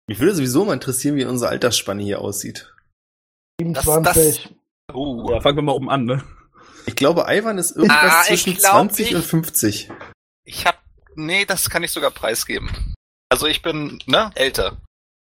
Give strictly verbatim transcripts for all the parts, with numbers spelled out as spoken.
Mich würde sowieso mal interessieren, wie unsere Altersspanne hier aussieht. siebenundzwanzig. Das, das, uh. Ja, fangen wir mal oben an, ne? Ich glaube, Ivan ist irgendwas Ah, zwischen glaub, zwanzig ich, und fünfzig. Ich hab, nee, das kann ich sogar preisgeben. Also ich bin, ne, älter.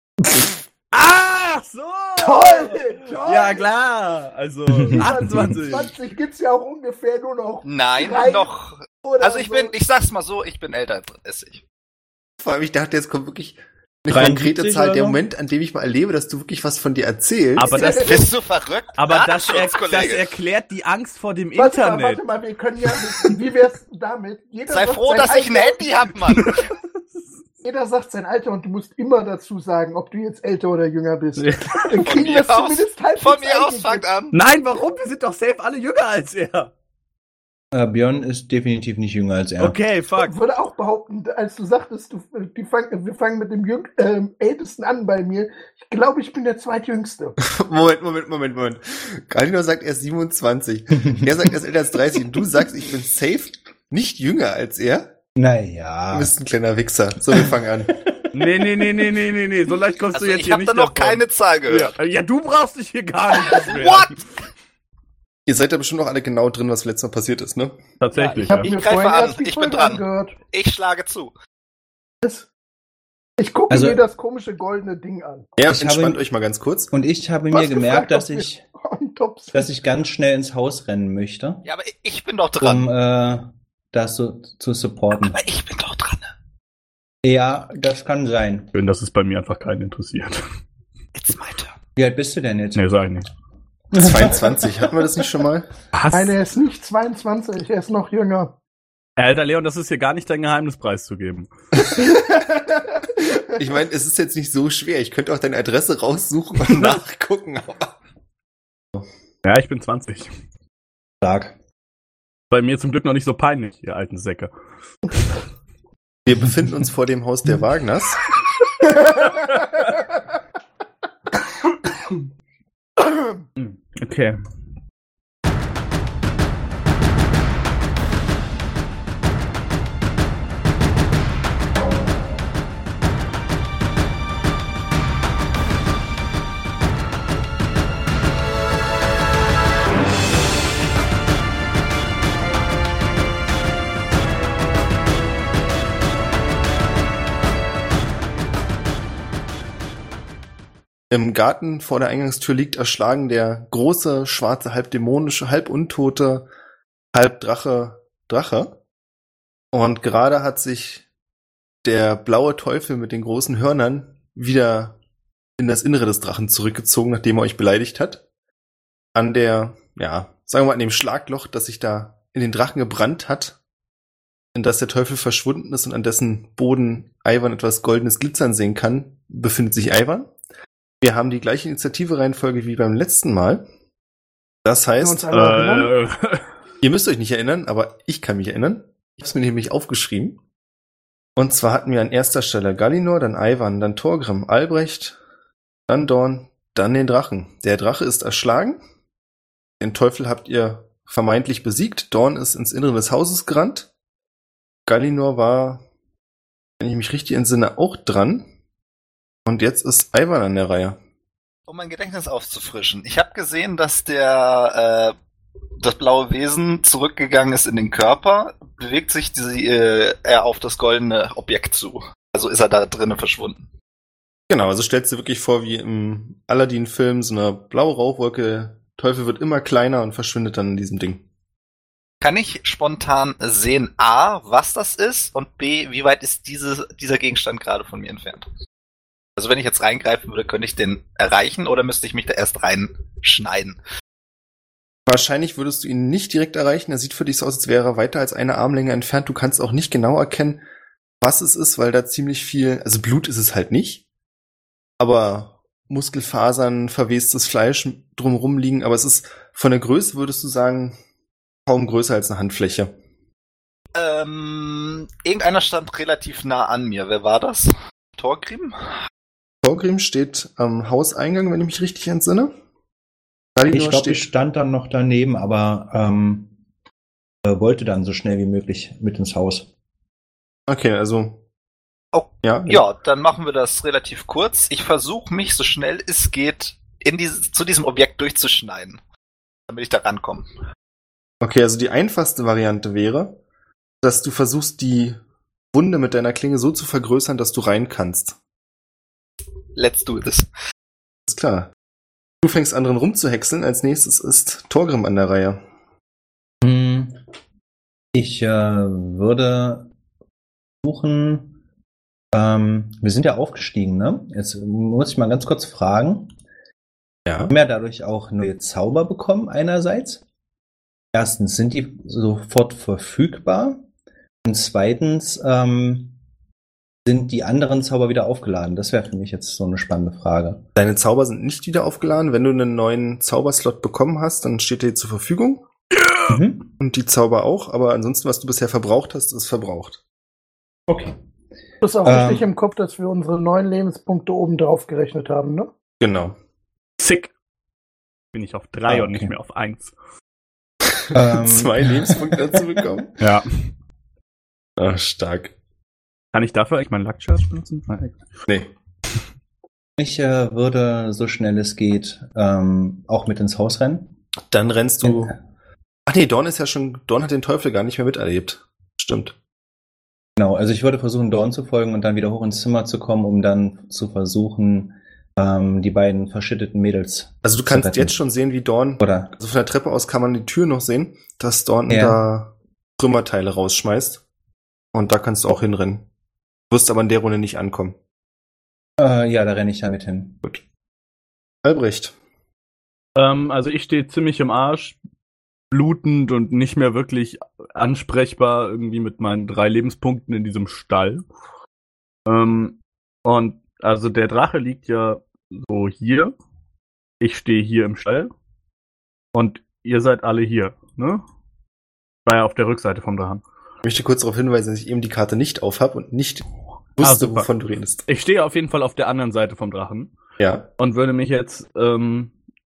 Ah, so! Toll, toll! Ja, klar! Also, achtundzwanzig. siebenundzwanzig gibt's ja auch ungefähr nur noch. Nein, drei noch. oder Also ich so. bin, ich sag's mal so, ich bin älter als dreißig. Vor allem, ich dachte, jetzt kommt wirklich eine dreiundsiebzig konkrete Zahl. oder Der so? Moment, an dem ich mal erlebe, dass du wirklich was von dir erzählst. Aber das, Bist du verrückt? aber das, er, das Datenschutz-Kollege. erklärt die Angst vor dem Warte mal, Internet. warte mal, wir können ja, wie wär's damit? Jeder Sei sagt froh, sein dass ich ein Alter Handy hab, Mann. Jeder sagt sein Alter und du musst immer dazu sagen, ob du jetzt älter oder jünger bist. Ja. Dann Von kriegen wir mir es aus, zumindest halbwegs von mir aus, eingegeben. fangt an. Nein, warum? Wir sind doch safe alle jünger als er. Äh, Björn ist definitiv nicht jünger als er. Okay, fuck. Ich würde auch behaupten, als du sagtest, du, die fang, wir fangen mit dem Jüng, ähm, Ältesten an bei mir. Ich glaube, ich bin der Zweitjüngste. Moment, Moment, Moment, Moment. Galino sagt, er ist siebenundzwanzig. Er sagt, er ist älter als dreißig. Und du sagst, ich bin safe nicht jünger als er. Du Naja. bist ein kleiner Wichser. So, wir fangen an. Nee, nee, nee, nee, nee, nee, nee. So leicht kommst Also du jetzt ich hier hab nicht da noch davon. keine Zahl gehört. Ja, ja, du brauchst dich hier gar nicht beschweren. What? Ihr seid da bestimmt noch alle genau drin, was letztes Mal passiert ist, ne? Tatsächlich, ich habe ja. Ich mir greife vorhin an, erst die ich bin Folge dran. angehört. Ich schlage zu. Ich gucke Also- mir das komische goldene Ding an. Ja, Ich entspannt habe- euch mal ganz kurz. Und ich habe Du mir hast gemerkt, gefragt, dass ob wir ich, on top sind. dass ich ganz schnell ins Haus rennen möchte, Ja, aber ich bin doch dran. um äh, das so zu supporten. Aber ich bin doch dran. Ja, das kann sein. Schön, dass es bei mir einfach keinen interessiert. It's my turn. Wie alt bist du denn jetzt? Nee, sag ich nicht. zweiundzwanzig, hatten wir das nicht schon mal? Was? Nein, er ist nicht zweiundzwanzig, er ist noch jünger. Alter, Leon, das ist hier gar nicht dein Geheimnis preiszugeben. Ich meine, es ist jetzt nicht so schwer. Ich könnte auch deine Adresse raussuchen und nachgucken. Ja, ich bin zwanzig. Stark. Bei mir zum Glück noch nicht so peinlich, ihr alten Säcke. Wir befinden uns vor dem Haus der Wagners. Okay. Im Garten vor der Eingangstür liegt erschlagen der große, schwarze, halb dämonische, halb untote, halb Drache, Drache. Und gerade hat sich der blaue Teufel mit den großen Hörnern wieder in das Innere des Drachen zurückgezogen, nachdem er euch beleidigt hat. An der, ja, sagen wir mal, an dem Schlagloch, das sich da in den Drachen gebrannt hat, in das der Teufel verschwunden ist und an dessen Boden Ivan etwas goldenes Glitzern sehen kann, befindet sich Ivan. Wir haben die gleiche Initiative-Reihenfolge wie beim letzten Mal. Das heißt, uns alle erinnern? Äh, ihr müsst euch nicht erinnern, aber ich kann mich erinnern. Ich habe es mir nämlich aufgeschrieben. Und zwar hatten wir an erster Stelle Galinor, dann Ivan, dann Thorgrim, Albrecht, dann Dorn, dann den Drachen. Der Drache ist erschlagen. Den Teufel habt ihr vermeintlich besiegt. Dorn ist ins Innere des Hauses gerannt. Galinor war, wenn ich mich richtig entsinne, auch dran. Und jetzt ist Ivan an der Reihe. Um mein Gedächtnis aufzufrischen. Ich habe gesehen, dass der äh, das blaue Wesen zurückgegangen ist in den Körper, bewegt sich diese, äh, er auf das goldene Objekt zu. Also ist er da drinnen verschwunden. Genau, also stellst du wirklich vor, wie im Aladdin-Film, so eine blaue Rauchwolke, Teufel wird immer kleiner und verschwindet dann in diesem Ding. Kann ich spontan sehen, A, was das ist und B, wie weit ist diese, dieser Gegenstand gerade von mir entfernt? Also wenn ich jetzt reingreifen würde, könnte ich den erreichen oder müsste ich mich da erst reinschneiden? Wahrscheinlich würdest du ihn nicht direkt erreichen. Er sieht für dich so aus, als wäre er weiter als eine Armlänge entfernt. Du kannst auch nicht genau erkennen, was es ist, weil da ziemlich viel, also Blut ist es halt nicht, aber Muskelfasern, verwestes Fleisch drumherum liegen. Aber es ist von der Größe, würdest du sagen, kaum größer als eine Handfläche. Ähm, irgendeiner stand relativ nah an mir. Wer war das? Thorgrim? Thorgrim steht am Hauseingang, wenn ich mich richtig entsinne. Galinor Ich glaube, steht- ich stand dann noch daneben, aber ähm, äh, wollte dann so schnell wie möglich mit ins Haus. Okay, also Oh, Ja, ja, dann machen wir das relativ kurz. Ich versuche mich so schnell es geht in diese, zu diesem Objekt durchzuschneiden, damit ich da rankomme. Okay, also die einfachste Variante wäre, dass du versuchst, die Wunde mit deiner Klinge so zu vergrößern, dass du rein kannst. Let's do this. Ist klar. Du fängst an, drin rumzuhäckseln. Als nächstes ist Torgrim an der Reihe. Hm, Ich äh, würde versuchen, ähm, wir sind ja aufgestiegen, ne? Jetzt muss ich mal ganz kurz fragen. Ja. Wir haben ja dadurch auch neue Zauber bekommen, einerseits. Erstens, sind die sofort verfügbar? Und zweitens, ähm, sind die anderen Zauber wieder aufgeladen? Das wäre für mich jetzt so eine spannende Frage. Deine Zauber sind nicht wieder aufgeladen. Wenn du einen neuen Zauberslot bekommen hast, dann steht dir zur Verfügung. Mhm. Und die Zauber auch. Aber ansonsten, was du bisher verbraucht hast, ist verbraucht. Okay. Du hast auch Ähm. richtig im Kopf, dass wir unsere neun Lebenspunkte oben drauf gerechnet haben, ne? Genau. Sick. Bin ich auf drei Ah, und nicht okay. mehr auf eins. Ähm, Zwei Lebenspunkte dazu bekommen. Ja. Ah, stark. Kann ich dafür eigentlich meinen Luck Charge benutzen? Nein. Nee. Ich äh, würde, so schnell es geht, ähm, auch mit ins Haus rennen. Dann rennst du. Ach nee, Dorn ist ja schon. Dorn hat den Teufel gar nicht mehr miterlebt. Stimmt. Genau, also ich würde versuchen, Dorn zu folgen und dann wieder hoch ins Zimmer zu kommen, um dann zu versuchen, ähm, die beiden verschütteten Mädels Also du zu kannst retten. jetzt schon sehen, wie Dorn. Oder? Also von der Treppe aus kann man die Tür noch sehen, dass Dorn Ja. da Trümmerteile rausschmeißt. Und da kannst du auch hinrennen. Du wirst aber in der Runde nicht ankommen. Äh, ja, da renne ich damit hin. Gut. Albrecht. Ähm, also ich stehe ziemlich im Arsch, blutend und nicht mehr wirklich ansprechbar irgendwie mit meinen drei Lebenspunkten in diesem Stall. Ähm, und also der Drache liegt ja so hier. Ich stehe hier im Stall. Und ihr seid alle hier, ne? War ja auf der Rückseite vom Drachen. Ich möchte kurz darauf hinweisen, dass ich eben die Karte nicht aufhab und nicht Ah, wusste, super. wovon du redest. Ich stehe auf jeden Fall auf der anderen Seite vom Drachen. Ja. Und würde mich jetzt ähm,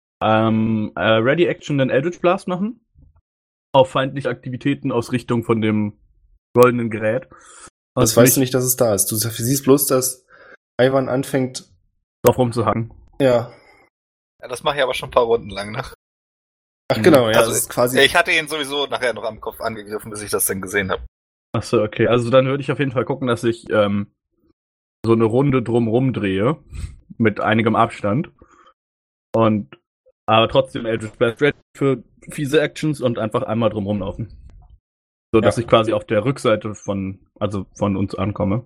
ähm, äh, Ready Action den Eldritch Blast machen. Auf feindliche Aktivitäten aus Richtung von dem goldenen Gerät. Und Das weißt mich du nicht, dass es da ist. Du siehst bloß, dass Ivan anfängt. drauf rumzuhacken. Ja. Ja, das mache ich aber schon ein paar Runden lang, ne? Ach genau, ja. Also, das ist quasi. Ich hatte ihn sowieso nachher noch am Kopf angegriffen, bis ich das dann gesehen habe. Achso, okay. Also dann würde ich auf jeden Fall gucken, dass ich ähm, so eine Runde drumrum drehe. Mit einigem Abstand. Und aber trotzdem Eldritch Blast ready für fiese Actions und einfach einmal drumrum laufen. So dass Ja. ich quasi auf der Rückseite von, also von uns ankomme.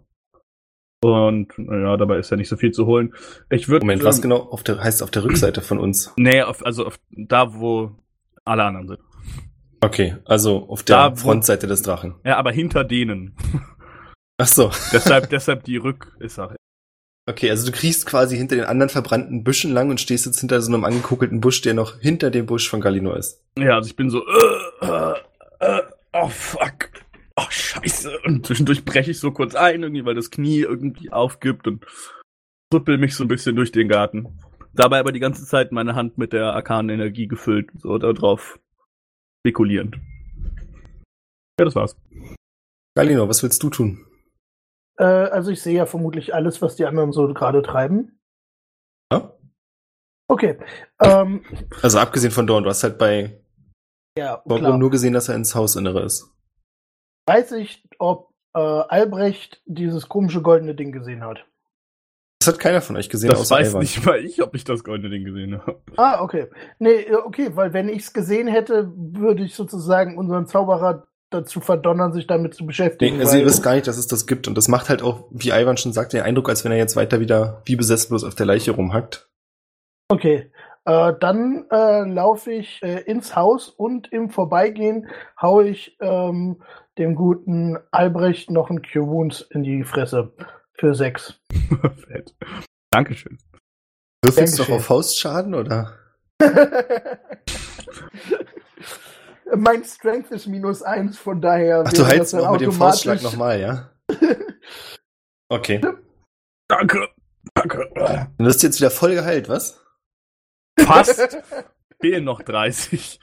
Und ja, dabei ist ja nicht so viel zu holen. Ich würde. Moment, was genau auf der, heißt auf der Rückseite von uns? Nee, auf, also auf, da, wo alle anderen sind. Okay, also auf der Da, wo- Frontseite des Drachen. Ja, aber hinter denen. Ach so. deshalb, deshalb die Rücksache. Okay, also du kriechst quasi hinter den anderen verbrannten Büschen lang und stehst jetzt hinter so einem angekugelten Busch, der noch hinter dem Busch von Galinor ist. Ja, also ich bin so, äh, äh, äh, oh fuck, oh scheiße. Und zwischendurch breche ich so kurz ein, irgendwie, weil das Knie irgendwie aufgibt und rüppel mich so ein bisschen durch den Garten. Dabei aber die ganze Zeit meine Hand mit der arkanen Energie gefüllt, so darauf spekulierend. Ja, das war's. Galinor, was willst du tun? Äh, also ich sehe ja vermutlich alles, was die anderen so gerade treiben. Ja? Okay. Ähm, Also abgesehen von Dorn, du hast halt bei ja, Borgrim klar. nur gesehen, dass er ins Hausinnere ist. Weiß ich, ob äh, Albrecht dieses komische goldene Ding gesehen hat. Das hat keiner von euch gesehen, Das außer weiß Ivan. nicht mal ich, ob ich das goldene Ding gesehen habe. Ah, okay. Nee, äh, okay, weil wenn ich es gesehen hätte, würde ich sozusagen unseren Zauberer dazu verdonnern, sich damit zu beschäftigen. Nee, also ihr weil- wisst gar nicht, dass es das gibt. Und das macht halt auch, wie Ivan schon sagt, den Eindruck, als wenn er jetzt weiter wieder wie besessen bloß auf der Leiche rumhackt. Okay, äh, dann äh, laufe ich äh, ins Haus und im Vorbeigehen haue ich ähm, dem guten Albrecht noch einen Cure-Wounds in die Fresse für sechs. Fett. Dankeschön. Würfelst du Dankeschön. noch auf Faustschaden, oder? Mein Strength ist minus eins, von daher. Ach, du wäre heilst das dann noch mit dem automatisch- Faustschlag nochmal, ja? Okay. Danke. Danke. Du wirst jetzt wieder voll geheilt, was? Fast. Fehlen noch dreißig.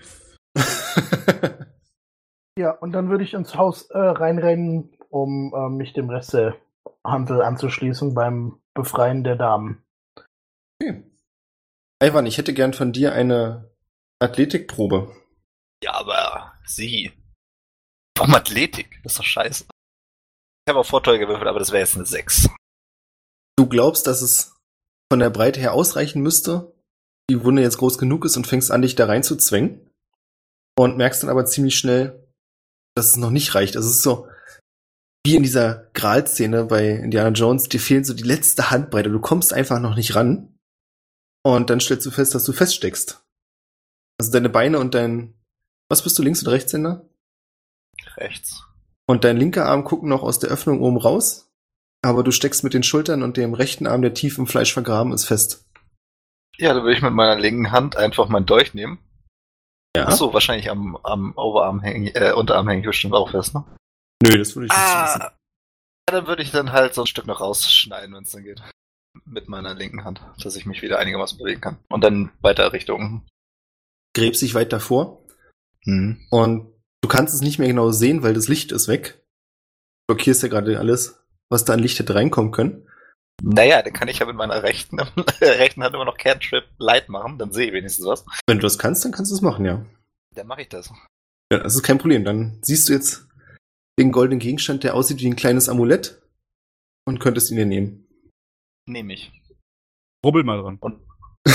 Ja, und dann würde ich ins Haus äh, reinrennen, um äh, mich dem Rest der Handel anzuschließen beim Befreien der Damen. Okay. Ivan, ich hätte gern von dir eine Athletikprobe. Ja, aber sie. Warum Athletik? Das ist doch scheiße. Ich habe auf Vorteil gewürfelt, aber das wäre jetzt eine sechs. Du glaubst, dass es von der Breite her ausreichen müsste, die Wunde jetzt groß genug ist und fängst an, dich da reinzuzwängen. Und merkst dann aber ziemlich schnell, dass es noch nicht reicht. Also es ist so wie in dieser Gral-Szene bei Indiana Jones, dir fehlt so die letzte Handbreite. Du kommst einfach noch nicht ran. Und dann stellst du fest, dass du feststeckst. Also deine Beine und dein... Was bist du, Links- oder Rechtshänder? Rechts. Und dein linker Arm gucken noch aus der Öffnung oben raus. Aber du steckst mit den Schultern und dem rechten Arm, der tief im Fleisch vergraben ist, fest. Ja, dann würde ich mit meiner linken Hand einfach meinen Dolch nehmen. Ja. Achso, wahrscheinlich am, am Oberarm hängen, äh, Unterarm hänge ich bestimmt auch fest, ne? Nö, das würde ich nicht Ah, wissen. ja, dann würde ich dann halt so ein Stück noch rausschneiden, wenn es dann geht. Mit meiner linken Hand, dass ich mich wieder einigermaßen bewegen kann. Und dann weiter Richtung. Gräbst dich weit davor. Mhm. Und du kannst es nicht mehr genau sehen, weil das Licht ist weg. Du blockierst ja gerade alles, was da an Licht hätte reinkommen können. Naja, dann kann ich ja mit meiner rechten, rechten Hand immer noch Cantrip Light machen, dann sehe ich wenigstens was. Wenn du das kannst, dann kannst du es machen, ja. Dann mache ich das. Ja, das ist kein Problem. Dann siehst du jetzt den goldenen Gegenstand, der aussieht wie ein kleines Amulett und könntest ihn dir nehmen. Nehme ich. Rubbel mal dran. Und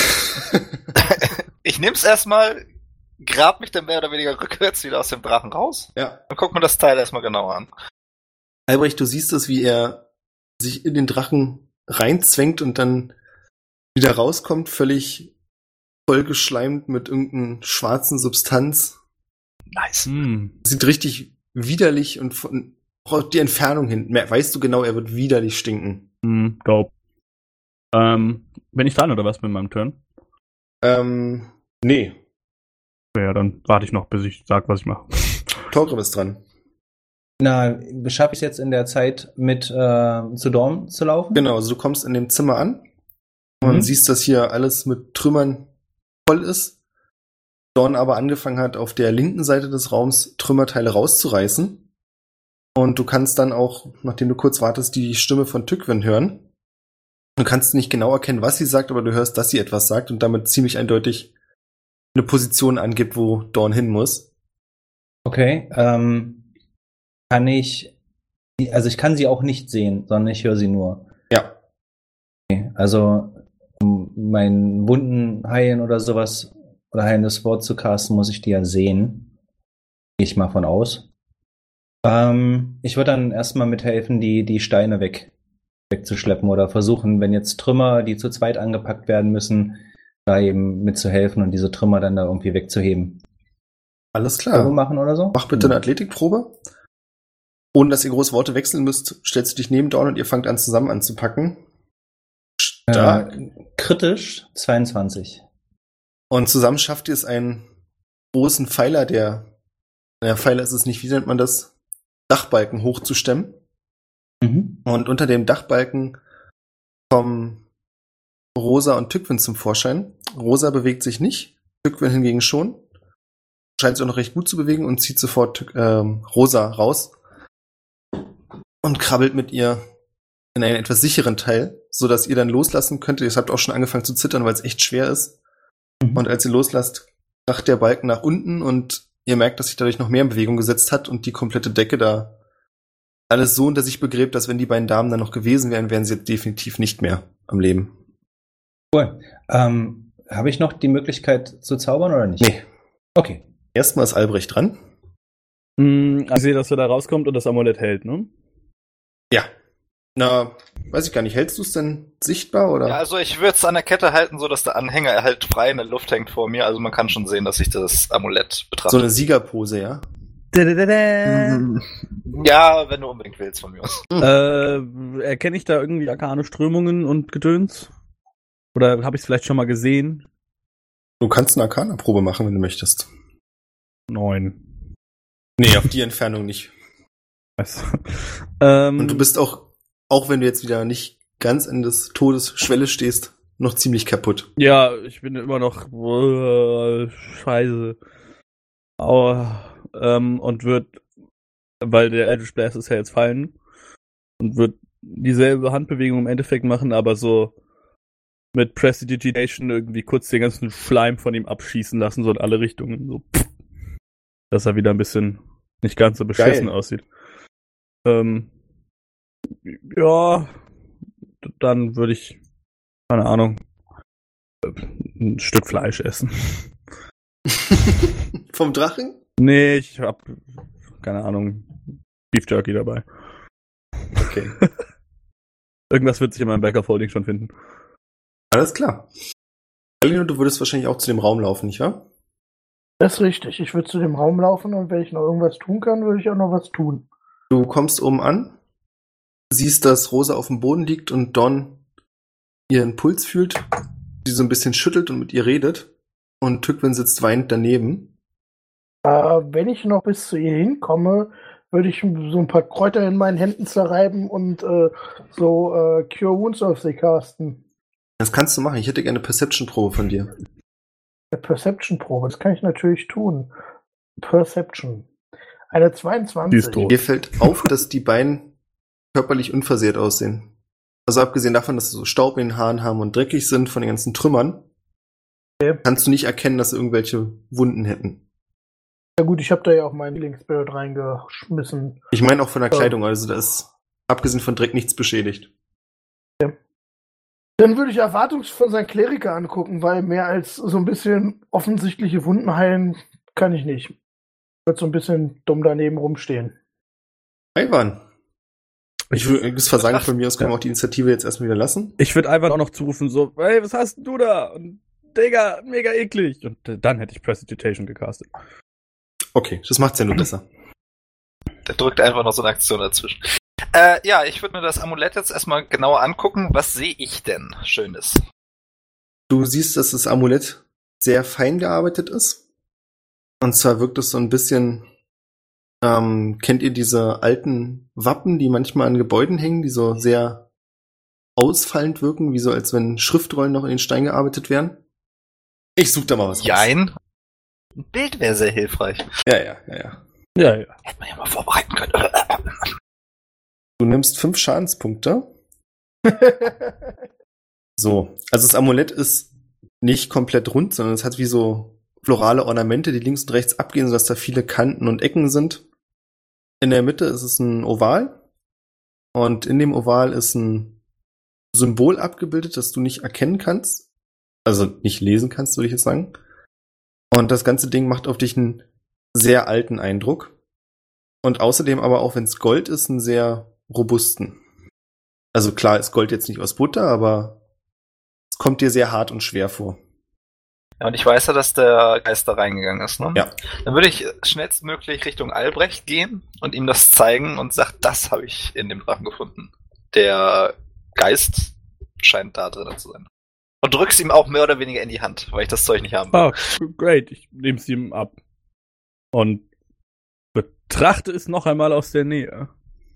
ich nehm's erstmal, grab mich dann mehr oder weniger rückwärts wieder aus dem Drachen raus. Ja. Dann guck mir das Teil erstmal genauer an. Albrecht, du siehst es, wie er sich in den Drachen reinzwängt und dann wieder rauskommt, völlig vollgeschleimt mit irgendeiner schwarzen Substanz. Nice. Hm. Sieht richtig widerlich und von auf die Entfernung hin, weißt du genau, er wird widerlich stinken. Hm, dope. Ähm, bin ich dran oder was mit meinem Turn? Ähm, nee. Ja, dann warte ich noch, bis ich sag, was ich mache. Torgrim ist dran. Na, schaffe ich es jetzt in der Zeit mit äh, zu Dorn zu laufen? Genau, also du kommst in dem Zimmer an und Mhm. siehst, dass hier alles mit Trümmern voll ist. Dorn aber angefangen hat, auf der linken Seite des Raums Trümmerteile rauszureißen. Und du kannst dann auch, nachdem du kurz wartest, die Stimme von Tückwin hören. Du kannst nicht genau erkennen, was sie sagt, aber du hörst, dass sie etwas sagt und damit ziemlich eindeutig eine Position angibt, wo Dorn hin muss. Okay, ähm, kann ich, also ich kann sie auch nicht sehen, sondern ich höre sie nur. Ja. Okay, also um meinen Wunden heilen oder sowas oder heilendes Wort zu casten, muss ich die ja sehen. Gehe ich mal von aus. Ähm, ich würde dann erstmal mithelfen, die, die Steine weg, wegzuschleppen oder versuchen, wenn jetzt Trümmer, die zu zweit angepackt werden müssen, da eben mitzuhelfen und diese Trümmer dann da irgendwie wegzuheben. Alles Probe klar. machen oder so? Mach bitte eine Athletikprobe. Ohne dass ihr groß Worte wechseln müsst, stellst du dich neben Dorn und ihr fangt an, zusammen anzupacken. Stark. Äh, kritisch zweiundzwanzig. Und zusammen schafft ihr es, einen großen Pfeiler, der, naja, Pfeiler ist es nicht, wie nennt man das? Dachbalken hochzustemmen. Mhm. Und unter dem Dachbalken kommen Rosa und Tückwin zum Vorschein. Rosa bewegt sich nicht, Tückwin hingegen schon. Scheint sich auch noch recht gut zu bewegen und zieht sofort ähm, Rosa raus und krabbelt mit ihr in einen etwas sicheren Teil, sodass ihr dann loslassen könnt. Ihr habt auch schon angefangen zu zittern, weil es echt schwer ist. Mhm. Und als ihr loslasst, kracht der Balken nach unten und ihr merkt, dass sich dadurch noch mehr in Bewegung gesetzt hat und die komplette Decke da alles so unter sich begräbt, dass wenn die beiden Damen dann noch gewesen wären, wären sie jetzt definitiv nicht mehr am Leben. Cool. Ähm, habe ich noch die Möglichkeit zu zaubern oder nicht? Nee. Okay. Erstmal ist Albrecht dran. Hm, ich sehe, dass er da rauskommt und das Amulett hält, ne? Ja. Na, weiß ich gar nicht. Hältst du es denn sichtbar oder? Ja, also ich würde es an der Kette halten, so dass der Anhänger halt frei in der Luft hängt vor mir. Also man kann schon sehen, dass ich das Amulett betrachte. So eine Siegerpose, ja? Ja, wenn du unbedingt willst von mir aus. äh, erkenne ich da irgendwie arkane Strömungen und Gedöns? Oder habe ich es vielleicht schon mal gesehen? Du kannst eine Arcana-Probe machen, wenn du möchtest. Neun. Nee, auf die Entfernung nicht. Weiß. ähm, Und du bist auch, auch wenn du jetzt wieder nicht ganz an des Todes Schwelle stehst, noch ziemlich kaputt. Ja, ich bin immer noch äh, scheiße. Aua. Ähm, und wird, weil der Eldritch Blast ist ja jetzt fallen, und wird dieselbe Handbewegung im Endeffekt machen, aber so mit Prestidigitation irgendwie kurz den ganzen Schleim von ihm abschießen lassen, so in alle Richtungen. So, pff, dass er wieder ein bisschen nicht ganz so beschissen Geil. aussieht. Ähm, ja, dann würde ich, keine Ahnung, ein Stück Fleisch essen. Vom Drachen? Nee, ich hab, keine Ahnung, Beef Jerky dabei. Okay. Irgendwas wird sich in meinem Backup-Folding schon finden. Alles klar. Alino, du würdest wahrscheinlich auch zu dem Raum laufen, nicht wahr? Das ist richtig. Ich würde zu dem Raum laufen und wenn ich noch irgendwas tun kann, würde ich auch noch was tun. Du kommst oben an, siehst, dass Rosa auf dem Boden liegt und Don ihren Puls fühlt, sie so ein bisschen schüttelt und mit ihr redet und Tywin sitzt weinend daneben. Äh, wenn ich noch bis zu ihr hinkomme, würde ich so ein paar Kräuter in meinen Händen zerreiben und äh, so äh, Cure Wounds auf sie casten. Das kannst du machen. Ich hätte gerne eine Perception-Probe von dir. Eine Perception-Probe, das kann ich natürlich tun. Perception. Eine zweiundzwanzig. Die ist tot. Dir fällt auf, dass die beiden körperlich unversehrt aussehen. Also abgesehen davon, dass sie so Staub in den Haaren haben und dreckig sind von den ganzen Trümmern, Okay. kannst du nicht erkennen, dass sie irgendwelche Wunden hätten. Ja gut, ich habe da ja auch meinen Healing Spirit reingeschmissen. Ich meine auch von der Ja. Kleidung, also da ist abgesehen von Dreck nichts beschädigt. Dann würde ich erwartungsvoll seinen Kleriker angucken, weil mehr als so ein bisschen offensichtliche Wunden heilen kann ich nicht. Wird so ein bisschen dumm daneben rumstehen. Ivan. Ich würde das Versagen von mir aus, können wir auch die Initiative jetzt erstmal wieder lassen. Ich würde einfach auch noch zurufen, so, hey, was hast denn du da? Und Digga, mega eklig. Und äh, dann hätte ich Prestidigitation gecastet. Okay, das macht's ja nur besser. Der drückt einfach noch so eine Aktion dazwischen. Äh, ja, ich würde mir das Amulett jetzt erstmal genauer angucken. Was sehe ich denn Schönes? Du siehst, dass das Amulett sehr fein gearbeitet ist. Und zwar wirkt es so ein bisschen, ähm, kennt ihr diese alten Wappen, die manchmal an Gebäuden hängen, die so sehr ausfallend wirken, wie so als wenn Schriftrollen noch in den Stein gearbeitet wären? Ich such da mal was raus. Jein. Ein Bild wäre sehr hilfreich. Ja, ja, ja, ja. Ja, ja. Hätte man ja mal vorbereiten können. Du nimmst fünf Schadenspunkte. So, also das Amulett ist nicht komplett rund, sondern es hat wie so florale Ornamente, die links und rechts abgehen, sodass da viele Kanten und Ecken sind. In der Mitte ist es ein Oval. Und in dem Oval ist ein Symbol abgebildet, das du nicht erkennen kannst. Also nicht lesen kannst, würde ich jetzt sagen. Und das ganze Ding macht auf dich einen sehr alten Eindruck. Und außerdem aber auch, wenn es Gold ist, einen sehr robusten. Also klar ist Gold jetzt nicht aus Butter, aber es kommt dir sehr hart und schwer vor. Ja, und ich weiß ja, dass der Geist da reingegangen ist, ne? Ja. Dann würde ich schnellstmöglich Richtung Albrecht gehen und ihm das zeigen und sag, das habe ich in dem Drachen gefunden. Der Geist scheint da drin zu sein. Und drück's ihm auch mehr oder weniger in die Hand, weil ich das Zeug nicht haben will. Ah, great. Ich nehme es ihm ab. Und betrachte es noch einmal aus der Nähe.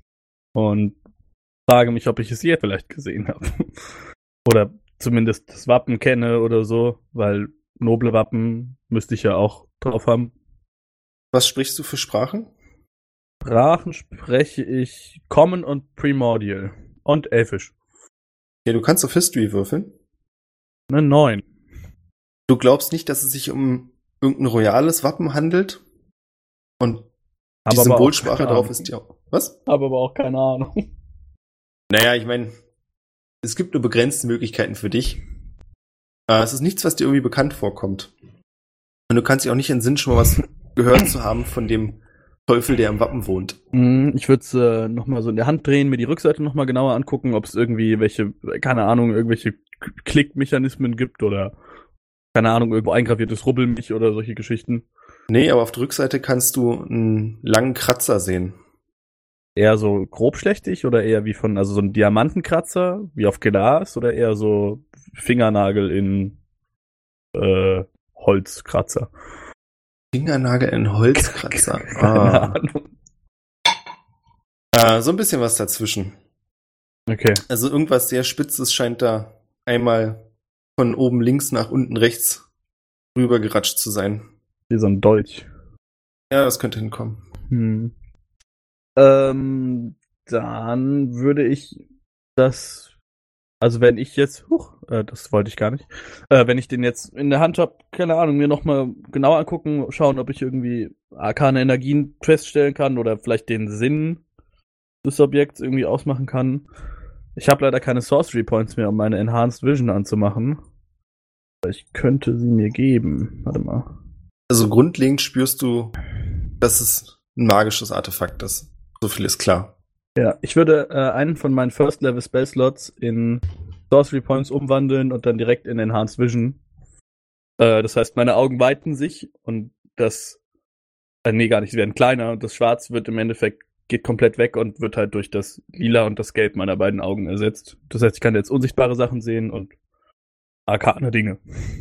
Und frage mich, ob ich es je vielleicht gesehen habe. Oder zumindest das Wappen kenne oder so, weil noble Wappen müsste ich ja auch drauf haben. Was sprichst du für Sprachen? Sprachen spreche ich Common und Primordial. Und Elfisch. Ja, du kannst auf History würfeln. Ne, neun. Du glaubst nicht, dass es sich um irgendein royales Wappen handelt? Und die Aber Symbolsprache aber auch drauf keine ist ja. Was? Habe aber auch keine Ahnung. Naja, ich meine, es gibt nur begrenzte Möglichkeiten für dich. Äh, es ist nichts, was dir irgendwie bekannt vorkommt. Und du kannst dir auch nicht in den Sinn, schon mal was gehört zu haben von dem Teufel, der im Wappen wohnt. Ich würde es äh, nochmal so in der Hand drehen, mir die Rückseite nochmal genauer angucken, ob es irgendwie welche, keine Ahnung, irgendwelche Klickmechanismen gibt oder, keine Ahnung, irgendwo eingraviertes Rubbelmilch oder solche Geschichten. Nee, aber auf der Rückseite kannst du einen langen Kratzer sehen. Eher so grobschlächtig oder eher wie von, also so ein Diamantenkratzer, wie auf Glas, oder eher so Fingernagel in äh, Holzkratzer? Fingernagel in Holzkratzer. Keine ah. Ahnung. Äh, so ein bisschen was dazwischen. Okay. Also irgendwas sehr Spitzes scheint da einmal von oben links nach unten rechts rübergeratscht zu sein. Wie so ein Dolch. Ja, das könnte hinkommen. Hm. Ähm, dann würde ich dass, also wenn ich jetzt, huch, äh, das wollte ich gar nicht, äh, wenn ich den jetzt in der Hand habe, keine Ahnung, mir nochmal genau angucken, schauen, ob ich irgendwie arkane Energien feststellen kann oder vielleicht den Sinn des Objekts irgendwie ausmachen kann. Ich habe leider keine Sorcery Points mehr, um meine Enhanced Vision anzumachen. Aber ich könnte sie mir geben. Warte mal. Also grundlegend spürst du, dass es ein magisches Artefakt ist. So viel ist klar. Ja, ich würde äh, einen von meinen First-Level-Spell-Slots in Sorcery Points umwandeln und dann direkt in Enhanced Vision. Äh, das heißt, meine Augen weiten sich und das, äh, nee, gar nicht, sie werden kleiner und das Schwarz wird im Endeffekt, geht komplett weg und wird halt durch das Lila und das Gelb meiner beiden Augen ersetzt. Das heißt, ich kann jetzt unsichtbare Sachen sehen und arkane Dinge.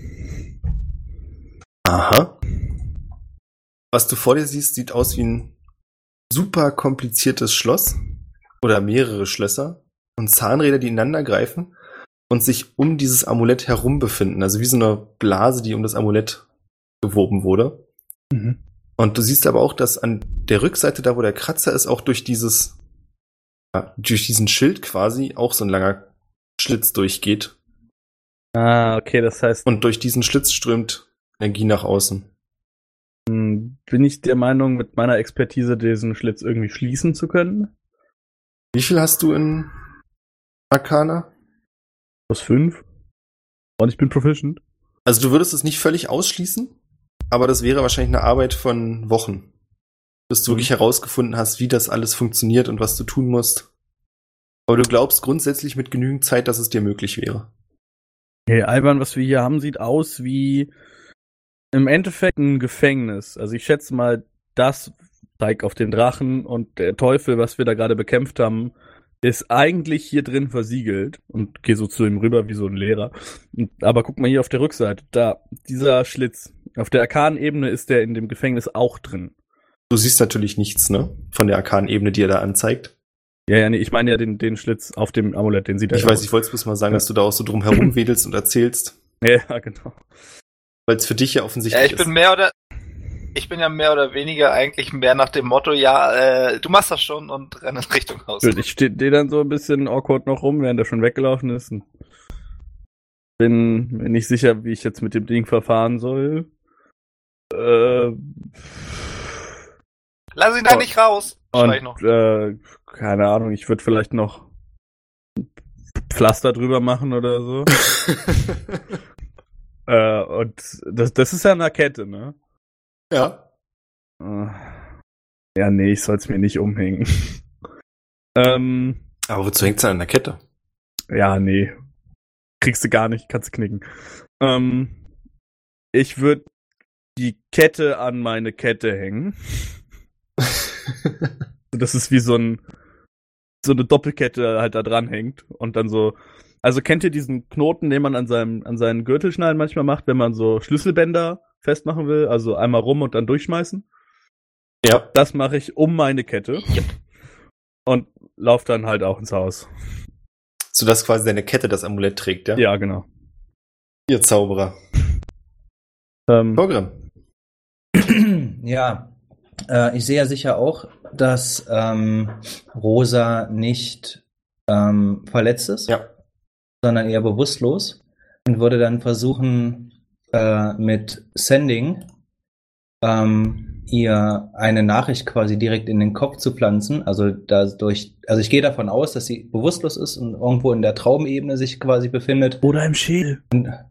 Aha. Was du vor dir siehst, sieht aus wie ein super kompliziertes Schloss oder mehrere Schlösser und Zahnräder, die ineinander greifen und sich um dieses Amulett herum befinden. Also wie so eine Blase, die um das Amulett gewoben wurde. Mhm. Und du siehst aber auch, dass an der Rückseite, da wo der Kratzer ist, auch durch dieses, ja, durch diesen Schild quasi auch so ein langer Schlitz durchgeht. Ah, okay, das heißt, Und durch diesen Schlitz strömt Energie nach außen. mh, bin ich der Meinung, mit meiner Expertise diesen Schlitz irgendwie schließen zu können? Wie viel hast du in Arcana? Plus fünf. Und ich bin proficient. Also du würdest es nicht völlig ausschließen, aber das wäre wahrscheinlich eine Arbeit von Wochen, bis du Mhm. wirklich herausgefunden hast, wie das alles funktioniert und was du tun musst. Aber du glaubst grundsätzlich mit genügend Zeit, dass es dir möglich wäre. Okay, Alban, was wir hier haben, sieht aus wie im Endeffekt ein Gefängnis. Also ich schätze mal, das zeigt auf den Drachen und der Teufel, was wir da gerade bekämpft haben, ist eigentlich hier drin versiegelt und gehe so zu ihm rüber wie so ein Lehrer. Und, aber guck mal hier auf der Rückseite, da, dieser Schlitz. Auf der Arkan-Ebene ist der in dem Gefängnis auch drin. Du siehst natürlich nichts, ne? Von der Arkan-Ebene, die er da anzeigt. Ja, ja, nee, ich meine ja den, den Schlitz auf dem Amulett, den sieht er Ich weiß, ich wollte es bloß mal sagen, dass du da auch so drum herum wedelst und erzählst, Ja, genau. weil es für dich ja Ja, offensichtlich ich bin ist. mehr oder ich bin ja mehr oder weniger eigentlich mehr nach dem Motto, ja, äh, du machst das schon und renn in Richtung Haus. Gut, ich stehe dann so ein bisschen awkward noch rum, während er schon weggelaufen ist. Und bin mir nicht sicher, wie ich jetzt mit dem Ding verfahren soll. Äh, Lass ihn da Oh. nicht raus. Schrei ich noch. und äh, keine Ahnung, ich würde vielleicht noch Pflaster drüber machen oder so. äh, und das, das ist ja eine Kette, ne? Ja. Äh, ja, nee, ich soll's mir nicht umhängen. ähm, Aber wozu hängt's an der Kette? Ja, nee. Kriegst du gar nicht, kannst du knicken. Ähm, ich würde die Kette an meine Kette hängen. Das ist wie so ein so eine Doppelkette halt da dran hängt und dann so. Also kennt ihr diesen Knoten, den man an seinem an seinen Gürtelschnallen manchmal macht, wenn man so Schlüsselbänder festmachen will, also einmal rum und dann durchschmeißen? Ja. Das mache ich um meine Kette und lauf dann halt auch ins Haus. Sodass quasi deine Kette das Amulett trägt, ja? Ja, genau. Ihr Zauberer. Ähm, Vorgrim. Ja, äh, ich sehe ja sicher auch, dass ähm, Rosa nicht ähm, verletzt ist, Ja. sondern eher bewusstlos und würde dann versuchen, äh, mit Sending ähm, ihr eine Nachricht quasi direkt in den Kopf zu pflanzen. Also dadurch, also ich gehe davon aus, dass sie bewusstlos ist und irgendwo in der Traumebene sich quasi befindet. oder im Schädel.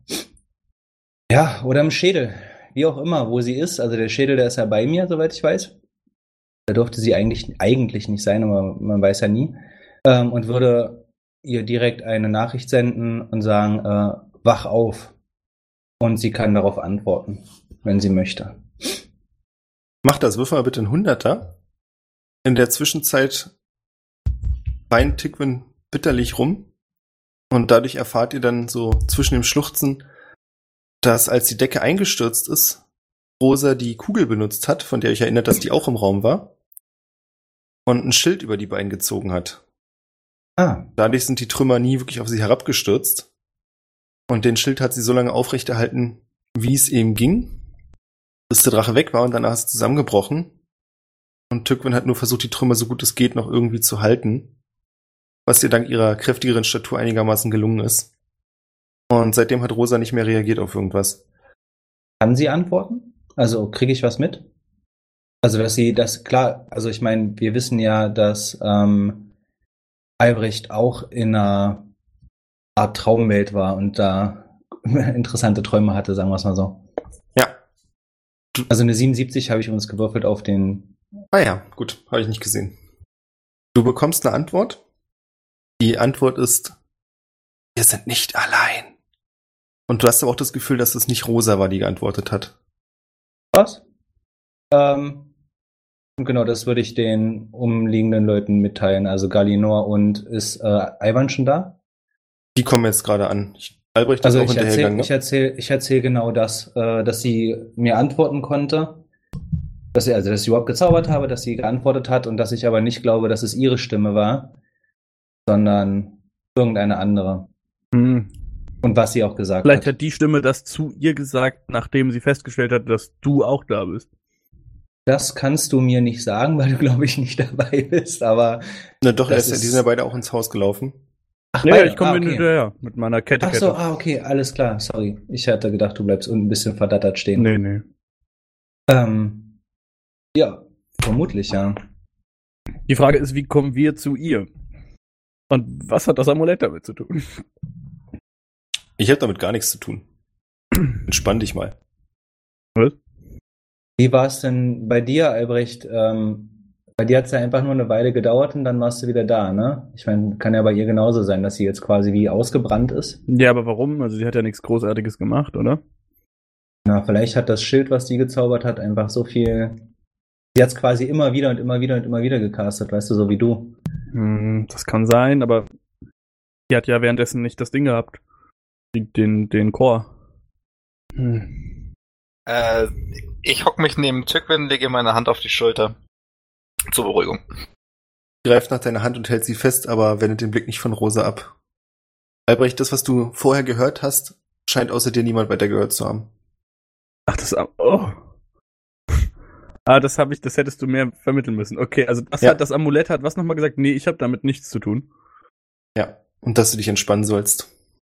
Ja, oder im Schädel. Wie auch immer, wo sie ist. Also der Schädel, der ist ja bei mir, soweit ich weiß. Da durfte sie eigentlich, eigentlich nicht sein, aber man weiß ja nie. Ähm, und würde ihr direkt eine Nachricht senden und sagen, äh, wach auf. Und sie kann darauf antworten, wenn sie möchte. Mach das, wirf mal bitte ein Hunderter. In der Zwischenzeit weint Tickwin bitterlich rum und dadurch erfahrt ihr dann so zwischen dem Schluchzen, dass als die Decke eingestürzt ist, Rosa die Kugel benutzt hat, von der euch erinnert, dass die auch im Raum war und ein Schild über die beiden gezogen hat. Ah, Dadurch sind die Trümmer nie wirklich auf sie herabgestürzt und den Schild hat sie so lange aufrechterhalten, wie es eben ging, bis der Drache weg war und danach ist es zusammengebrochen. Und Tywin hat nur versucht, die Trümmer so gut es geht noch irgendwie zu halten. was ihr dank ihrer kräftigeren Statur einigermaßen gelungen ist. Und seitdem hat Rosa nicht mehr reagiert auf irgendwas. Kann sie antworten? Also kriege ich was mit? Also dass sie das, klar, also ich meine, wir wissen ja, dass ähm, Albrecht auch in einer Art Traumwelt war und da interessante Träume hatte, sagen wir es mal so. Ja. Also eine siebenundsiebzig habe ich uns gewürfelt auf den... Ah ja, gut, habe ich nicht gesehen. Du bekommst eine Antwort. Die Antwort ist, wir sind nicht allein. Und du hast aber auch das Gefühl, dass es nicht Rosa war, die geantwortet hat. Was? Ähm, genau, das würde ich den umliegenden Leuten mitteilen. Also Galinor und ist äh, Ivan schon da? Die kommen jetzt gerade an. Ich, Albrecht ist Also auch ich hinterhergegangen. erzähle ich erzähl, ich erzähl genau das, äh, dass sie mir antworten konnte. Dass sie, also dass ich überhaupt gezaubert habe, dass sie geantwortet hat und dass ich aber nicht glaube, dass es ihre Stimme war, sondern irgendeine andere. Hm. Und was sie auch gesagt Vielleicht hat. hat die Stimme das zu ihr gesagt, nachdem sie festgestellt hat, dass du auch da bist. Das kannst du mir nicht sagen, weil du, glaube ich, nicht dabei bist, aber... Na doch, er das ist, ist- die sind ja beide auch ins Haus gelaufen. Ach, Ja, beide? ich komme ah, mit okay. hinterher mit meiner Kette. Ach so, Kette. ah, okay, alles klar, sorry. Ich hatte gedacht, du bleibst unten ein bisschen verdattert stehen. Nee, nee. Ähm, ja, vermutlich, ja. Die Frage ist, wie kommen wir zu ihr? Und was hat das Amulett damit zu tun? Ich habe damit gar nichts zu tun. Entspann dich mal. Was? Wie war es denn bei dir, Albrecht? Ähm, bei dir hat es ja einfach nur eine Weile gedauert und dann warst du wieder da, ne? Ich meine, kann ja bei ihr genauso sein, dass sie jetzt quasi wie ausgebrannt ist. Ja, aber warum? Also sie hat ja nichts Großartiges gemacht, oder? Na, vielleicht hat das Schild, was die gezaubert hat, einfach so viel... Sie hat es quasi immer wieder und immer wieder und immer wieder gecastet, weißt du, so wie du. Hm, das kann sein, aber die hat ja währenddessen nicht das Ding gehabt. Die, den, den Chor. Hm. Äh, ich hock mich neben Tückwin, lege ihr meine Hand auf die Schulter. Zur Beruhigung. Greift nach deiner Hand und hält sie fest, aber wendet den Blick nicht von Rosa ab. Albrecht, das, was du vorher gehört hast, scheint außer dir niemand weiter gehört zu haben. Ach, das oh. Ah, das habe ich, das hättest du mehr vermitteln müssen. Okay, also das Ja. hat das Amulett hat was nochmal gesagt? Nee, ich habe damit nichts zu tun. Ja, und dass du dich entspannen sollst.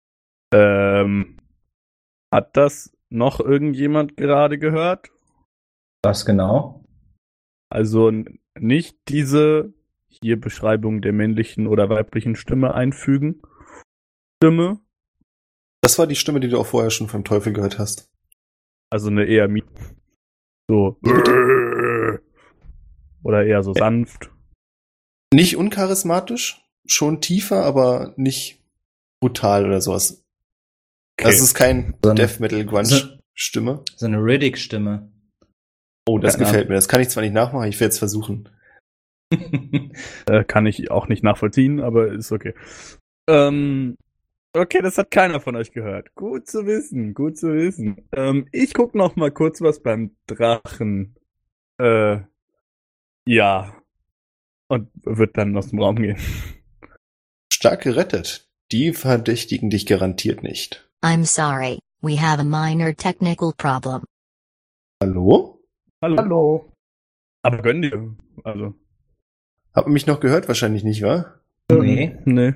Ähm, hat das noch irgendjemand gerade gehört? Was genau? Also n- nicht diese hier Beschreibung der männlichen oder weiblichen Stimme einfügen. Stimme, Das war die Stimme, die du auch vorher schon vom Teufel gehört hast. also eine eher mi so oder eher so sanft. Nicht uncharismatisch, schon tiefer, aber nicht brutal oder sowas. Das ist kein So eine- Death Metal Grunge so- Stimme. So eine Riddick-Stimme. Oh, das Ja. gefällt mir. Das kann ich zwar nicht nachmachen, ich werde es versuchen. Äh, kann ich auch nicht nachvollziehen, aber ist okay. Ähm, okay, das hat keiner von euch gehört. Gut zu wissen, gut zu wissen. Ähm, ich guck noch mal kurz was beim Drachen. Äh, ja. Und wird dann aus dem Raum gehen. Stark gerettet. Die verdächtigen dich garantiert nicht. I'm sorry, we have a minor technical problem. Hallo? Hallo. Hallo. Aber gönn dir. Also. Habt ihr mich noch gehört? Wahrscheinlich nicht, wa? Nee. Nee.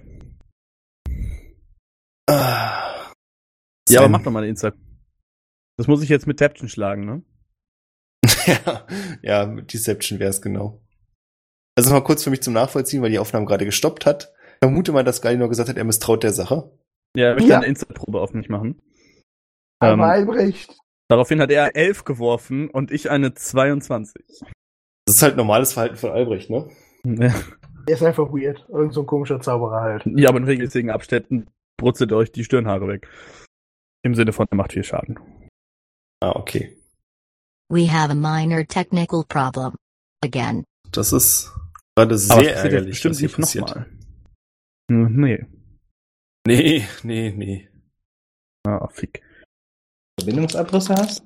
Ah. Ja, aber Sven. mach doch mal eine Insight. Das muss ich jetzt mit Taption schlagen, ne? ja, ja, mit Deception wäre es genau. Also mal kurz für mich zum Nachvollziehen, weil die Aufnahme gerade gestoppt hat. Ich vermute mal, dass Galinor gesagt hat, er misstraut der Sache. Ja, ich möchte Ja. eine Insight-Probe auf mich machen. Aber Ähm, Albrecht. Daraufhin hat er elf geworfen und ich eine zweiundzwanzig. Das ist halt normales Verhalten von Albrecht, ne? Ja, Der ist einfach weird. Irgend so ein komischer Zauberer halt. ja, aber in regelmäßigen Abständen brutzelt euch die Stirnhaare weg. Im Sinne von, er macht viel Schaden. Ah, okay. We have a minor technical problem. Again. Das ist gerade Aber sehr das passiert jetzt ärgerlich, bestimmt was hier nicht passiert. nochmal. Hm, Nee. Nee, nee, nee. Ah, fick. Verbindungsadresse hast?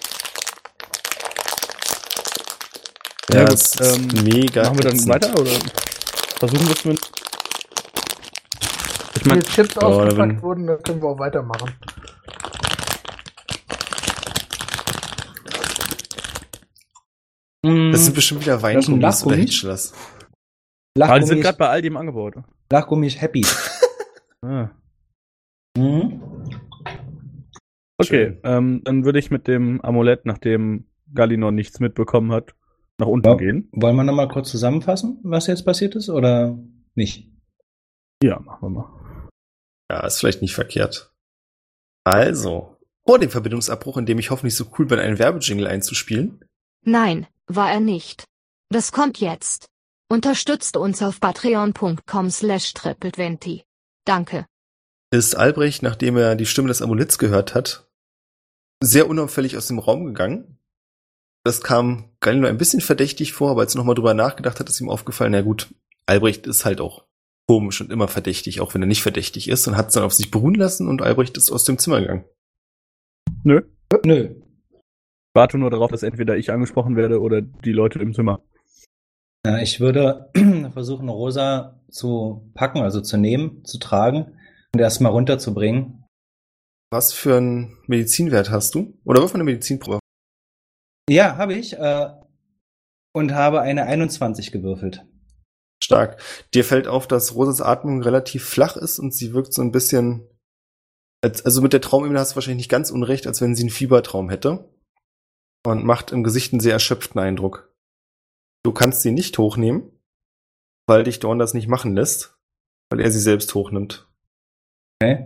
Ja, Ja, das gut, ist ähm, mega Machen wir dann ätzend. weiter oder versuchen wir es mit? Ich Wenn meine, die Chips Oh, ausgepackt wenn- wurden, dann können wir auch weitermachen. Das sind bestimmt wieder Das ist ein Weingummis oder Lachgummi? Hitchlers. aber die sind Lachgummis, gerade bei Aldi im Angebot. Schlaggummi ist happy. Ah. Mhm. Okay, ähm, dann würde ich mit dem Amulett, nachdem Galinor nichts mitbekommen hat, nach unten Ja. gehen. Wollen wir nochmal kurz zusammenfassen, was jetzt passiert ist, oder nicht? Ja, machen wir mal. Ja, ist vielleicht nicht verkehrt. Also, vor dem Verbindungsabbruch, in dem ich hoffentlich so cool bin, einen Werbejingle einzuspielen, Nein, war er nicht. Das kommt jetzt. Unterstützt uns auf patreon.com slash triple twenty. Danke. ist Albrecht, nachdem er die Stimme des Amuletts gehört hat, sehr unauffällig aus dem Raum gegangen. Das kam Galinor ein bisschen verdächtig vor, aber als er nochmal drüber nachgedacht hat, ist ihm aufgefallen, na gut, Albrecht ist halt auch komisch und immer verdächtig, auch wenn er nicht verdächtig ist, und hat es dann auf sich beruhen lassen und Albrecht ist aus dem Zimmer gegangen. Nö. Nö. Warte nur darauf, dass entweder ich angesprochen werde oder die Leute im Zimmer. Ja, ich würde versuchen, Rosa zu packen, also zu nehmen, zu tragen und erstmal runterzubringen. Was für einen Medizinwert hast du? Oder wirf mal eine Medizinprobe. Ja, habe ich. Äh, und habe eine einundzwanzig gewürfelt. Stark. Dir fällt auf, dass Rosas Atmung relativ flach ist und sie wirkt so ein bisschen, als, also mit der Traumebene hast du wahrscheinlich nicht ganz unrecht, als wenn sie einen Fiebertraum hätte. Und macht im Gesicht einen sehr erschöpften Eindruck. Du kannst sie nicht hochnehmen, weil dich Dorn das nicht machen lässt, weil er sie selbst hochnimmt. Okay.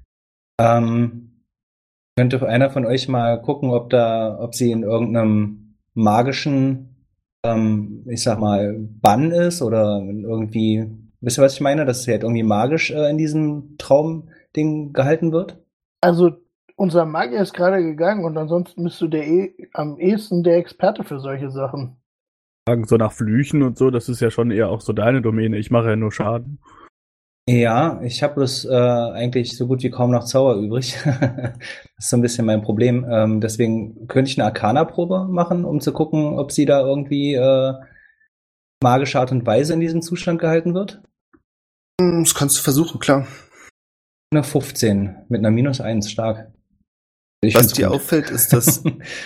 Ähm, könnte einer von euch mal gucken, ob da, ob sie in irgendeinem magischen, ähm, ich sag mal, Bann ist oder irgendwie, wisst ihr, was ich meine? Dass sie halt irgendwie magisch äh, in diesem Traumding gehalten wird? Also, unser Magier ist gerade gegangen und ansonsten bist du der eh, am ehesten der Experte für solche Sachen. So nach Flüchen und so, das ist ja schon eher auch so deine Domäne. Ich mache ja nur Schaden. Ja, ich habe bloß äh, eigentlich so gut wie kaum noch Zauber übrig. Das ist so ein bisschen mein Problem. Ähm, deswegen könnte ich eine Arcana-Probe machen, um zu gucken, ob sie da irgendwie äh, magische Art und Weise in diesem Zustand gehalten wird. Das kannst du versuchen, klar. Eine fünfzehn mit einer minus eins, stark. Ich Was find's dir gut. auffällt, ist, dass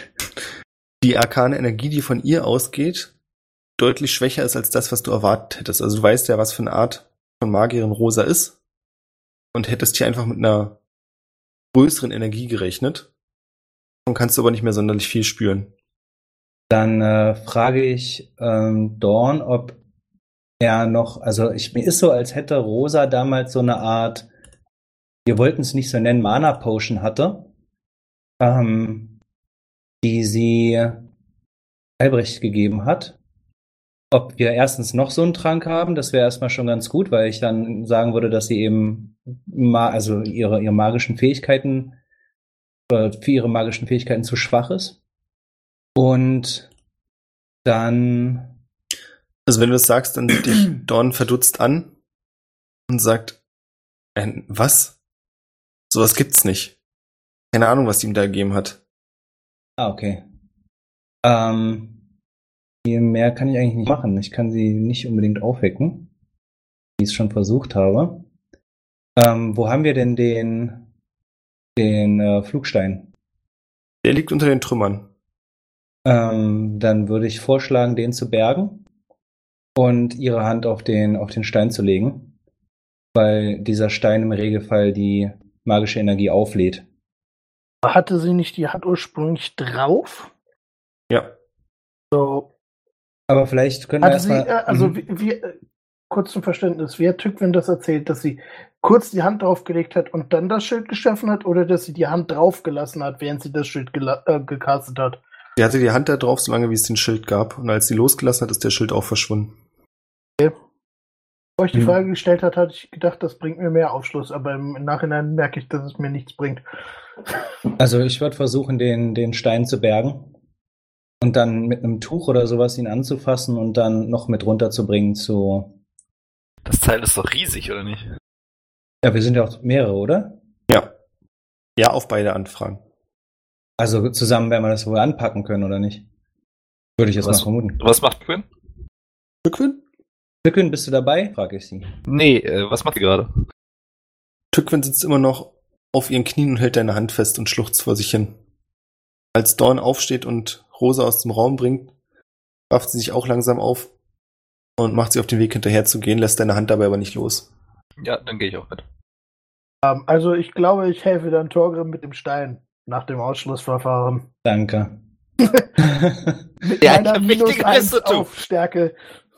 die arkane Energie, die von ihr ausgeht, deutlich schwächer ist als das, was du erwartet hättest. Also du weißt ja, was für eine Art von Magierin Rosa ist und hättest hier einfach mit einer größeren Energie gerechnet und kannst aber nicht mehr sonderlich viel spüren. Dann äh, frage ich ähm, Dorn, ob er noch, also ich, mir ist so, als hätte Rosa damals so eine Art, wir wollten es nicht so nennen, Mana Potion hatte, ähm, die sie Albrecht gegeben hat. Ob wir erstens noch so einen Trank haben, das wäre erstmal schon ganz gut, weil ich dann sagen würde, dass sie eben ma- also ihre, ihre magischen Fähigkeiten, äh, für ihre magischen Fähigkeiten zu schwach ist. Und dann, Also wenn du das sagst, dann sieht dich Dorn verdutzt an und sagt, äh, was? Sowas gibt's nicht. Keine Ahnung, was die ihm da gegeben hat. ah, okay. Ähm, viel mehr kann ich eigentlich nicht machen. Ich kann sie nicht unbedingt aufwecken, wie ich es schon versucht habe. Ähm, wo haben wir denn den, den äh, Flugstein? Der liegt unter den Trümmern. Ähm, dann würde ich vorschlagen, den zu bergen und ihre Hand auf den, auf den Stein zu legen, weil dieser Stein im Regelfall die magische Energie auflädt. Hatte sie nicht die Hand ursprünglich drauf? Ja. So. Aber vielleicht können wir Hatte sie, erstmal. äh, also Mhm. wie, wie, äh, kurz zum Verständnis, wie hat Tückwin das erzählt, dass sie kurz die Hand draufgelegt hat und dann das Schild geschaffen hat oder dass sie die Hand draufgelassen hat, während sie das Schild gela- äh, gecastet hat? Die hatte die Hand da drauf, solange wie es den Schild gab. Und als sie losgelassen hat, ist der Schild auch verschwunden. Bevor ich die Hm. Frage gestellt hat, hatte ich gedacht, das bringt mir mehr Aufschluss, aber im Nachhinein merke ich, dass es mir nichts bringt. Also ich würde versuchen, den, den Stein zu bergen und dann mit einem Tuch oder sowas ihn anzufassen und dann noch mit runterzubringen zu. Das Teil ist doch riesig, oder nicht? Ja, wir sind ja auch mehrere, oder? Ja. Ja, auf beide Anfragen. Also zusammen werden wir das wohl anpacken können, oder nicht? Würde ich jetzt Was- mal vermuten. Was macht Quinn? Tückwin? Tückwin, bist du dabei? Frage ich sie. Nee, äh, was macht sie gerade? Tückwin sitzt immer noch auf ihren Knien und hält deine Hand fest und schluchzt vor sich hin. Als Dorn aufsteht und Rosa aus dem Raum bringt, rafft sie sich auch langsam auf und macht sie auf den Weg hinterher zu gehen, lässt deine Hand dabei aber nicht los. Ja, dann gehe ich auch mit. Ähm, also ich glaube, ich helfe dann Torgrim mit dem Stein nach dem Ausschlussverfahren. Danke. Mit Ja, meiner ich hab minus Wichtigeres eins zu tun. auf Stärke.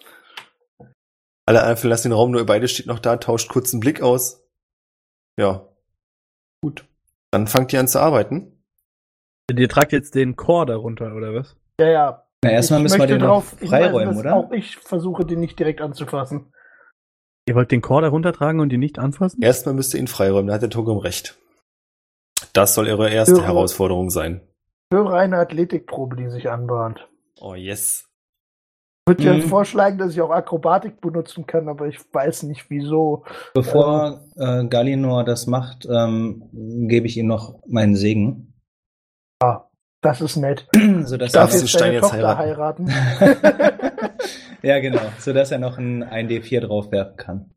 Alle verlassen den Raum, nur ihr beide steht noch da, tauscht kurz einen Blick aus. Ja. Gut. Dann fangt ihr an zu arbeiten. Ihr tragt jetzt den Chor darunter, oder was? Ja, ja. Na, erstmal Ich müssen wir möchte den noch darauf hinweisen, freiräumen, dass oder? auch ich versuche, den nicht direkt anzufassen. Ihr wollt den Chor darunter tragen und ihn nicht anfassen? Erstmal müsst ihr ihn freiräumen, da hat der Torgrim recht. Das soll eure erste Höre- Herausforderung sein. Höre eine Athletikprobe, die sich anbahnt. Oh, yes. Ich würde ja Mhm. vorschlagen, dass ich auch Akrobatik benutzen kann, aber ich weiß nicht wieso. Bevor äh, Galinor das macht, ähm, gebe ich ihm noch meinen Segen. Das ist nett. Sodass Ich darf Darfst er du jetzt Stein deine jetzt Tochter heiraten? heiraten. ja, genau. Sodass er noch ein, ein D vier draufwerfen kann.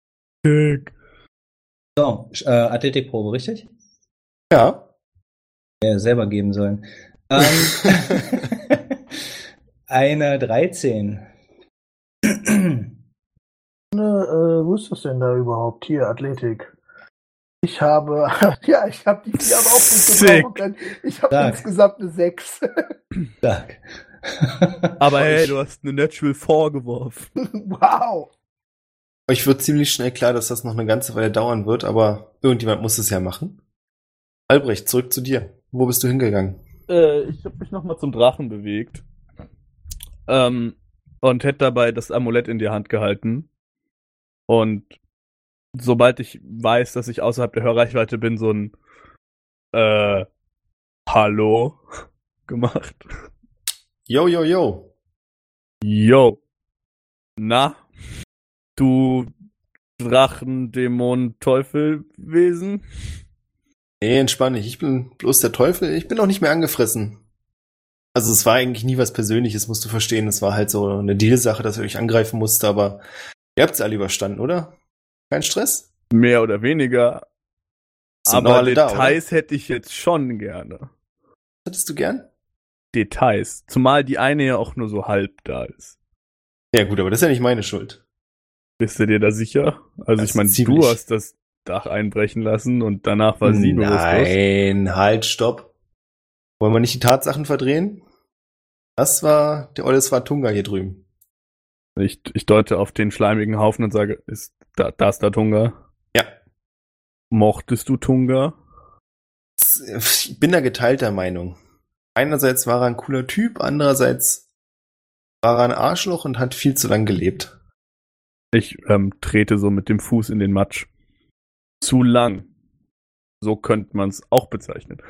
So, äh, Athletikprobe, richtig? Ja. Ja, selber geben sollen. Ähm, eine dreizehn. Ne, äh, wo ist das denn da überhaupt? Hier, Athletik. Ich habe, ja, ich habe die vier aber auch nicht Sick. gebrauchen können. Ich habe Stark. insgesamt eine sechs. Stark. Aber hey, du hast eine Natural vier geworfen. Wow. Euch wird ziemlich schnell klar, dass das noch eine ganze Weile dauern wird, aber irgendjemand muss es ja machen. Albrecht, zurück zu dir. Wo bist du hingegangen? Äh, ich habe mich nochmal zum Drachen bewegt. Ähm, und hätte dabei das Amulett in die Hand gehalten. Und sobald ich weiß, dass ich außerhalb der Hörreichweite bin, so ein äh, Hallo gemacht. Yo, yo, yo. Yo. Na, du Drachen, Dämon, Teufelwesen? Nee, entspann dich. Ich bin bloß der Teufel. Ich bin noch nicht mehr angefressen. Also es war eigentlich nie was Persönliches, musst du verstehen. Es war halt so eine Deal-Sache, dass ich euch angreifen musste, aber ihr habt's alle überstanden, oder? Kein Stress? Mehr oder weniger. Sind noch Aber alle da, Details hätte ich jetzt schon gerne. oder? Hättest du gern? Details. Zumal die eine ja auch nur so halb da ist. Ja gut, aber das ist ja nicht meine Schuld. Bist du dir da sicher? Also Das ich meine, ist ziemlich. du hast das Dach einbrechen lassen und danach war sie bewusstlos. Nein, halt, stopp. Wollen wir nicht die Tatsachen verdrehen? Das war der Olle Swatunga hier drüben. Ich, ich deute auf den schleimigen Haufen und sage, ist da, das da Tunga? Ja. Mochtest du Tunga? Ich bin da geteilter Meinung. Einerseits war er ein cooler Typ, andererseits war er ein Arschloch und hat viel zu lang gelebt. Ich ähm, trete so mit dem Fuß in den Matsch. Zu lang. So könnte man es auch bezeichnen.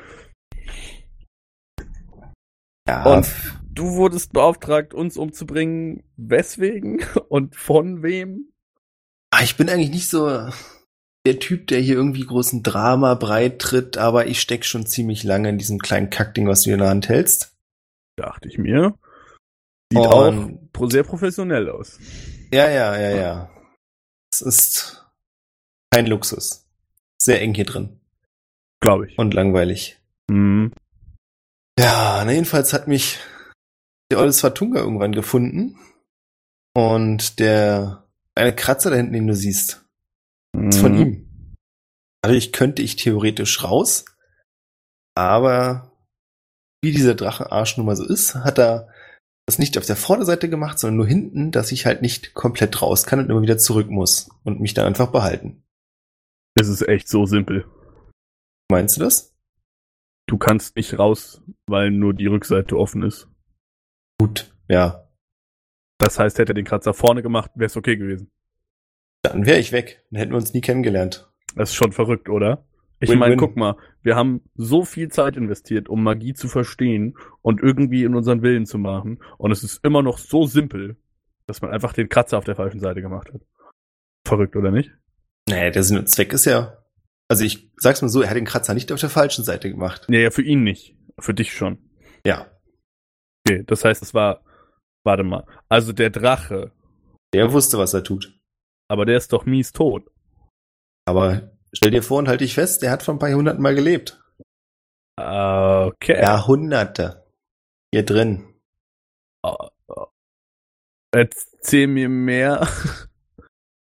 Ja, Und du wurdest beauftragt, uns umzubringen. Weswegen? Und von wem? ah, ich bin eigentlich nicht so der Typ, der hier irgendwie großen Drama breit tritt, aber ich steck schon ziemlich lange in diesem kleinen Kackding, was du hier in der Hand hältst. Dachte ich mir. Sieht Und- auch pro- sehr professionell aus. Ja, ja, ja, ja. Es ist kein Luxus. Sehr eng hier drin. Glaube ich. Und langweilig. Mhm. Ja, na jedenfalls hat mich der Olle Swatunga irgendwann gefunden. Und der eine Kratzer da hinten, den du siehst, ist von Mhm. ihm. Also ich könnte ich theoretisch raus, aber wie dieser Drachenarsch nun mal so ist, hat er das nicht auf der Vorderseite gemacht, sondern nur hinten, dass ich halt nicht komplett raus kann und immer wieder zurück muss und mich dann einfach behalten. Es ist echt so simpel. Meinst du das? Du kannst nicht raus, weil nur die Rückseite offen ist. Gut, ja. Das heißt, hätte er den Kratzer vorne gemacht, wäre es okay gewesen. Dann wäre ich weg. Dann hätten wir uns nie kennengelernt. Das ist schon verrückt, oder? Ich Win-win. meine, guck mal, wir haben so viel Zeit investiert, um Magie zu verstehen und irgendwie in unseren Willen zu machen. Und es ist immer noch so simpel, dass man einfach den Kratzer auf der falschen Seite gemacht hat. Verrückt, oder nicht? Naja, der Sinn und Zweck ist ja, also ich sag's mal so, er hat den Kratzer nicht auf der falschen Seite gemacht. Nee, ja, für ihn nicht. Für dich schon. Ja, Okay, das heißt, es war, warte mal, also der Drache, der wusste, was er tut. aber der ist doch mies tot. Aber stell dir vor und halt dich fest, der hat vor ein paar Jahrhunderten mal gelebt. Okay. Jahrhunderte. Hier drin. Erzähl mir mehr.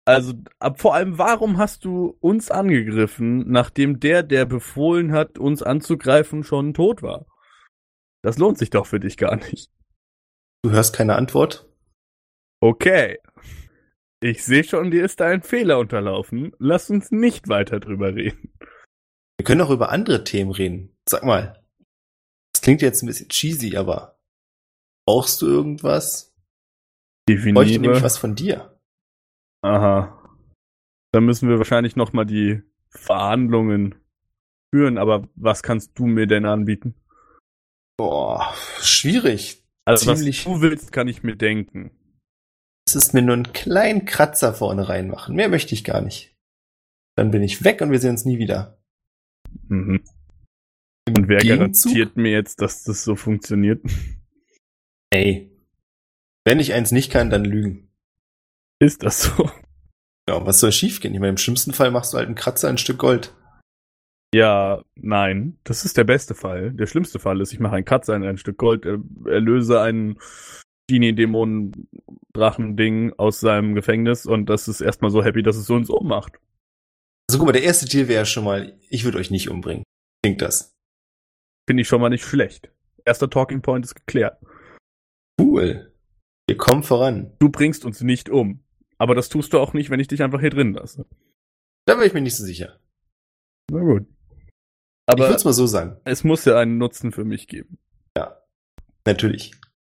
Also, ab, vor allem, warum hast du uns angegriffen, nachdem der, der befohlen hat, uns anzugreifen, schon tot war? Das lohnt sich doch für dich gar nicht. Du hörst keine Antwort? Okay. Ich sehe schon, dir ist da ein Fehler unterlaufen. Lass uns nicht weiter drüber reden. Wir können auch über andere Themen reden. Sag mal. Das klingt jetzt ein bisschen cheesy, aber brauchst du irgendwas? Ich bräuchte nämlich was von dir. Aha. Dann müssen wir wahrscheinlich nochmal die Verhandlungen führen, aber was kannst du mir denn anbieten? Boah, schwierig. Also Ziemlich, was du willst, kann ich mir denken. Es ist mir nur einen kleinen Kratzer vorne reinmachen. Mehr möchte ich gar nicht. Dann bin ich weg und wir sehen uns nie wieder. Mhm. Und wer Gegenzug? garantiert mir jetzt, dass das so funktioniert? Ey, wenn ich eins nicht kann, dann lügen. Ist das so? Ja, was soll schiefgehen? Ich meine, im schlimmsten Fall machst du halt einen Kratzer, ein Stück Gold. Ja, nein. Das ist der beste Fall. Der schlimmste Fall ist, ich mache einen Kratzer in ein Stück Gold, er, erlöse einen Genie-Dämonen-Drachen-Ding aus seinem Gefängnis und das ist erstmal so happy, dass es so uns ummacht. Also guck mal, der erste Deal wäre schon mal, ich würde euch nicht umbringen. Klingt das? Finde ich schon mal nicht schlecht. Erster Talking Point ist geklärt. Cool. Wir kommen voran. Du bringst uns nicht um. Aber das tust du auch nicht, wenn ich dich einfach hier drin lasse. Da wäre ich mir nicht so sicher. Na gut. Ich Aber würde es mal so sagen. es muss ja einen Nutzen für mich geben. Natürlich.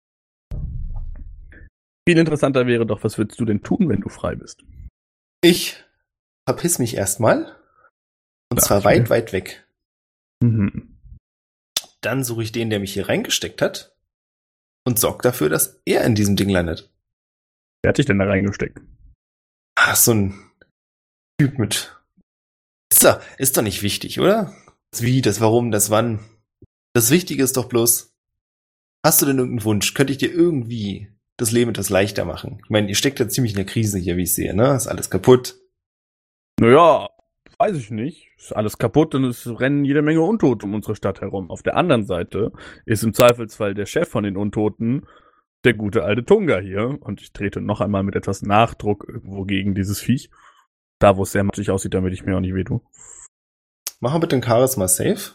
Viel interessanter wäre doch, was würdest du denn tun, wenn du frei bist? Ich verpiss mich erstmal. Und Darf zwar ich weit, mir? weit weg. Mhm. Dann suche ich den, der mich hier reingesteckt hat. Und sorge dafür, dass er in diesem Ding landet. Wer hat dich denn da reingesteckt? Ach, so ein Typ mit. Ist doch, ist doch nicht wichtig, oder? Das Wie, das Warum, das Wann. Das Wichtige ist doch bloß, hast du denn irgendeinen Wunsch? Könnte ich dir irgendwie das Leben etwas leichter machen? Ich meine, ihr steckt ja ziemlich in der Krise hier, wie ich sehe, ne? Ist alles kaputt. Naja, weiß ich nicht. Ist alles kaputt und es rennen jede Menge Untote um unsere Stadt herum. Auf der anderen Seite ist im Zweifelsfall der Chef von den Untoten der gute alte Tunga hier. Und ich trete noch einmal mit etwas Nachdruck irgendwo gegen dieses Viech. Da, wo es sehr matschig aussieht, damit ich mir auch nicht wehtue. Mach mal bitte ein Charisma Safe.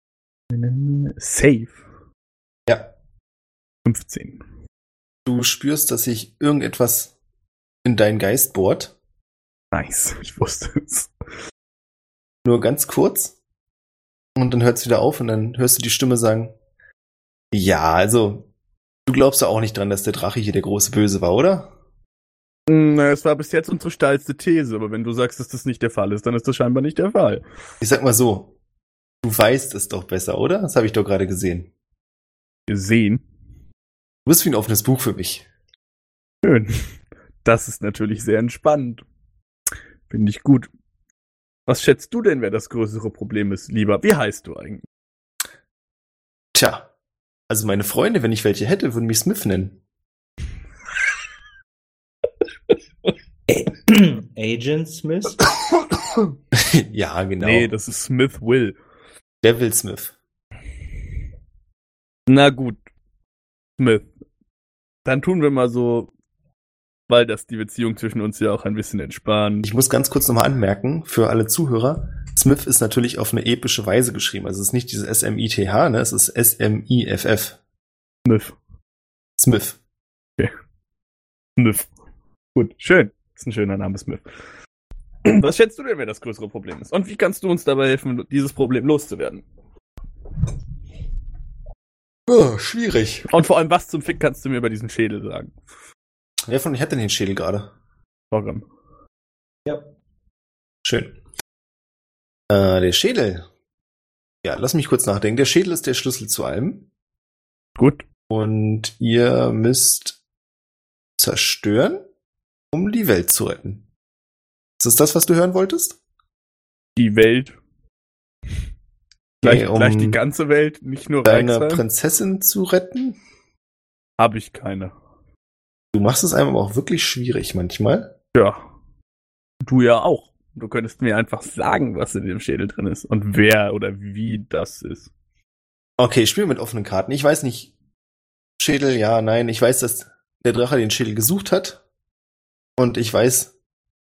Safe. Ja. fünfzehn. Du spürst, dass sich irgendetwas in deinen Geist bohrt. Nice. Ich wusste es. Nur ganz kurz. Und dann hört es wieder auf und dann hörst du die Stimme sagen, ja, also, du glaubst ja auch nicht dran, dass der Drache hier der große Böse war, oder? Na, es war bis jetzt unsere steilste These, aber wenn du sagst, dass das nicht der Fall ist, dann ist das scheinbar nicht der Fall. Ich sag mal so, du weißt es doch besser, oder? Das habe ich doch gerade gesehen. Gesehen. Du bist wie ein offenes Buch für mich. Schön. Das ist natürlich sehr entspannend. Finde ich gut. Was schätzt du denn, wer das größere Problem ist, lieber? Wie heißt du eigentlich? Tja, also meine Freunde, wenn ich welche hätte, würden mich Smith nennen. Agent Smith? Ja, genau. Nee, das ist Smith Will. Devil Smith. Na gut. Smith. Dann tun wir mal so, weil das die Beziehung zwischen uns ja auch ein bisschen entspannt. Ich muss ganz kurz nochmal anmerken, für alle Zuhörer, Smith ist natürlich auf eine epische Weise geschrieben. Also es ist nicht dieses S M I T H, ne? Es ist S M I F F. Smith. Smith. Okay. Smith. Gut, schön. Ist ein schöner Name, Smith. Was schätzt du denn, wer das größere Problem ist? Und wie kannst du uns dabei helfen, dieses Problem loszuwerden? Oh, schwierig. Und vor allem, was zum Fick kannst du mir über diesen Schädel sagen? Wer von euch hat denn den Schädel gerade? Warum? Ja. Schön. Äh, der Schädel. Ja, lass mich kurz nachdenken. Der Schädel ist der Schlüssel zu allem. Gut. Und ihr müsst zerstören, um die Welt zu retten. Ist das das, was du hören wolltest? Die Welt. Gleich, Okay, um gleich die ganze Welt, nicht nur deine Reichsheim. Prinzessin zu retten? Habe ich keine. Du machst es einem aber auch wirklich schwierig manchmal. Ja. Du ja auch. Du könntest mir einfach sagen, was in dem Schädel drin ist und wer oder wie das ist. Okay, ich spiele mit offenen Karten. Ich weiß nicht. Schädel, ja, nein. Ich weiß, dass der Drache den Schädel gesucht hat. Und ich weiß,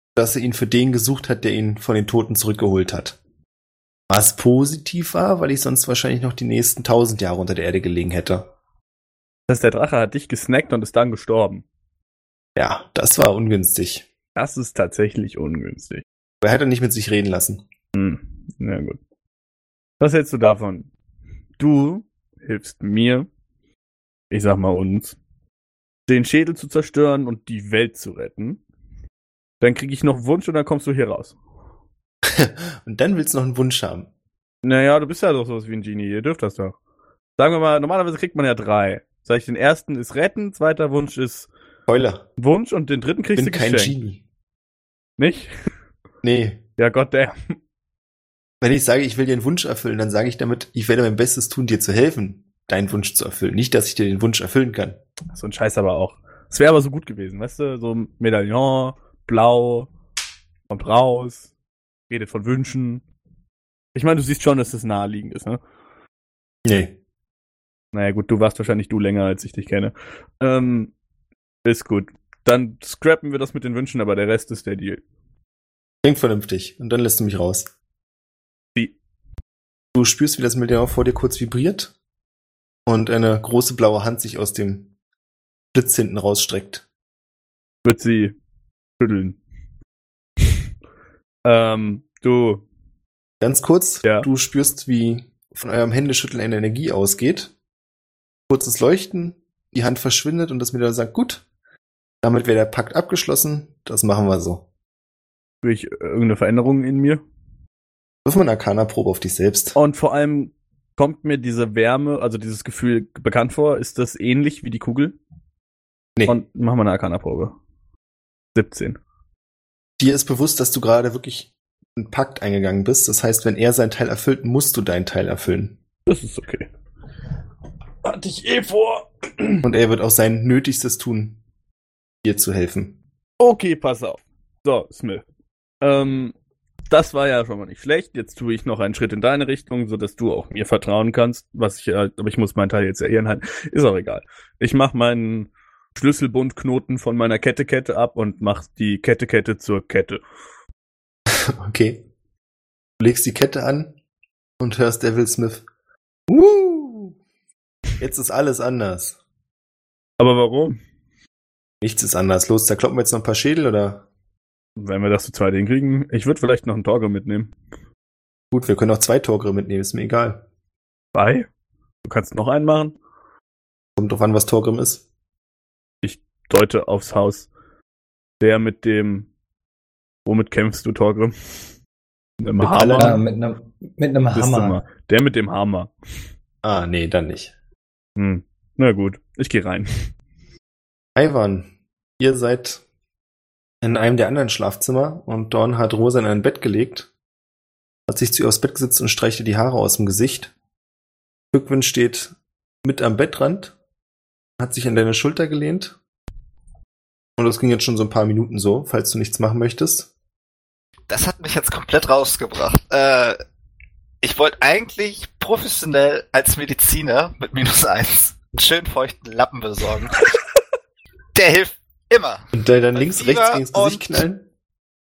dass er ihn für den gesucht hat, der ihn von den Toten zurückgeholt hat. Was positiv war, weil ich sonst wahrscheinlich noch die nächsten tausend Jahre unter der Erde gelegen hätte. Das heißt, der Drache hat dich gesnackt und ist dann gestorben. Ja, das war ungünstig. Das ist tatsächlich ungünstig. Aber er hat er nicht mit sich reden lassen. Hm, na gut. Was hältst du davon? Du hilfst mir, ich sag mal uns, den Schädel zu zerstören und die Welt zu retten. Dann krieg ich noch einen Wunsch und dann kommst du hier raus. Und dann willst du noch einen Wunsch haben. Naja, du bist ja doch sowas wie ein Genie, ihr dürft das doch. Sagen wir mal, normalerweise kriegt man ja drei. Sag ich, den ersten ist retten, zweiter Wunsch ist Spoiler. Wunsch und den dritten Ich kriegst bin du kein geschenkt. Genie. Nicht? Nee. Ja, Gott, der. Wenn ich sage, ich will dir einen Wunsch erfüllen, dann sage ich damit, ich werde mein Bestes tun, dir zu helfen, deinen Wunsch zu erfüllen. Nicht, dass ich dir den Wunsch erfüllen kann. So ein Scheiß aber auch. Es wäre aber so gut gewesen, weißt du? So ein Medaillon, blau, kommt raus, redet von Wünschen. Ich meine, du siehst schon, dass das naheliegend ist, ne? Nee. Naja, gut, du warst wahrscheinlich du länger, als ich dich kenne. Ähm, ist gut. Dann scrappen wir das mit den Wünschen, aber der Rest ist der Deal. Klingt vernünftig. Und dann lässt du mich raus. Wie? Du spürst, wie das Medaillon vor dir kurz vibriert und eine große blaue Hand sich aus dem Blitz hinten rausstreckt. Wird sie schütteln. ähm, du. Ganz kurz, Ja. du spürst, wie von eurem Händeschütteln eine Energie ausgeht. Kurzes Leuchten, die Hand verschwindet und das Medaillon sagt, gut, damit wäre der Pakt abgeschlossen, das machen wir so. Will ich irgendeine Veränderung in mir? Wirf mal eine Arcana-Probe auf dich selbst. Und vor allem kommt mir diese Wärme, also dieses Gefühl bekannt vor. Ist das ähnlich wie die Kugel? Nee. Und machen wir eine Arcana-Probe. siebzehn. Dir ist bewusst, dass du gerade wirklich einen Pakt eingegangen bist. Das heißt, wenn er seinen Teil erfüllt, musst du deinen Teil erfüllen. Das ist okay. Hatte ich eh vor. Und er wird auch sein Nötigstes tun, dir zu helfen. Okay, pass auf. So, Smith. Ähm, das war ja schon mal nicht schlecht. Jetzt tue ich noch einen Schritt in deine Richtung, sodass du auch mir vertrauen kannst. Was ich halt, aber ich muss meinen Teil jetzt ja ehrenhalten. Ist auch egal. Ich mache meinen Schlüsselbundknoten von meiner Kette-Kette ab und mach die Kette-Kette zur Kette. Okay. Du legst die Kette an und hörst Devil Smith. Woo! Jetzt ist alles anders. Aber warum? Nichts ist anders. Los, da kloppen wir jetzt noch ein paar Schädel, oder? Wenn wir das zu zweit hinkriegen. Ich würde vielleicht noch einen Torge mitnehmen. Gut, wir können auch zwei Torgre mitnehmen, ist mir egal. Zwei? Du kannst noch einen machen? Kommt drauf an, was Torgrim ist. Ich deute aufs Haus. Der mit dem... Womit kämpfst du, Torgrim? Mit einem Mit Hammer? aller- Ja, mit einem mit einem Siehst du Hammer. mal. Der mit dem Hammer. Ah, nee, dann nicht. Hm. Na gut, ich gehe rein. Ivan, ihr seid in einem der anderen Schlafzimmer und Dawn hat Rosa in ein Bett gelegt, hat sich zu ihr aufs Bett gesetzt und streicht ihr die Haare aus dem Gesicht. Tywin steht mit am Bettrand, hat sich an deine Schulter gelehnt und das ging jetzt schon so ein paar Minuten so, falls du nichts machen möchtest. Das hat mich jetzt komplett rausgebracht. Äh, ich wollte eigentlich professionell als Mediziner mit minus eins einen schön feuchten Lappen besorgen. Der hilft immer. Und dann, dann Bei links, Fieber rechts gegens Gesicht und- knallen.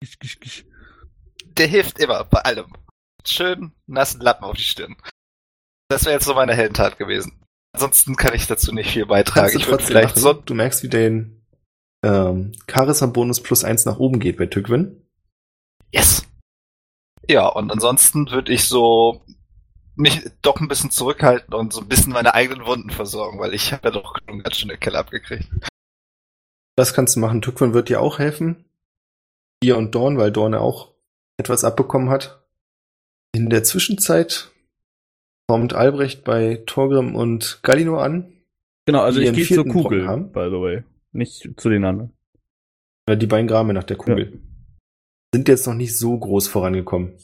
Der hilft immer, bei allem. Schön nassen Lappen auf die Stirn. Das wäre jetzt so meine Heldentat gewesen. Ansonsten kann ich dazu nicht viel beitragen. Kannst du Ich würde trotzdem vielleicht machen. so... Du merkst, wie den ähm, Charisma-Bonus plus eins nach oben geht bei Tywin. Yes! Ja, und ansonsten würde ich so mich doch ein bisschen zurückhalten und so ein bisschen meine eigenen Wunden versorgen, weil ich habe ja doch eine ganz schöne Kelle abgekriegt. Das kannst du machen. Tywin wird dir auch helfen. Ihr und Dawn, weil Dawn ja auch etwas abbekommen hat. In der Zwischenzeit kommt Albrecht bei Torgrim und Galino an. Genau, also Die ich ihren gehe zur vierten Kugel, Brocken haben. by the way. Nicht zu den anderen. Oder die beiden Grame nach der Kugel. Sind jetzt noch nicht so groß vorangekommen.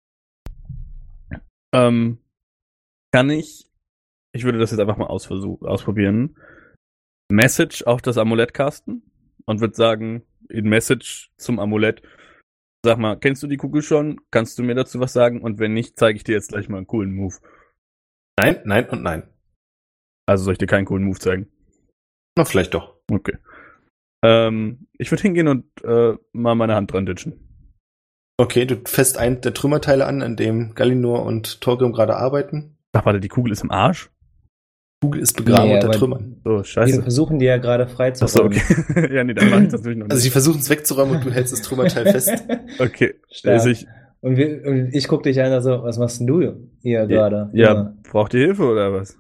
Ähm, kann ich, ich würde das jetzt einfach mal ausversuch, ausprobieren, Message auf das Amulett casten und würde sagen, in Message zum Amulett, sag mal, kennst du die Kugel schon? Kannst du mir dazu was sagen? Und wenn nicht, zeige ich dir jetzt gleich mal einen coolen Move. Nein, nein und nein. Also soll ich dir keinen coolen Move zeigen? Na, vielleicht doch. Okay. Ähm, ich würde hingehen und äh, mal meine Hand dran ditchen. Okay, du fässt einen der Trümmerteile an, an dem Galinor und Torgrim gerade arbeiten. Ach, warte, die Kugel ist im Arsch? Die Kugel ist begraben Nee, unter aber Trümmern. So, Wir scheiße. versuchen die ja gerade Achso, freizuräumen. okay. Ja, nee, dann mach ich das natürlich noch nicht. Also sie versuchen es wegzuräumen und du hältst das Trümmerteil fest. Okay. Stark. Also ich, Und, wir, und ich guck dich an, also, was machst denn du hier gerade? ja, braucht ihr Hilfe oder was?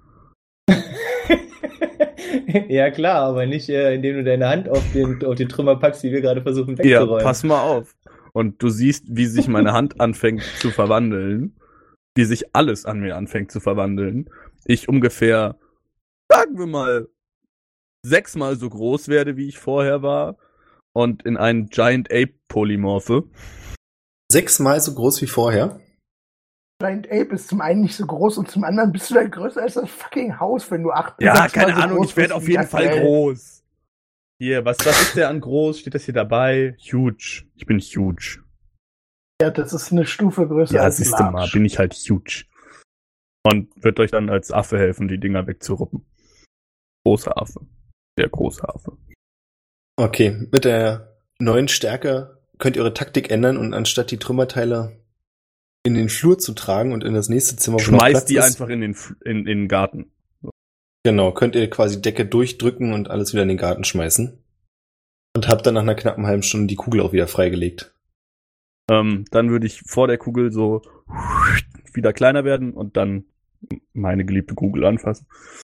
Ja, klar, aber nicht, äh, indem du deine Hand auf den, auf die Trümmer packst, die wir gerade versuchen Ja, wegzuräumen. pass mal auf. Und du siehst, wie sich meine Hand anfängt zu verwandeln. Wie sich alles an mir anfängt zu verwandeln. Ich ungefähr, sagen wir mal, sechsmal so groß werde, wie ich vorher war. Und in einen Giant Ape Polymorphe. Sechsmal so groß wie vorher. Giant Ape ist zum einen nicht so groß und zum anderen bist du dann größer als das fucking Haus, wenn du acht Ja, sechsmal keine so Ahnung, groß ich werde bist auf wie jeden Fall aktuell. groß. Hier, was, was ist der an groß? Steht das hier dabei? Huge. Ich bin huge. Ja, das ist eine Stufe größer Ja, als siehst du mal, large. bin ich halt huge. Und wird euch dann als Affe helfen, die Dinger wegzuruppen. Großer Affe. Der große Affe. Okay, mit der neuen Stärke könnt ihr eure Taktik ändern und anstatt die Trümmerteile in den Flur zu tragen und in das nächste Zimmer, wo noch Platz Schmeißt die ist, einfach in den, F- in, in den Garten. genau, könnt ihr quasi Decke durchdrücken und alles wieder in den Garten schmeißen. Und habt dann nach einer knappen halben Stunde die Kugel auch wieder freigelegt. Ähm, dann würde ich vor der Kugel so wieder kleiner werden und dann meine geliebte Kugel anfassen.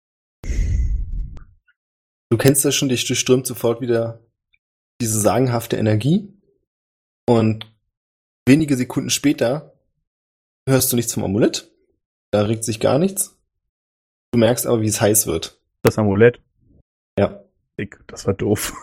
Du kennst das schon, dich durchströmt sofort wieder diese sagenhafte Energie. Und wenige Sekunden später hörst du nichts vom Amulett. Da regt sich gar nichts. Du merkst aber, wie es heiß wird. Das Amulett. Ja, Dick, das war doof.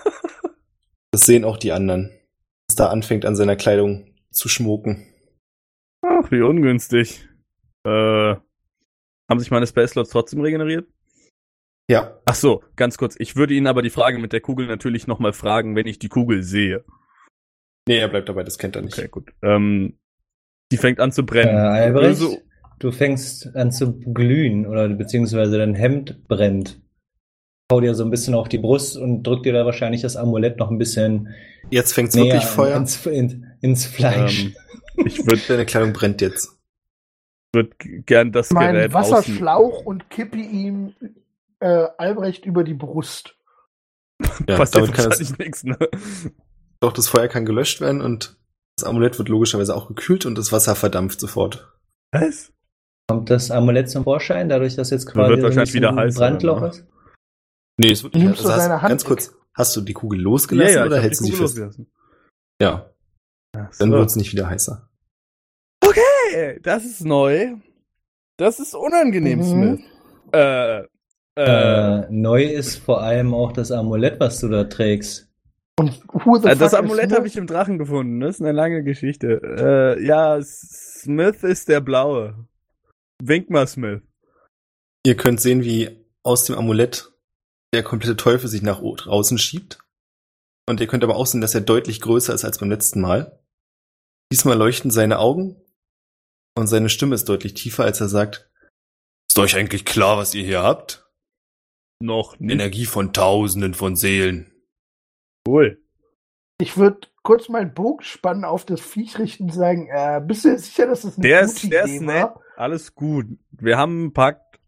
das sehen auch die anderen. Dass da anfängt, an seiner Kleidung zu schmoken. Ach, wie ungünstig. Äh, haben sich meine Space Slots trotzdem regeneriert? Ja, Ach so, ganz kurz. Ich würde Ihnen aber die Frage mit der Kugel natürlich nochmal fragen, wenn ich die Kugel sehe. nee, er bleibt dabei, das kennt er nicht. Okay, gut. Ähm, die fängt an zu Äh, brennen. Albrecht, Böse- du fängst an zu glühen oder beziehungsweise dein Hemd brennt. Hau dir so ein bisschen auf die Brust und drück dir da wahrscheinlich das Amulett noch ein bisschen Jetzt fängt's näher wirklich Feuer. ins, in, ins Fleisch. ähm, ich würde Deine Kleidung brennt jetzt. würd gern das Mein Gerät Wasserschlauch und kippe ihm äh, Albrecht über die Brust. Ja, Passiert damit kann es, wahrscheinlich nichts, ne? doch das Feuer kann gelöscht werden und das Amulett wird logischerweise auch gekühlt und das Wasser verdampft sofort. Was? Kommt das Amulett zum Vorschein, dadurch, dass jetzt quasi wird so ein wahrscheinlich bisschen wieder ein heißer, Brandloch oder? ist? Nee, es wird Du nicht. nimmst Also doch hast, deine Hand ganz weg. kurz, hast du die Kugel losgelassen Ja, ja, oder ich hab hältst du die sie Kugel fest? losgelassen. Ja, Ach dann so. wird's nicht wieder heißer. Okay, das ist neu. Das ist unangenehm, Mhm. Smith. Äh, äh, Äh, neu ist vor allem auch das Amulett, was du da trägst. Und who the äh, das fuck Amulett is habe ich im Drachen gefunden. Das ist eine lange Geschichte. Äh, ja, Smith ist der Blaue. Wink mal, Smith. Ihr könnt sehen, wie aus dem Amulett der komplette Teufel sich nach draußen schiebt. Und ihr könnt aber auch sehen, dass er deutlich größer ist als beim letzten Mal. Diesmal leuchten seine Augen und seine Stimme ist deutlich tiefer, als er sagt: Ist euch eigentlich klar, was ihr hier habt? Noch nicht. Energie von Tausenden von Seelen. Cool. Ich würde kurz meinen Bogen spannen, auf das Viech richten und sagen, äh, bist du dir sicher, dass das eine Der gute ist, der Idee ist nett. war? Alles gut. Wir haben einen Pakt.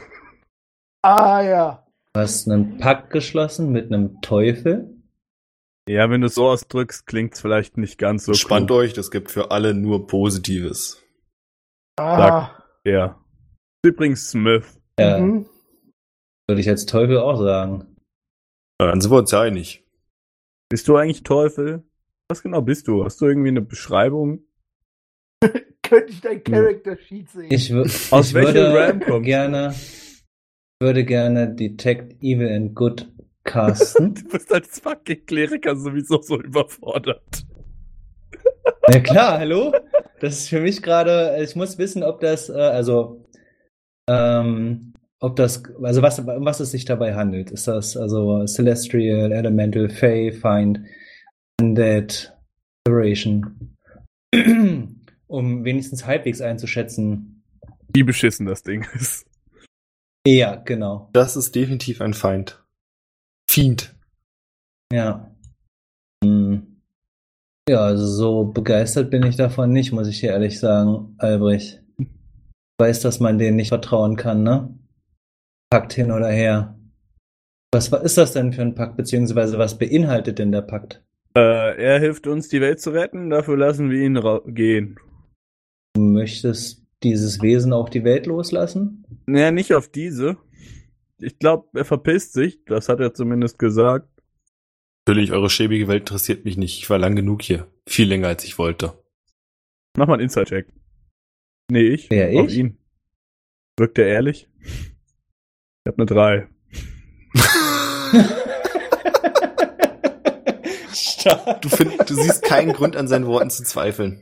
Ah ja. Du hast einen Pakt geschlossen mit einem Teufel. Ja, wenn du es so ausdrückst, klingt's vielleicht nicht ganz so Spannt klug. euch, das gibt für alle nur Positives. Ah, Ja. Übrigens Smith. Ja, mhm. würde ich als Teufel auch sagen. Na, dann sind wir uns ja einig. Bist du eigentlich Teufel? Was genau bist du? Hast du irgendwie eine Beschreibung? Könnte ich dein Character Sheet sehen? Ich, wür- Aus ich welchem würde Ram kommst du? gerne, würde gerne Detect Evil and Good casten. Du bist als fucking Kleriker sowieso so überfordert. Na klar, hallo? Das ist für mich gerade, ich muss wissen, ob das, äh, also, ähm, ob das, also was, um was es sich dabei handelt. Ist das also Celestial, Elemental, Fey, Find, Undead, Aberration? Um wenigstens halbwegs einzuschätzen. Wie beschissen das Ding ist. Ja, genau. Das ist definitiv ein Feind. Fiend. Ja. Hm. Ja, also so begeistert bin ich davon nicht, muss ich dir ehrlich sagen, Albrecht. Ich weiß, dass man denen nicht vertrauen kann, ne? Pakt hin oder her. Was ist das denn für ein Pakt, beziehungsweise was beinhaltet denn der Pakt? Äh, er hilft uns, die Welt zu retten, dafür lassen wir ihn ra- gehen. Du möchtest dieses Wesen auf die Welt loslassen? Naja, nicht auf diese. Ich glaube, er verpisst sich, das hat er zumindest gesagt. Natürlich, eure schäbige Welt interessiert mich nicht. Ich war lang genug hier. Viel länger, als ich wollte. Mach mal einen Inside-Check. Nee, ich. Wer, Auf ich? ihn. Wirkt er ehrlich? Ich hab eine drei. Stark. Du, find, du siehst keinen Grund an seinen Worten zu zweifeln.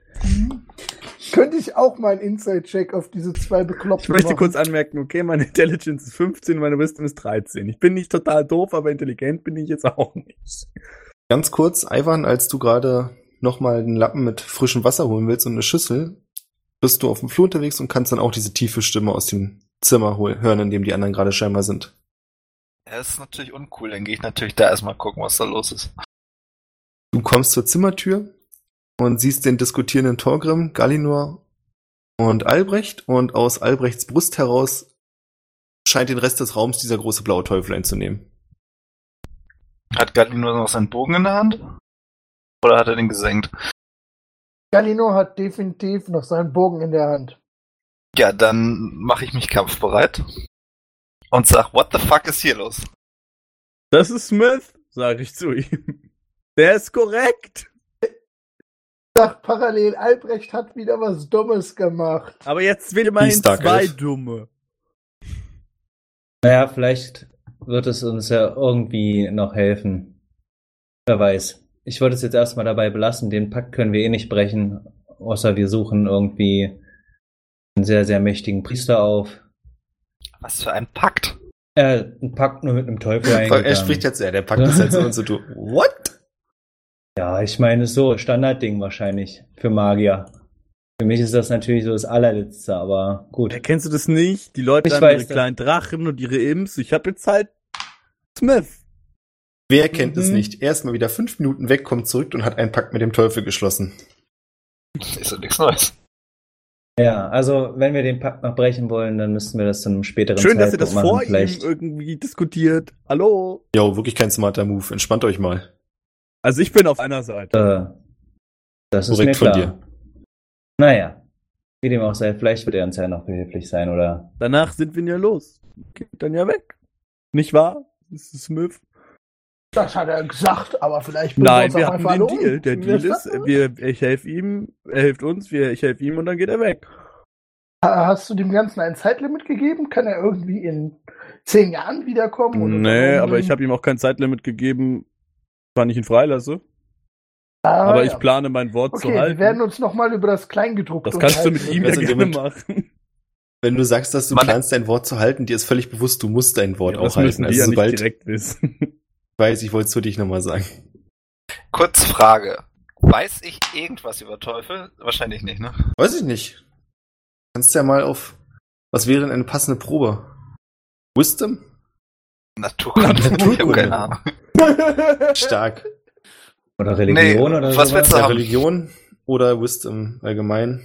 Könnte ich auch mal einen Inside-Check auf diese zwei Bekloppten Ich möchte machen? kurz anmerken, okay, meine Intelligence ist fünfzehn, meine Wisdom ist dreizehn. Ich bin nicht total doof, aber intelligent bin ich jetzt auch nicht. Ganz kurz, Ivan, als du gerade nochmal einen Lappen mit frischem Wasser holen willst und eine Schüssel, bist du auf dem Flur unterwegs und kannst dann auch diese tiefe Stimme aus dem Zimmer hol- hören, in dem die anderen gerade scheinbar sind. Ja, das ist natürlich uncool. Dann gehe ich natürlich da erstmal gucken, was da los ist. Du kommst zur Zimmertür und siehst den diskutierenden Torgrim, Galinor und Albrecht, und aus Albrechts Brust heraus scheint den Rest des Raums dieser große blaue Teufel einzunehmen. Hat Galinor noch seinen Bogen in der Hand? Oder hat er den gesenkt? Galino hat definitiv noch seinen Bogen in der Hand. Ja, dann mache ich mich kampfbereit und sag, what the fuck ist hier los? Das ist Smith, sage ich zu ihm. Der ist korrekt. Sag parallel, Albrecht hat wieder was Dummes gemacht. Aber jetzt will immerhin Stark zwei Elf. Dumme. Naja, vielleicht wird es uns ja irgendwie noch helfen. Wer weiß. Ich wollte es jetzt erstmal dabei belassen. Den Pakt können wir eh nicht brechen, außer wir suchen irgendwie einen sehr, sehr mächtigen Priester auf. Was für ein Pakt? Äh, ein Pakt nur mit einem Teufel eingegangen. Er spricht jetzt, ja, der Pakt ist halt so und so, du, what? Ja, ich meine, so Standardding wahrscheinlich für Magier. Für mich ist das natürlich so das allerletzte, aber gut. Kennst du das nicht? Die Leute Ich haben weiß ihre das. kleinen Drachen und ihre Imps. Ich hab jetzt halt Smith. Wer kennt es Mhm. nicht? Er ist mal wieder fünf Minuten weg, kommt zurück und hat einen Pakt mit dem Teufel geschlossen. Ist ja nichts Neues. Ja, also wenn wir den Pakt noch brechen wollen, dann müssten wir das zu einem späteren Schön, dass ihr Zeitpunkt das machen. vor Vielleicht. ihm irgendwie diskutiert. Hallo? Jo, wirklich kein smarter Move. Entspannt euch mal. Also ich bin auf einer Seite. Äh, das ist Korrekt mir von klar. dir. Naja, wie dem auch sei, vielleicht wird er uns ja noch behilflich sein, oder? Danach sind wir ja los. Geht dann ja weg. Nicht wahr? Das ist Smith. Das hat er gesagt, aber vielleicht bringen Nein, uns wir auch hatten einfach den um. Deal. Der Wir Deal ist, sagen- wir, ich helfe ihm, er hilft uns, wir, ich helfe ihm und dann geht er weg. Hast du dem Ganzen ein Zeitlimit gegeben? Kann er irgendwie in zehn Jahren wiederkommen? und uns Nee, umbringen? aber ich habe ihm auch kein Zeitlimit gegeben, wann ich ihn freilasse. Ah, aber ja. ich plane mein Wort Okay, zu wir halten. werden uns nochmal über das Kleingedruckte Das kannst du mit unterhalten. ihm ja Also in dem gerne Moment- machen. Wenn du sagst, dass du Mann. planst, dein Wort zu halten, dir ist völlig bewusst, du musst dein Wort Ja, auch das müssen halten. die Also ja sobald nicht direkt wissen. ich weiß, ich wollte es für dich nochmal sagen. Kurz Frage. Weiß ich irgendwas über Teufel? Wahrscheinlich nicht, ne? Weiß ich nicht. Kannst ja mal auf, was wäre denn eine passende Probe? Wisdom? Naturkunde. Naturkunde. Ich hab keine Ahnung. Stark. Oder Religion Nee, oder was sowas? willst du Ja, haben? Religion oder Wisdom allgemein.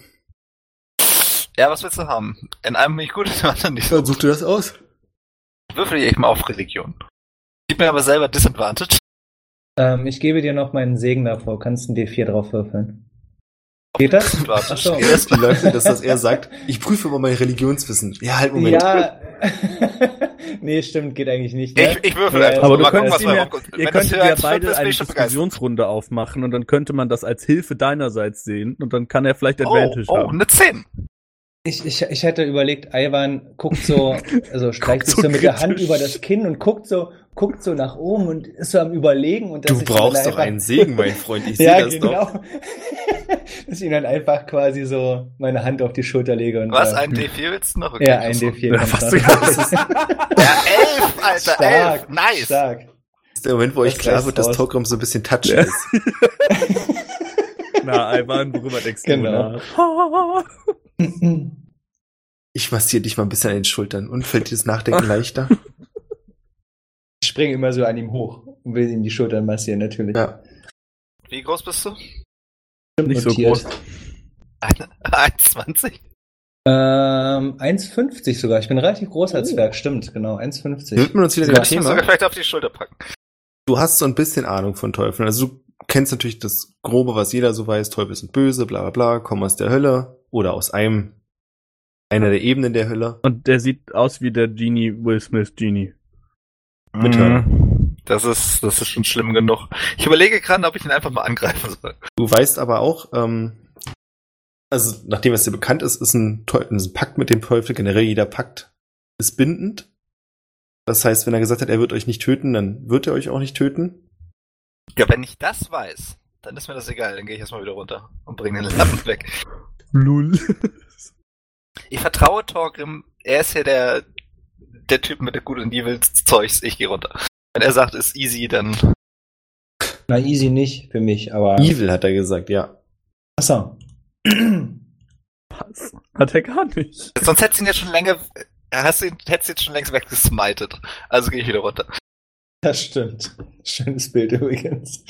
Ja, was willst du haben? In einem bin ich gut, in dem anderen nicht so. Dann such dir das aus. Würfel ich mal auf Religion. Gib mir aber selber Disadvantage. Ähm, ich gebe dir noch meinen Segen davor. Kannst ein D vier drauf würfeln. Geht das? Disadvantage. Ach so. Geht das? Wie läuft denn das, dass er sagt, ich prüfe mal mein Religionswissen. Ja, halt, Moment. Ja. Nee, stimmt, geht eigentlich nicht. Ne? Ich, ich würfel Ja, einfach. Aber so. du Mal gucken, könntest was ihm bei ja, rumkommt. ihr Wenn das könntet höher ja als fünf beide ist, bin eine ich schon begeistert. Diskussionsrunde aufmachen und dann könnte man das als Hilfe deinerseits sehen und dann kann er vielleicht Oh, Advantage oh, haben. eine zehn. Ich, ich, ich hätte überlegt, Ivan guckt so, also streicht sich so so mit der Hand kritisch. über das Kinn und guckt so, guckt so nach oben und ist so am Überlegen. Und dass Du ich brauchst dann doch einfach- einen Segen, mein Freund. Ich Ja, sehe das genau. doch. Dass ich ihm dann einfach quasi so meine Hand auf die Schulter lege. Und, Was, äh, ein D vier willst du noch? Ja, ein D vier. Ja, kommt fast noch. sogar. Ja, elf, Alter, Stark, elf. Nice. Stark. Das ist der Moment, wo euch Das klar reißt wird, dass raus. Tokrom so ein bisschen touchy Ja. ist. Na, Ivan, worüber denkst du Genau. nach? Ich massiere dich mal ein bisschen an den Schultern und fällt dir das Nachdenken leichter? springe immer so an ihm hoch und will ihm die Schultern massieren, natürlich. Ja. Wie groß bist du? Nicht so Notiert. groß. eins zwanzig? Ähm, eins fünfzig sogar. Ich bin relativ groß als Zwerg, stimmt, genau, eins fünfzig. Widmen wir uns wieder Du dem kannst mir sogar Thema. vielleicht auf die Schulter packen. Du hast so ein bisschen Ahnung von Teufeln. Also du kennst natürlich das Grobe, was jeder so weiß. Teufel sind böse, bla bla bla, kommen aus der Hölle oder aus einem einer der Ebenen der Hölle. Und der sieht aus wie der Genie, Will Smith Genie. Mit Hölle. Das ist, das ist schon schlimm genug. Ich überlege gerade, ob ich ihn einfach mal angreifen soll. Du weißt aber auch, ähm, also nachdem es dir bekannt ist, ist ein, Teu- ein Pakt mit dem Teufel, generell jeder Pakt ist bindend. Das heißt, wenn er gesagt hat, er wird euch nicht töten, dann wird er euch auch nicht töten. Ja, wenn ich das weiß, dann ist mir das egal. Dann gehe ich erstmal wieder runter und bringe den Lappen weg. Lull. Ich vertraue Torgrim. Er ist ja der, der Typ mit der Good and Evil Zeugs. Ich gehe runter. Wenn er sagt, ist easy, dann... Na, easy nicht für mich, aber... Evil hat er gesagt, ja. Achso. Was? Hat er gar nicht. Sonst hättest du ihn jetzt schon länger... Hast du ihn, hättest du jetzt schon längst weggesmited. Also gehe ich wieder runter. Das stimmt. Schönes Bild übrigens.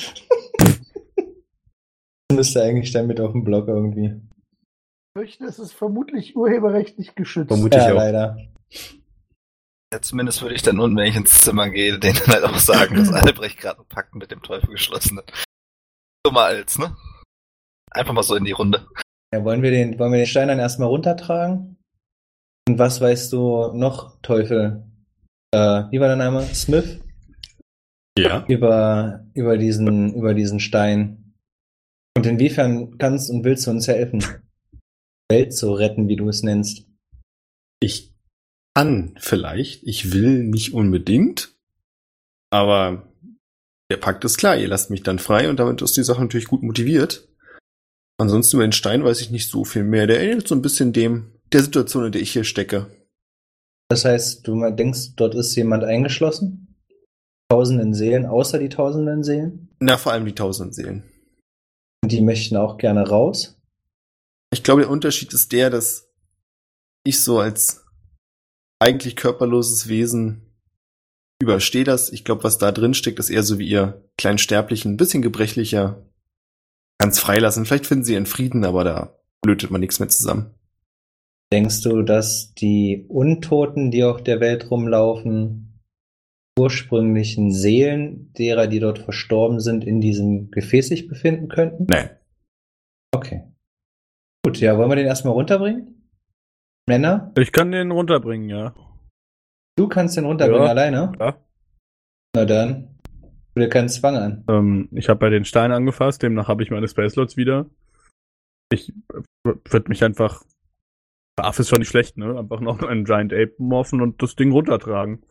Das müsste eigentlich dann mit auf dem Blog irgendwie. Ich fürchte, es ist vermutlich urheberrechtlich geschützt. Vermutlich Ja, auch. leider. Ja, zumindest würde ich dann unten, wenn ich ins Zimmer gehe, denen dann halt auch sagen, dass Albrecht gerade einen Pakt mit dem Teufel geschlossen hat. So mal als, ne? Einfach mal so in die Runde. Ja, wollen wir den, wollen wir den Stein dann erstmal runtertragen? Und was weißt du noch, Teufel? Äh, wie war der Name? Smith? Ja. Über, über diesen, über diesen Stein. Und inwiefern kannst und willst du uns helfen? Die Welt zu retten, wie du es nennst. Ich kann vielleicht, ich will nicht unbedingt, aber der Pakt ist klar, ihr lasst mich dann frei und damit ist die Sache natürlich gut motiviert. Ansonsten über den Stein weiß ich nicht so viel mehr. Der ähnelt so ein bisschen dem, der Situation, in der ich hier stecke. Das heißt, du mal denkst, dort ist jemand eingeschlossen? Tausenden Seelen, außer die tausenden Seelen? Na, vor allem die tausend Seelen. Und die möchten auch gerne raus? Ich glaube, der Unterschied ist der, dass ich so als eigentlich körperloses Wesen überstehe das. Ich glaube, was da drin steckt, ist eher so wie ihr kleinen Sterblichen, ein bisschen gebrechlicher. Ganz freilassen. Vielleicht finden sie ihren Frieden, aber da lötet man nichts mehr zusammen. Denkst du, dass die Untoten, die auf der Welt rumlaufen, ursprünglichen Seelen derer, die dort verstorben sind, in diesem Gefäß sich befinden könnten? Nein. Okay. Gut, ja, wollen wir den erstmal runterbringen? Männer? Ich kann den runterbringen, ja. Du kannst den runterbringen Ja. alleine? Ja. Na dann, tu dir keinen Zwang an. Ähm, ich habe ja den Stein angefasst, demnach habe ich meine Spaceslots wieder. Ich würde mich einfach... Darf ist schon nicht schlecht, ne? Einfach noch einen Giant Ape morphen und das Ding runtertragen.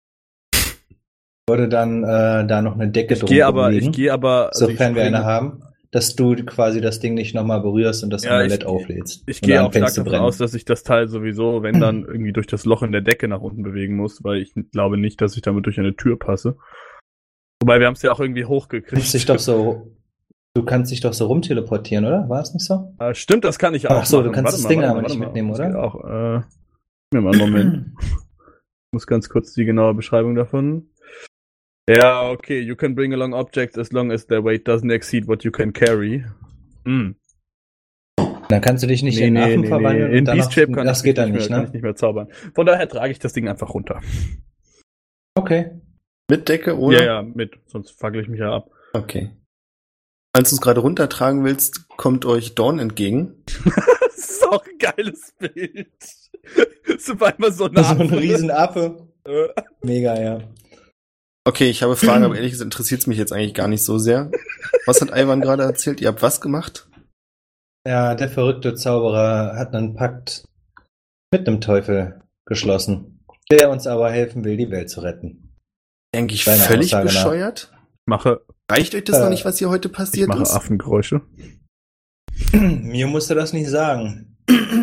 Würde dann äh, da noch eine Decke Ich gehe aber, legen, ich gehe aber... also sofern ich wir spring- eine haben, dass du quasi das Ding nicht nochmal berührst und das Ja, Amulett ich- auflädst. Ich Oder gehe auch anfängst stark zu davon brennen. aus, dass ich das Teil sowieso, wenn dann, irgendwie durch das Loch in der Decke nach unten bewegen muss, weil ich glaube nicht, dass ich damit durch eine Tür passe. Wobei, wir haben es ja auch irgendwie Du kannst hochgekriegt. dich doch so, du kannst dich doch so rumteleportieren, oder? War es nicht so? Äh, stimmt, das kann ich auch Ach so, du machen. kannst Warte das mal, Ding warte aber mal, nicht warte mitnehmen, mal. oder? Das geht auch, äh, gib mir mal einen Moment. Ich muss ganz kurz die genaue Beschreibung davon. Ja, okay, you can bring along objects as long as their weight doesn't exceed what you can carry. Hm. Dann kannst du dich nicht Nee, in nee, Affen nee, verwandeln. nee. In und dann Beast noch- Shape kann das ich geht dann nicht nicht, mehr, kann ne? ich nicht mehr zaubern. Von daher trage ich das Ding einfach runter. Okay. Mit Decke, oder? Ja, ja, mit, sonst fackel ich mich ja ab. Okay. Als du es gerade runtertragen willst, kommt euch Dawn entgegen. Das ist auch ein geiles Bild. So einmal so So ein Riesenaffe. Äh, Mega, ja. Okay, ich habe Fragen, aber ehrlich gesagt interessiert es mich jetzt eigentlich gar nicht so sehr. Was hat Ivan gerade erzählt? Ihr habt was gemacht? Ja, der verrückte Zauberer hat einen Pakt mit dem Teufel geschlossen, der uns aber helfen will, die Welt zu retten. Eigentlich Deine völlig Aussage nach. bescheuert? mache, Reicht euch das Äh, noch nicht, was hier heute ich passiert mache ist? Affengeräusche. Mir musst du das nicht sagen.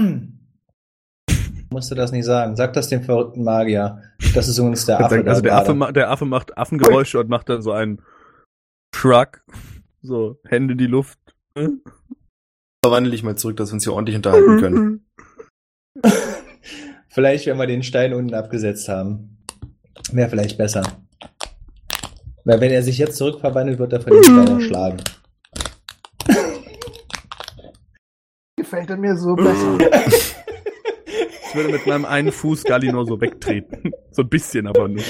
Musst du das nicht sagen. Sag das dem verrückten Magier. Das ist übrigens der Affe. Also da der Affe, gerade. ma- der Affe macht Affengeräusche und macht dann so einen Shrug. So, Hände in die Luft. Verwandle dich mal zurück, dass wir uns hier ordentlich unterhalten können. Vielleicht, wenn wir den Stein unten abgesetzt haben. Wäre vielleicht besser. Weil wenn er sich jetzt zurückverwandelt, wird er von dem Stein erschlagen. Gefällt er mir so besser. Ich würde mit meinem einen Fuß Galinor so wegtreten. So ein bisschen, aber nur.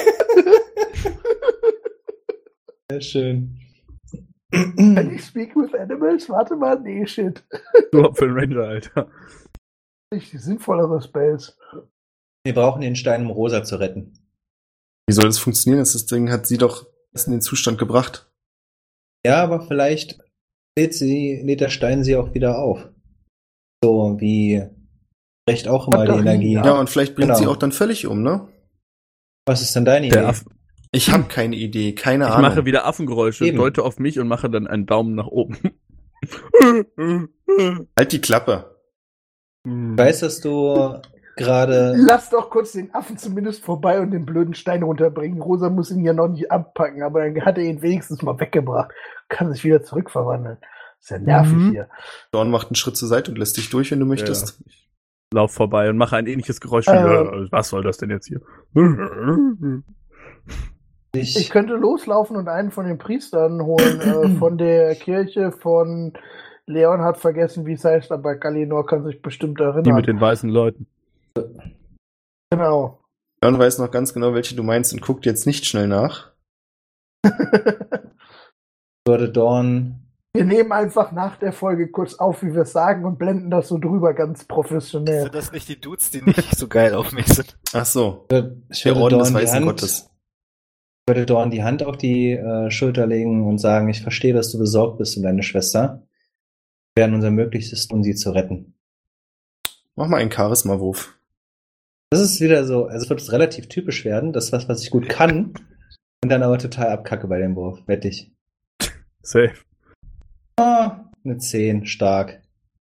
Sehr schön. Can you speak with animals? Warte mal, nee, shit. Nur für den Ranger, Alter. Nicht die sinnvollere Spells. Wir brauchen den Stein, um Rosa zu retten. Wie soll das funktionieren? Das Ding hat sie doch erst in den Zustand gebracht. Ja, aber vielleicht lädt, sie, lädt der Stein sie auch wieder auf. So wie recht auch immer die Batterien, Energie. ja. Ja, und vielleicht bringt Genau. sie auch dann völlig um, ne? Was ist denn deine Der Idee? Aff Ich habe keine Idee, keine ich Ahnung. mache wieder Affengeräusche, Eben. deute auf mich und mache dann einen Daumen nach oben. Halt die Klappe. Ich weiß, dass du gerade... Lass doch kurz den Affen zumindest vorbei und den blöden Stein runterbringen. Rosa muss ihn ja noch nicht abpacken, aber dann hat er ihn wenigstens mal weggebracht. Kann sich wieder zurückverwandeln. Ist ja nervig Mhm. hier. Dorn macht einen Schritt zur Seite und lässt dich durch, wenn du möchtest. Ja, ich lauf vorbei und mache ein ähnliches Geräusch wie, Ähm. äh, was soll das denn jetzt hier? Ich, Ich könnte loslaufen und einen von den Priestern holen, äh, von der Kirche von Leon hat vergessen, wie es heißt, aber Galinor kann sich bestimmt erinnern. Die mit den weißen Leuten. Genau. Dorn weiß noch ganz genau, welche du meinst und guckt jetzt nicht schnell nach. würde Dorn... Wir nehmen einfach nach der Folge kurz auf, wie wir es sagen und blenden das so drüber, ganz professionell. Sind das nicht die Dudes, die nicht so geil auf mich sind? Ach so, Ich der würde Orden des Dorn die Weißen Hand, Gottes. würde Dorn die Hand auf die äh, Schulter legen und sagen, ich verstehe, dass du besorgt bist um deine Schwester. Wir werden unser Möglichstes tun, sie zu retten. Mach mal einen Charisma-Wurf. Das ist wieder so, also es wird relativ typisch werden, das ist was, was ich gut kann, und dann aber total abkacke bei dem Wurf, wette ich. Safe. Ah, eine zehn, stark.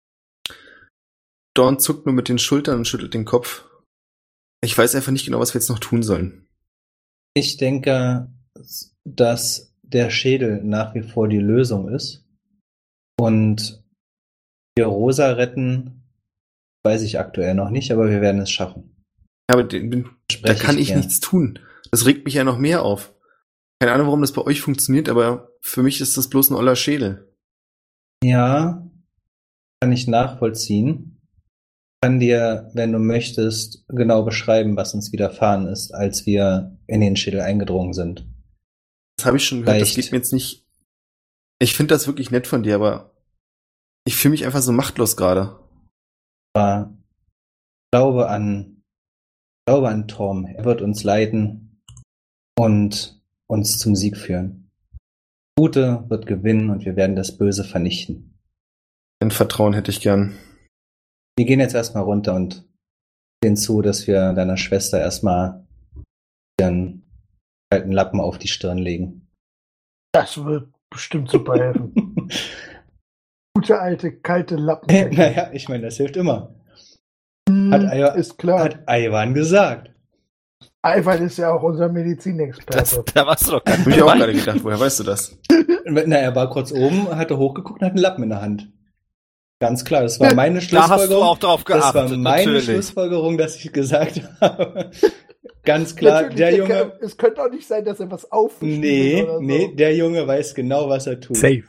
Dorn zuckt nur mit den Schultern und schüttelt den Kopf. Ich weiß einfach nicht genau, was wir jetzt noch tun sollen. Ich denke, dass der Schädel nach wie vor die Lösung ist. Und wir Rosa retten, weiß ich aktuell noch nicht, aber wir werden es schaffen. Ja, aber den, den, da Spreche kann ich dir. nichts tun. Das regt mich ja noch mehr auf. Keine Ahnung, warum das bei euch funktioniert, aber für mich ist das bloß ein oller Schädel. Ja, kann ich nachvollziehen. Kann dir, wenn du möchtest, genau beschreiben, was uns widerfahren ist, als wir in den Schädel eingedrungen sind. Das habe ich schon gehört, das Vielleicht. geht mir jetzt nicht. Ich finde das wirklich nett von dir, aber ich fühle mich einfach so machtlos gerade. Aber glaube an, glaube an Torm. Er wird uns leiten und uns zum Sieg führen. Gute wird gewinnen und wir werden das Böse vernichten. Ein Vertrauen hätte ich gern. Wir gehen jetzt erstmal runter und sehen zu, dass wir deiner Schwester erstmal ihren kalten Lappen auf die Stirn legen. Das wird bestimmt super helfen. Gute alte, kalte Lappen. Naja, ich meine, das hilft immer. Hat, Ivan- Ist klar. hat Ivan gesagt. Ivan ist ja auch unser Medizinexperte. Das, da warst du doch gar Hab ich auch gerade gedacht, woher weißt du das? Na, er war kurz oben, hatte hochgeguckt und hat einen Lappen in der Hand. Ganz klar, das war meine Da hast du Schlussfolgerung. auch drauf Das war geachtet, meine natürlich. Schlussfolgerung, dass ich gesagt habe. Ganz klar, Natürlich, der er Junge. kann- es könnte auch nicht sein, dass er was aufschiebt Nee, oder so. nee, der Junge weiß genau, was er tut. Safe.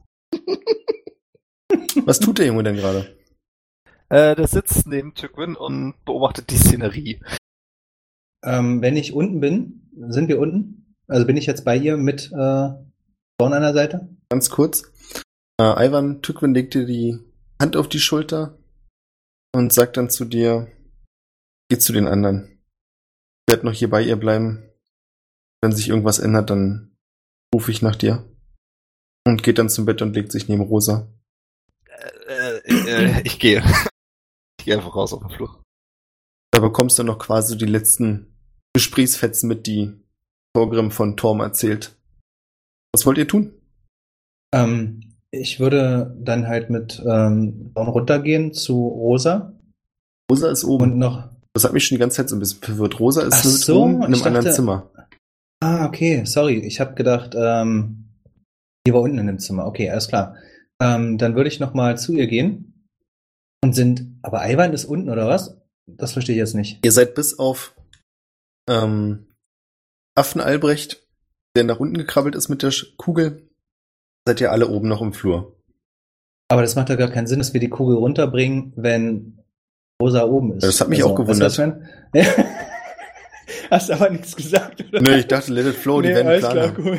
Was tut der Junge denn gerade? Äh, der sitzt neben Tywin und beobachtet die Szenerie. Ähm, wenn ich unten bin, sind wir unten? Also bin ich jetzt bei ihr mit äh, Dorn an der Seite? Ganz kurz. Äh, Ivan Tywin legt dir die Hand auf die Schulter und sagt dann zu dir, geh zu den anderen. Ich werde noch hier bei ihr bleiben. Wenn sich irgendwas ändert, dann rufe ich nach dir. Und geht dann zum Bett und legt sich neben Rosa. Äh, äh, ich gehe. Ich gehe einfach raus auf den Flur. Da bekommst du noch quasi die letzten Gesprächsfetzen mit, die Thorgrim von Torm erzählt. Was wollt ihr tun? Ähm, ich würde dann halt mit ähm, Dorn runtergehen zu Rosa Rosa ist oben. und noch. Das hat mich schon die ganze Zeit so ein bisschen verwirrt. Rosa ist Ach nur mit so, oben in einem ich dachte- anderen Zimmer. Ah, okay, sorry. Ich habe gedacht, ähm, die war unten in dem Zimmer. Okay, alles klar. Ähm, dann würde ich noch mal zu ihr gehen und sind. Aber Ivan ist unten oder was? Das verstehe ich jetzt nicht. Ihr seid bis auf ähm, Affen Albrecht der nach unten gekrabbelt ist mit der Kugel, seid ihr alle oben noch im Flur. Aber das macht doch gar keinen Sinn, dass wir die Kugel runterbringen, wenn Rosa oben ist. Das hat mich also, auch gewundert. Weißt du, hast aber nichts gesagt, oder? Nee, ich dachte, let it flow, die nee, werden Plan klar, cool.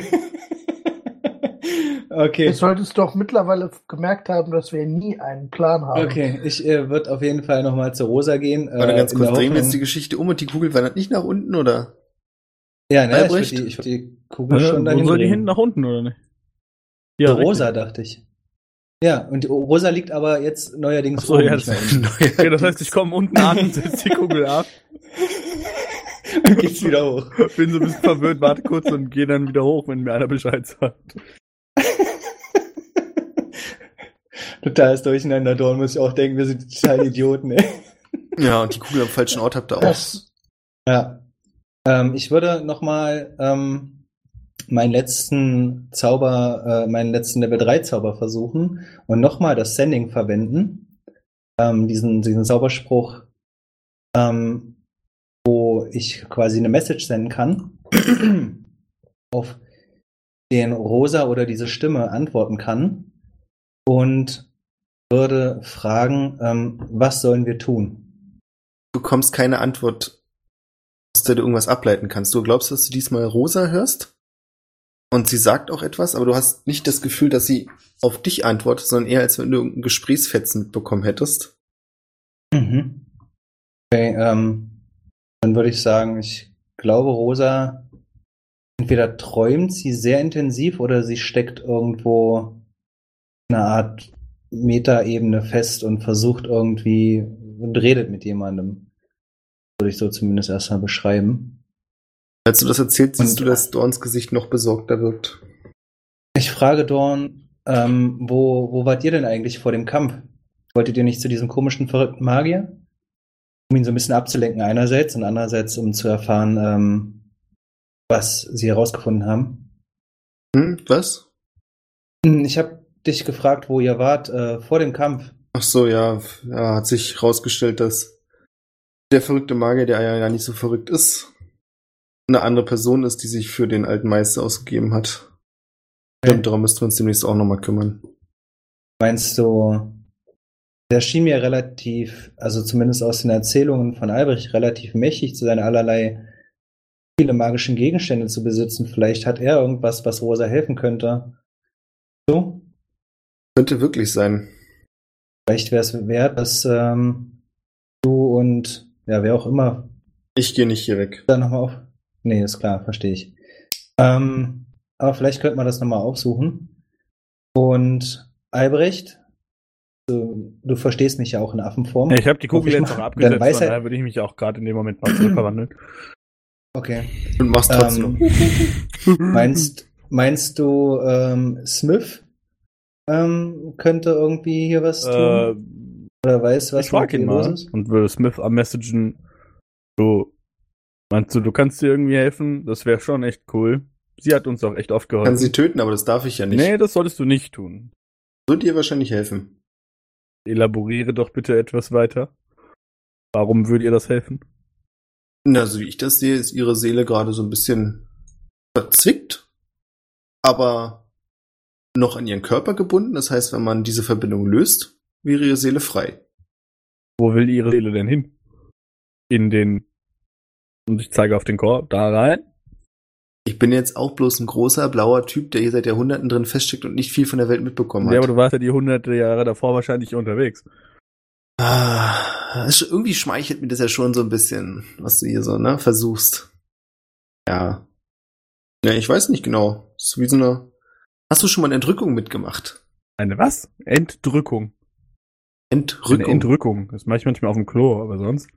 Okay. Du solltest doch mittlerweile gemerkt haben, dass wir nie einen Plan haben. Okay, ich äh, würde auf jeden Fall nochmal zu Rosa gehen. Warte äh, ganz kurz, drehen wir jetzt die Geschichte um und die Kugel wandert nicht nach unten, oder? Ja, ne, ich würde die, ich würd die Kugel ja, schon dahin Wo soll die drehen. hin, nach unten, oder nicht? Ja, Rosa, dachte ich. Ja, und die Rosa liegt aber jetzt neuerdings Ach so, oben. Ja, das, okay, das heißt, ich komme unten an und setze die Kugel ab. Und geht's wieder hoch. Bin so ein bisschen verwirrt, warte kurz und gehe dann wieder hoch, wenn mir einer Bescheid sagt. Totales Durcheinander, Dorn, muss ich auch denken, wir sind total Idioten, ey. Ja, und die Kugel am falschen Ort habt ihr auch. Das, ja. Ähm, ich würde nochmal ähm, meinen letzten Zauber, äh, meinen letzten Level drei Zauber versuchen und nochmal das Sending verwenden. Ähm, diesen, diesen Zauberspruch, ähm, wo ich quasi eine Message senden kann, auf den Rosa oder diese Stimme antworten kann und würde fragen, ähm, was sollen wir tun? Du bekommst keine Antwort, aus der du irgendwas ableiten kannst. Du glaubst, dass du diesmal Rosa hörst und sie sagt auch etwas, aber du hast nicht das Gefühl, dass sie auf dich antwortet, sondern eher, als wenn du irgendein Gesprächsfetzen mitbekommen hättest. Mhm. Okay, ähm, dann würde ich sagen, ich glaube, Rosa entweder träumt sie sehr intensiv oder sie steckt irgendwo in einer Art Metaebene fest und versucht irgendwie und redet mit jemandem. Würde ich so zumindest erstmal beschreiben. Als du das erzählst, siehst und, du, dass Dorns Gesicht noch besorgter wirkt. Ich frage Dorn, ähm, wo, wo wart ihr denn eigentlich vor dem Kampf? Wolltet ihr nicht zu diesem komischen, verrückten Magier? Um ihn so ein bisschen abzulenken einerseits und andererseits, um zu erfahren, ähm, was sie herausgefunden haben. Hm, was? Ich habe dich gefragt, wo ihr wart äh, vor dem Kampf. Ach so, ja, ja, hat sich herausgestellt, dass der verrückte Magier, der ja gar nicht so verrückt ist, eine andere Person ist, die sich für den alten Meister ausgegeben hat. Okay. Und darum müssten wir uns demnächst auch nochmal kümmern. Meinst du, der schien mir relativ, also zumindest aus den Erzählungen von Albrecht, relativ mächtig zu sein, allerlei viele magischen Gegenstände zu besitzen. Vielleicht hat er irgendwas, was Rosa helfen könnte. So? Könnte wirklich sein. Vielleicht wäre es wert, dass ähm, du und ja, wer auch immer. Ich gehe nicht hier weg. Da nochmal auf. Nee, ist klar, verstehe ich. Ähm, aber vielleicht könnte man das nochmal aufsuchen. Und Albrecht, du, du verstehst mich ja auch in Affenform. Ja, ich habe die Kugel jetzt noch abgesetzt, dann weiß er, daher würde ich mich auch gerade in dem Moment mal zurückverwandeln. Okay. Und machst trotzdem. Ähm, meinst, meinst du, ähm, Smith ähm, könnte irgendwie hier was tun? Äh, Oder weiß, was ich frag ihn los mal ist? und würde Smith am Messagen. Du, meinst du, du kannst dir irgendwie helfen? Das wäre schon echt cool. Sie hat uns auch echt oft geholfen. Kann sie töten, aber das darf ich ja nicht. Nee, das solltest du nicht tun. Würde ihr wahrscheinlich helfen. Elaboriere doch bitte etwas weiter. Warum würde ihr das helfen? Na, so wie ich das sehe, ist ihre Seele gerade so ein bisschen verzwickt, aber noch an ihren Körper gebunden. Das heißt, wenn man diese Verbindung löst, wäre ihre Seele frei. Wo will ihre Seele denn hin? In den... Und ich zeige auf den Korb, da rein. Ich bin jetzt auch bloß ein großer, blauer Typ, der hier seit Jahrhunderten drin feststeckt und nicht viel von der Welt mitbekommen hat. Ja, aber du warst ja die hunderte Jahre davor wahrscheinlich unterwegs. Ah, irgendwie schmeichelt mir das ja schon so ein bisschen, was du hier so, ne, versuchst. Ja. Ja, ich weiß nicht genau. Das ist wie so eine... Hast du schon mal eine Entrückung mitgemacht? Eine was? Entdrückung. Entrückung? Eine Entrückung. Das mache ich manchmal auf dem Klo, aber sonst...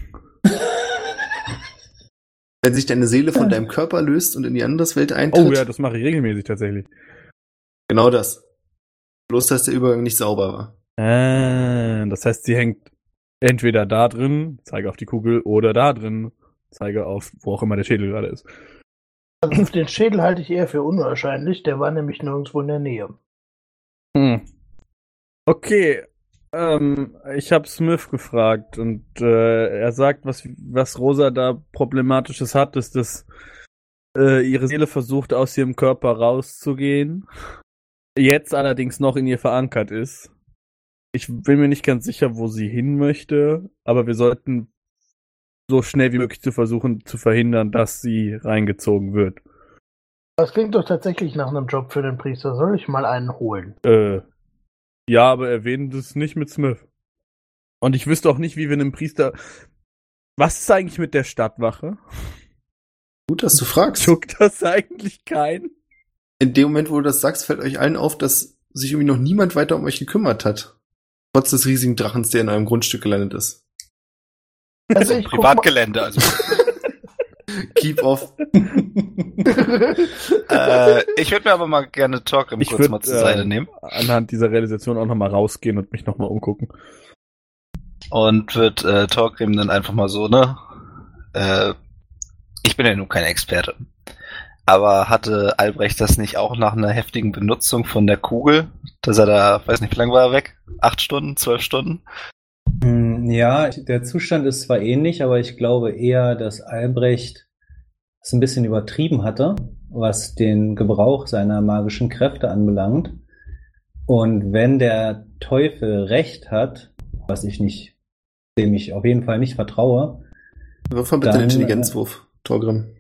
Wenn sich deine Seele von deinem Körper löst und in die andere Welt eintritt. Oh ja, das mache ich regelmäßig tatsächlich. Genau das. Bloß, dass der Übergang nicht sauber war. Ah, das heißt, sie hängt entweder da drin, zeige auf die Kugel, oder da drin, zeige auf, wo auch immer der Schädel gerade ist. Also den Schädel halte ich eher für unwahrscheinlich, der war nämlich nirgendwo in der Nähe. Hm. Okay, ähm, ich habe Smith gefragt und äh, er sagt, was, was Rosa da Problematisches hat, ist, dass äh, ihre Seele versucht, aus ihrem Körper rauszugehen. Jetzt allerdings noch in ihr verankert ist. Ich bin mir nicht ganz sicher, wo sie hin möchte, aber wir sollten so schnell wie möglich zu versuchen, zu verhindern, dass sie reingezogen wird. Das klingt doch tatsächlich nach einem Job für den Priester. Soll ich mal einen holen? Äh, ja, aber erwähnen das nicht mit Smith. Und ich wüsste auch nicht, wie wir einem Priester... Was ist eigentlich mit der Stadtwache? Gut, dass du fragst. Juckt das eigentlich keinen? In dem Moment, wo du das sagst, fällt euch allen auf, dass sich irgendwie noch niemand weiter um euch gekümmert hat. Trotz des riesigen Drachens, der in eurem Grundstück gelandet ist. Also ich guck Privatgelände, also. Keep off. äh, ich würde mir aber mal gerne Torgrim Ich kurz würd, mal zur Seite äh, nehmen. Anhand dieser Realisation auch nochmal rausgehen und mich nochmal umgucken. Und wird äh, Torgrim dann einfach mal so, ne? Äh, ich bin ja nun kein Experte. Aber hatte Albrecht das nicht auch nach einer heftigen Benutzung von der Kugel, dass er da, weiß nicht, wie lange war er weg? Acht Stunden, zwölf Stunden? Ja, der Zustand ist zwar ähnlich, aber ich glaube eher, dass Albrecht es ein bisschen übertrieben hatte, was den Gebrauch seiner magischen Kräfte anbelangt. Und wenn der Teufel recht hat, was ich nicht, dem ich auf jeden Fall nicht vertraue. Wirf mal bitte Dann, einen Intelligenzwurf, Torgrim.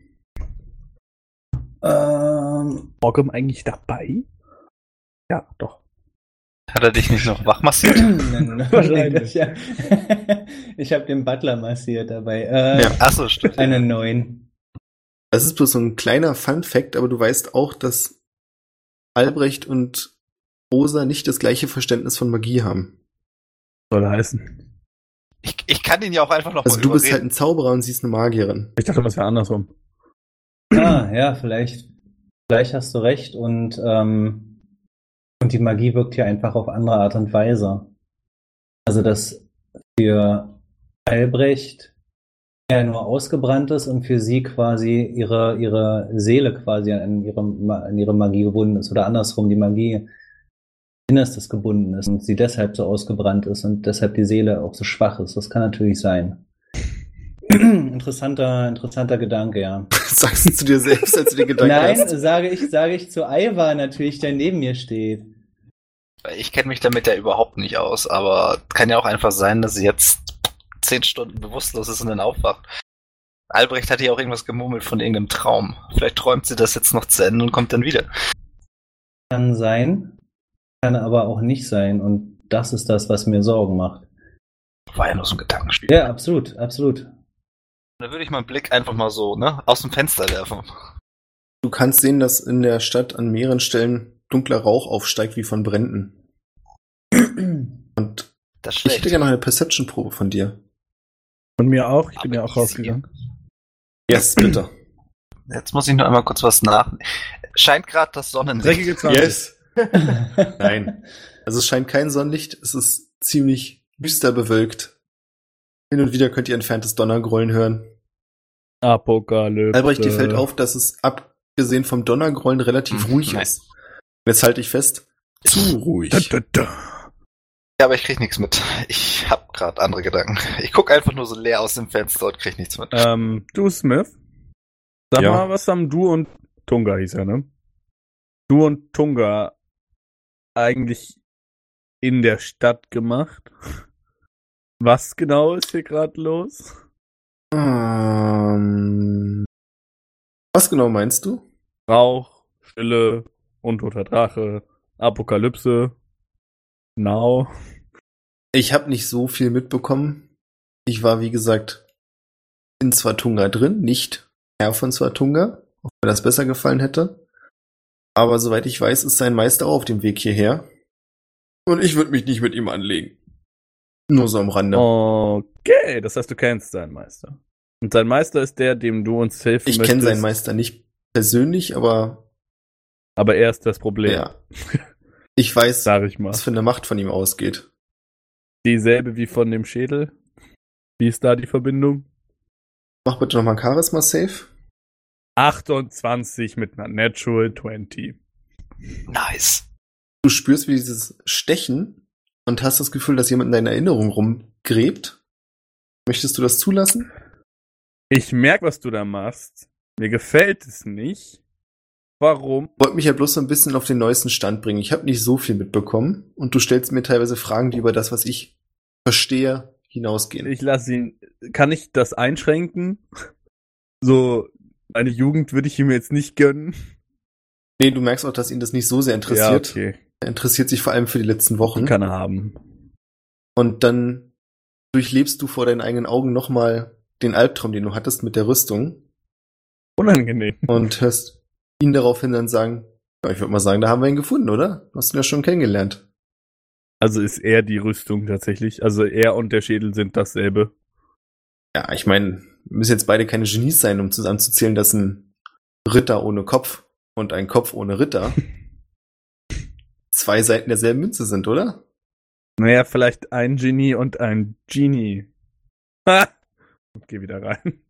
Ähm, Torgrim eigentlich dabei? Ja, doch. Hat er dich nicht noch wachmassiert? Wahrscheinlich, ja. Ich habe den Butler massiert dabei. Äh, Ja. Achso, stimmt. Eine neun. Das ist bloß so ein kleiner Fun-Fact, aber du weißt auch, dass Albrecht und Rosa nicht das gleiche Verständnis von Magie haben. Soll heißen. Ich, ich kann ihn ja auch einfach noch Also mal du bist halt überreden. ein Zauberer und sie ist eine Magierin. Ich dachte, das wäre andersrum. Ah, ja, vielleicht, vielleicht hast du recht und, ähm, und die Magie wirkt hier einfach auf andere Art und Weise. Also, dass für Albrecht er nur ausgebrannt ist und für sie quasi ihre, ihre Seele quasi an ihre, an ihre Magie gebunden ist oder andersrum, die Magie Innerstes gebunden ist und sie deshalb so ausgebrannt ist und deshalb die Seele auch so schwach ist. Das kann natürlich sein. interessanter, interessanter Gedanke, ja. Sagst du zu dir selbst, als du den Gedanken Nein, hast? sage ich, sage ich zu Ivar natürlich, der neben mir steht. Ich kenne mich damit ja überhaupt nicht aus, aber kann ja auch einfach sein, dass sie jetzt zehn Stunden bewusstlos ist und dann aufwacht. Albrecht hat ja auch irgendwas gemurmelt von irgendeinem Traum. Vielleicht träumt sie das jetzt noch zu Ende und kommt dann wieder. Kann sein, kann aber auch nicht sein und das ist das, was mir Sorgen macht. War ja nur so ein Gedankenspiel. Ja, absolut, absolut. Da würde ich meinen Blick einfach mal so, ne, aus dem Fenster werfen. Du kannst sehen, dass in der Stadt an mehreren Stellen dunkler Rauch aufsteigt wie von Bränden. Und Das ist ich schlecht. hätte gerne noch eine Perception-Probe von dir. Von mir auch. Ich bin Aber ja auch easy. rausgegangen. Yes, bitte. Jetzt muss ich nur einmal kurz was nach. Scheint gerade das Sonnenlicht. Dreckige zwanzig. Yes. Nein. Also es scheint kein Sonnenlicht, es ist ziemlich düster bewölkt. Hin und wieder könnt ihr entferntes Donnergrollen hören. Apokalypse. Albrecht, dir fällt auf, dass es abgesehen vom Donnergrollen relativ Mhm, ruhig nein. ist. Jetzt halte ich fest, zu ruhig. Da, da, da. Ja, aber ich krieg nichts mit. Ich hab gerade andere Gedanken. Ich guck einfach nur so leer aus dem Fenster und krieg nichts mit. Ähm, du, Smith? Sag Ja. mal, was haben du und Tunga hieß er, ne? Du und Tunga eigentlich in der Stadt gemacht? Was genau ist hier gerade los? Ähm, was genau meinst du? Rauch, Stille, untoter Drache, Apokalypse, Now. Ich habe nicht so viel mitbekommen. Ich war, wie gesagt, in Swatunga drin, nicht Herr von Swatunga, auch wenn das besser gefallen hätte. Aber soweit ich weiß, ist sein Meister auch auf dem Weg hierher. Und ich würde mich nicht mit ihm anlegen. Nur so am Rande. Okay, das heißt, du kennst seinen Meister. Und sein Meister ist der, dem du uns helfen ich möchtest. kenne seinen Meister nicht persönlich, aber Aber er ist das Problem, ja. Ich weiß, sag ich mal. was für eine Macht von ihm ausgeht. Dieselbe wie von dem Schädel? Wie ist da die Verbindung? Mach bitte nochmal ein Charisma-Save. achtundzwanzig mit einer Natural zwanzig. Nice. Du spürst wie dieses Stechen und hast das Gefühl, dass jemand in deiner Erinnerung rumgräbt. Möchtest du das zulassen? Ich merk, was du da machst. Mir gefällt es nicht. Warum? Ich wollte mich ja bloß so ein bisschen auf den neuesten Stand bringen. Ich habe nicht so viel mitbekommen und du stellst mir teilweise Fragen, die über das, was ich verstehe, hinausgehen. Ich lasse ihn. Kann ich das einschränken? So, eine Jugend würde ich ihm jetzt nicht gönnen. Nee, du merkst auch, dass ihn das nicht so sehr interessiert. Ja, okay. Er interessiert sich vor allem für die letzten Wochen. Kann er haben. Und dann durchlebst du vor deinen eigenen Augen nochmal den Albtraum, den du hattest mit der Rüstung. Unangenehm. Und hörst ihn daraufhin dann sagen, ja, ich würde mal sagen, da haben wir ihn gefunden, oder? Du hast ihn ja schon kennengelernt. Also ist er die Rüstung tatsächlich. Also er und der Schädel sind dasselbe. Ja, ich meine, wir müssen jetzt beide keine Genies sein, um zusammenzuzählen, dass ein Ritter ohne Kopf und ein Kopf ohne Ritter zwei Seiten derselben Münze sind, oder? Naja, vielleicht ein Genie und ein Genie. Ha! Geh wieder rein.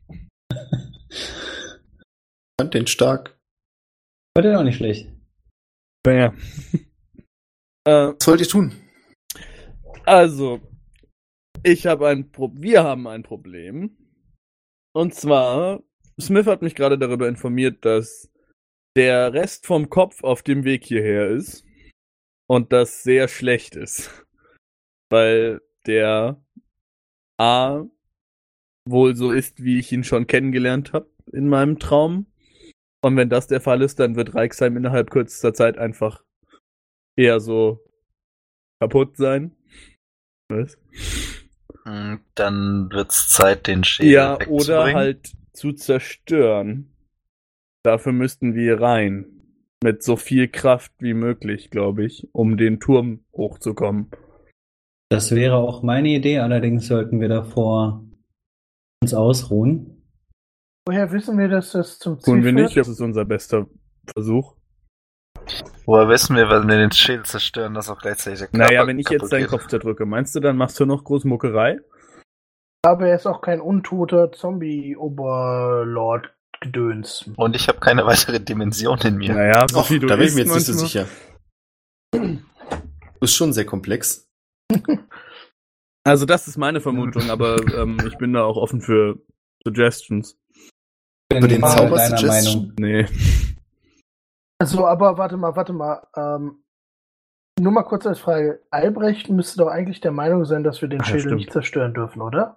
Ich fand den stark. War der auch nicht schlecht. Ja. äh, Was wollt ihr tun? Also, ich habe ein Pro- wir haben ein Problem. Und zwar, Smith hat mich gerade darüber informiert, dass der Rest vom Kopf auf dem Weg hierher ist und das sehr schlecht ist. Weil der A wohl so ist, wie ich ihn schon kennengelernt habe in meinem Traum. Und wenn das der Fall ist, dann wird Reichsheim innerhalb kürzester Zeit einfach eher so kaputt sein. Was? Dann wird's Zeit, den Schädel Ja, wegzubringen. oder halt zu zerstören. Dafür müssten wir rein. Mit so viel Kraft wie möglich, glaube ich, um den Turm hochzukommen. Das wäre auch meine Idee, allerdings sollten wir davor uns ausruhen. Woher wissen wir, dass das zum Ziel Tun wir führt? nicht, das ist unser bester Versuch. Woher wissen wir, wenn wir den Schädel zerstören, dass auch gleichzeitig der Körper Naja, wenn ich jetzt kaputt deinen geht? Kopf zerdrücke, meinst du, dann machst du noch groß Muckerei? Aber er ist auch kein untoter Zombie-Oberlord-Gedöns. Und ich habe keine weitere Dimension in mir. Naja, so Och, wie du da bin ich mir isst jetzt nicht so manchmal. sicher. Du bist schon sehr komplex. Also das ist meine Vermutung, aber ähm, ich bin da auch offen für Suggestions. Bin Für den mal Zauber deiner Suggestion? Meinung. Nee. Also, aber warte mal, warte mal. Ähm, nur mal kurz als Frage. Albrecht müsste doch eigentlich der Meinung sein, dass wir den Ach ja, Schädel stimmt. nicht zerstören dürfen, oder?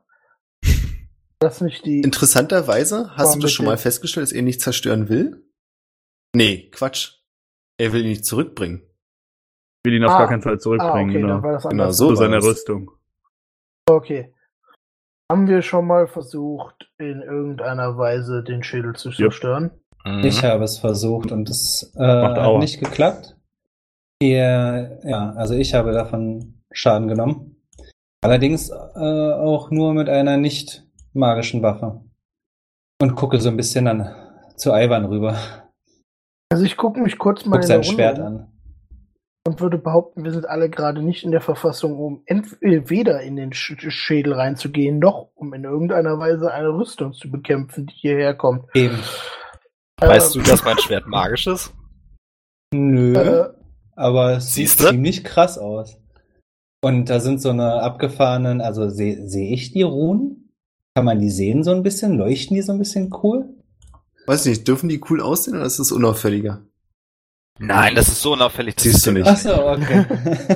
Das nicht die. Interessanterweise, hast Warum du das schon mal bitte? festgestellt, dass er ihn nicht zerstören will? Nee, Quatsch. Er will ihn nicht zurückbringen. Ich will ihn auf Ah, gar keinen Fall Ah, zurückbringen, okay, dann genau. war das Genau, anders. so Zu war seiner das. Rüstung. Okay. Haben wir schon mal versucht, in irgendeiner Weise den Schädel zu zerstören? Mhm. Ich habe es versucht und es äh, Macht hat Aua. nicht geklappt. Ihr, ja, also ich habe davon Schaden genommen. Allerdings äh, auch nur mit einer nicht magischen Waffe. Und gucke so ein bisschen an zu Ivan rüber. Also ich gucke mich kurz mal Guck in sein der Runde Schwert um an. und würde behaupten, wir sind alle gerade nicht in der Verfassung, um entweder in den Sch Schädel reinzugehen, noch um in irgendeiner Weise eine Rüstung zu bekämpfen, die hierher kommt. Eben. Weißt Ähm, du, dass mein Schwert magisch ist? Nö. Äh, Aber es sieht Siehste? ziemlich krass aus. Und da sind so eine abgefahrenen, also sehe seh ich die Runen? Kann man die sehen so ein bisschen? Leuchten die so ein bisschen cool? Weiß nicht, dürfen die cool aussehen oder ist das unauffälliger? Nein, das ist so unauffällig. Das Siehst ist du ja nicht. Ach so, okay.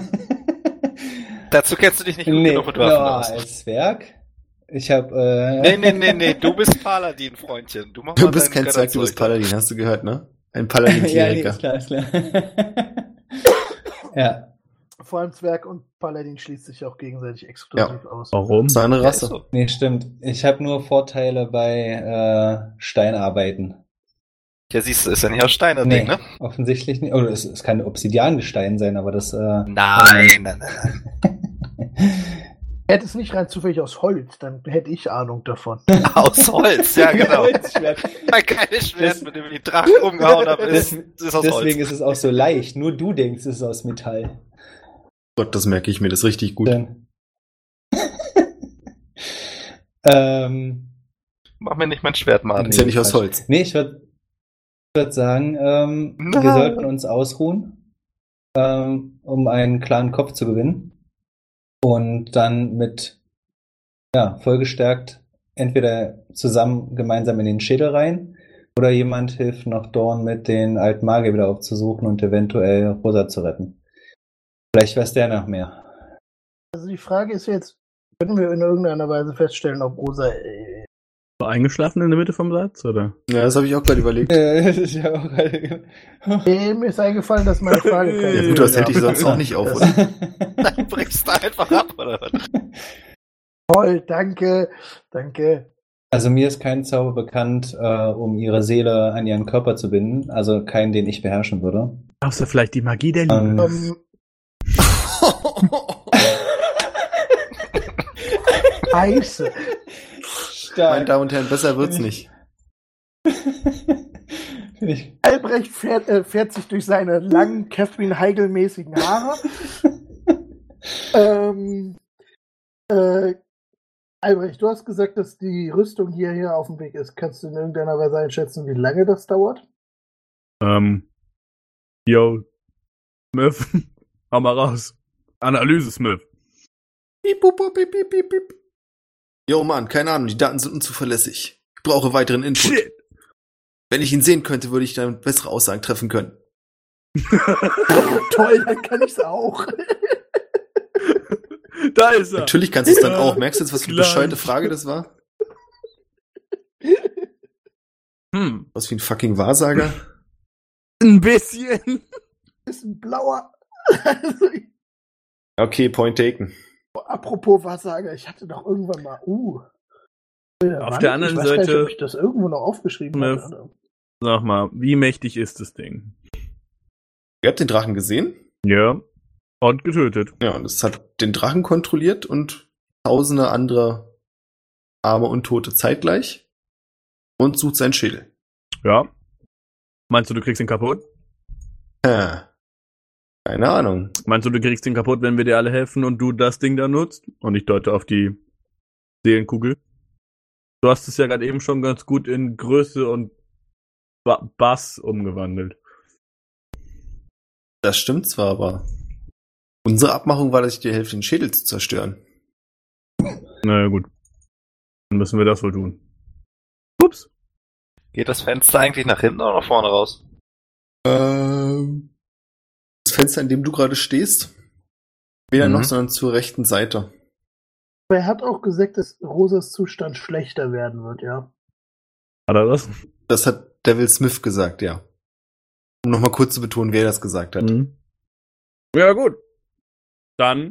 Dazu kennst du dich nicht gut nee, genug mit ja, Waffen aus. als Zwerg. Ich hab, äh... Nee, nee, nee, nee, du bist Paladin, Freundchen. Du, mach Du mal bist deinen kein Zwerg, du bist Götterzeug. Paladin, hast du gehört, ne? Ein ja, nee, Paladin-Kleriker. ist klar, ist klar. ja, vor allem Zwerg und Paladin schließt sich auch gegenseitig exklusiv aus. Warum? das ist eine Ja, ist Rasse. so. nee, stimmt. Ich habe nur Vorteile bei äh, Steinarbeiten. Ja, siehst du, ist ja nicht aus Stein das Nee, Ding, ne? offensichtlich nicht. Oder es, es kann Obsidiangestein sein, aber das... Äh, Nein, nein, nein. Hätte es nicht rein zufällig aus Holz, dann hätte ich Ahnung davon. Aus Holz, ja, genau. Holzschwert. Mein geiles Schwert, Das- mit dem ich die Drachen umgehauen habe, ist, Des- ist aus Deswegen Holz. ist es auch so leicht. Nur du denkst, es ist aus Metall. Gott, das merke ich mir, das ist richtig gut. Dann. ähm, Mach mir nicht mein Schwert mal an. Ist ja nicht aus Quatsch. Holz. Nee, ich würde würd sagen, ähm, Nein. wir sollten uns ausruhen, ähm, um einen klaren Kopf zu gewinnen. Und dann mit, ja, vollgestärkt entweder zusammen gemeinsam in den Schädel rein Oder jemand hilft noch Dorn mit den alten Magier wieder aufzusuchen und eventuell Rosa zu retten. Vielleicht weiß der noch mehr. Also die Frage ist jetzt, können wir in irgendeiner Weise feststellen, ob Rosa... Äh, War eingeschlafen in der Mitte vom Satz, oder? Ja, das habe ich auch gerade überlegt. Äh, das ist ja auch gerade... nee, mir ist eingefallen, dass meine Frage Ja keine gut, das hält ja. dich sonst auch nicht auf, oder? Dann brichst du einfach ab, oder was? Toll, danke, danke. Also mir ist kein Zauber bekannt, äh, um ihre Seele an ihren Körper zu binden. Also keinen, den ich beherrschen würde. Außer vielleicht die Magie der Liebe. Ähm, Ähm, Scheiße. Meine Damen und Herren, besser wird's nicht. Finde ich. Albrecht fährt, äh, fährt sich durch seine langen Catherine Heigl-mäßigen Haare. ähm, äh, Albrecht, du hast gesagt, dass die Rüstung hierher auf dem Weg ist. Kannst du in irgendeiner Weise einschätzen, wie lange das dauert? Ähm. Yo. Smith. Hau mal raus. Analyse, Smith. Piep, pup, pup, piep, piep, piep, piep. Jo, Mann, keine Ahnung, die Daten sind unzuverlässig. Ich brauche weiteren Input. Shit. Wenn ich ihn sehen könnte, würde ich dann bessere Aussagen treffen können. Toll, dann kann ich's auch. Da ist er. Natürlich kannst du es dann auch. Merkst du jetzt, was für eine Gleich. bescheuerte Frage das war? Hm. Was wie ein fucking Wahrsager? Ein bisschen. Ist ein blauer. Okay, point taken. Apropos Wahrsager, ich hatte doch irgendwann mal. Uh. Auf der anderen ich weiß gar nicht, Seite- ob ich das irgendwo noch aufgeschrieben Smith. habe. Sag mal, wie mächtig ist das Ding? Ihr habt den Drachen gesehen? Ja. Und getötet. Ja, und es hat den Drachen kontrolliert und tausende andere arme und Tote zeitgleich und sucht seinen Schädel. Ja. Meinst du, du kriegst ihn kaputt? Äh, keine Ahnung. Meinst du, du kriegst ihn kaputt, wenn wir dir alle helfen und du das Ding da nutzt? Und ich deute auf die Seelenkugel. Du hast es ja gerade eben schon ganz gut in Größe und ba- Bass umgewandelt. Das stimmt zwar, aber unsere Abmachung war, dass ich dir helfe, den Schädel zu zerstören. Na ja, gut. Dann müssen wir das wohl tun. Ups. Geht das Fenster eigentlich nach hinten oder nach vorne raus? Ähm, das Fenster, in dem du gerade stehst, weder Mhm. noch, sondern zur rechten Seite. Aber er hat auch gesagt, dass Rosas Zustand schlechter werden wird, ja. Hat er das? Das hat Devil Smith gesagt, ja. Um nochmal kurz zu betonen, wer das gesagt hat. Mhm. Ja, gut. Dann.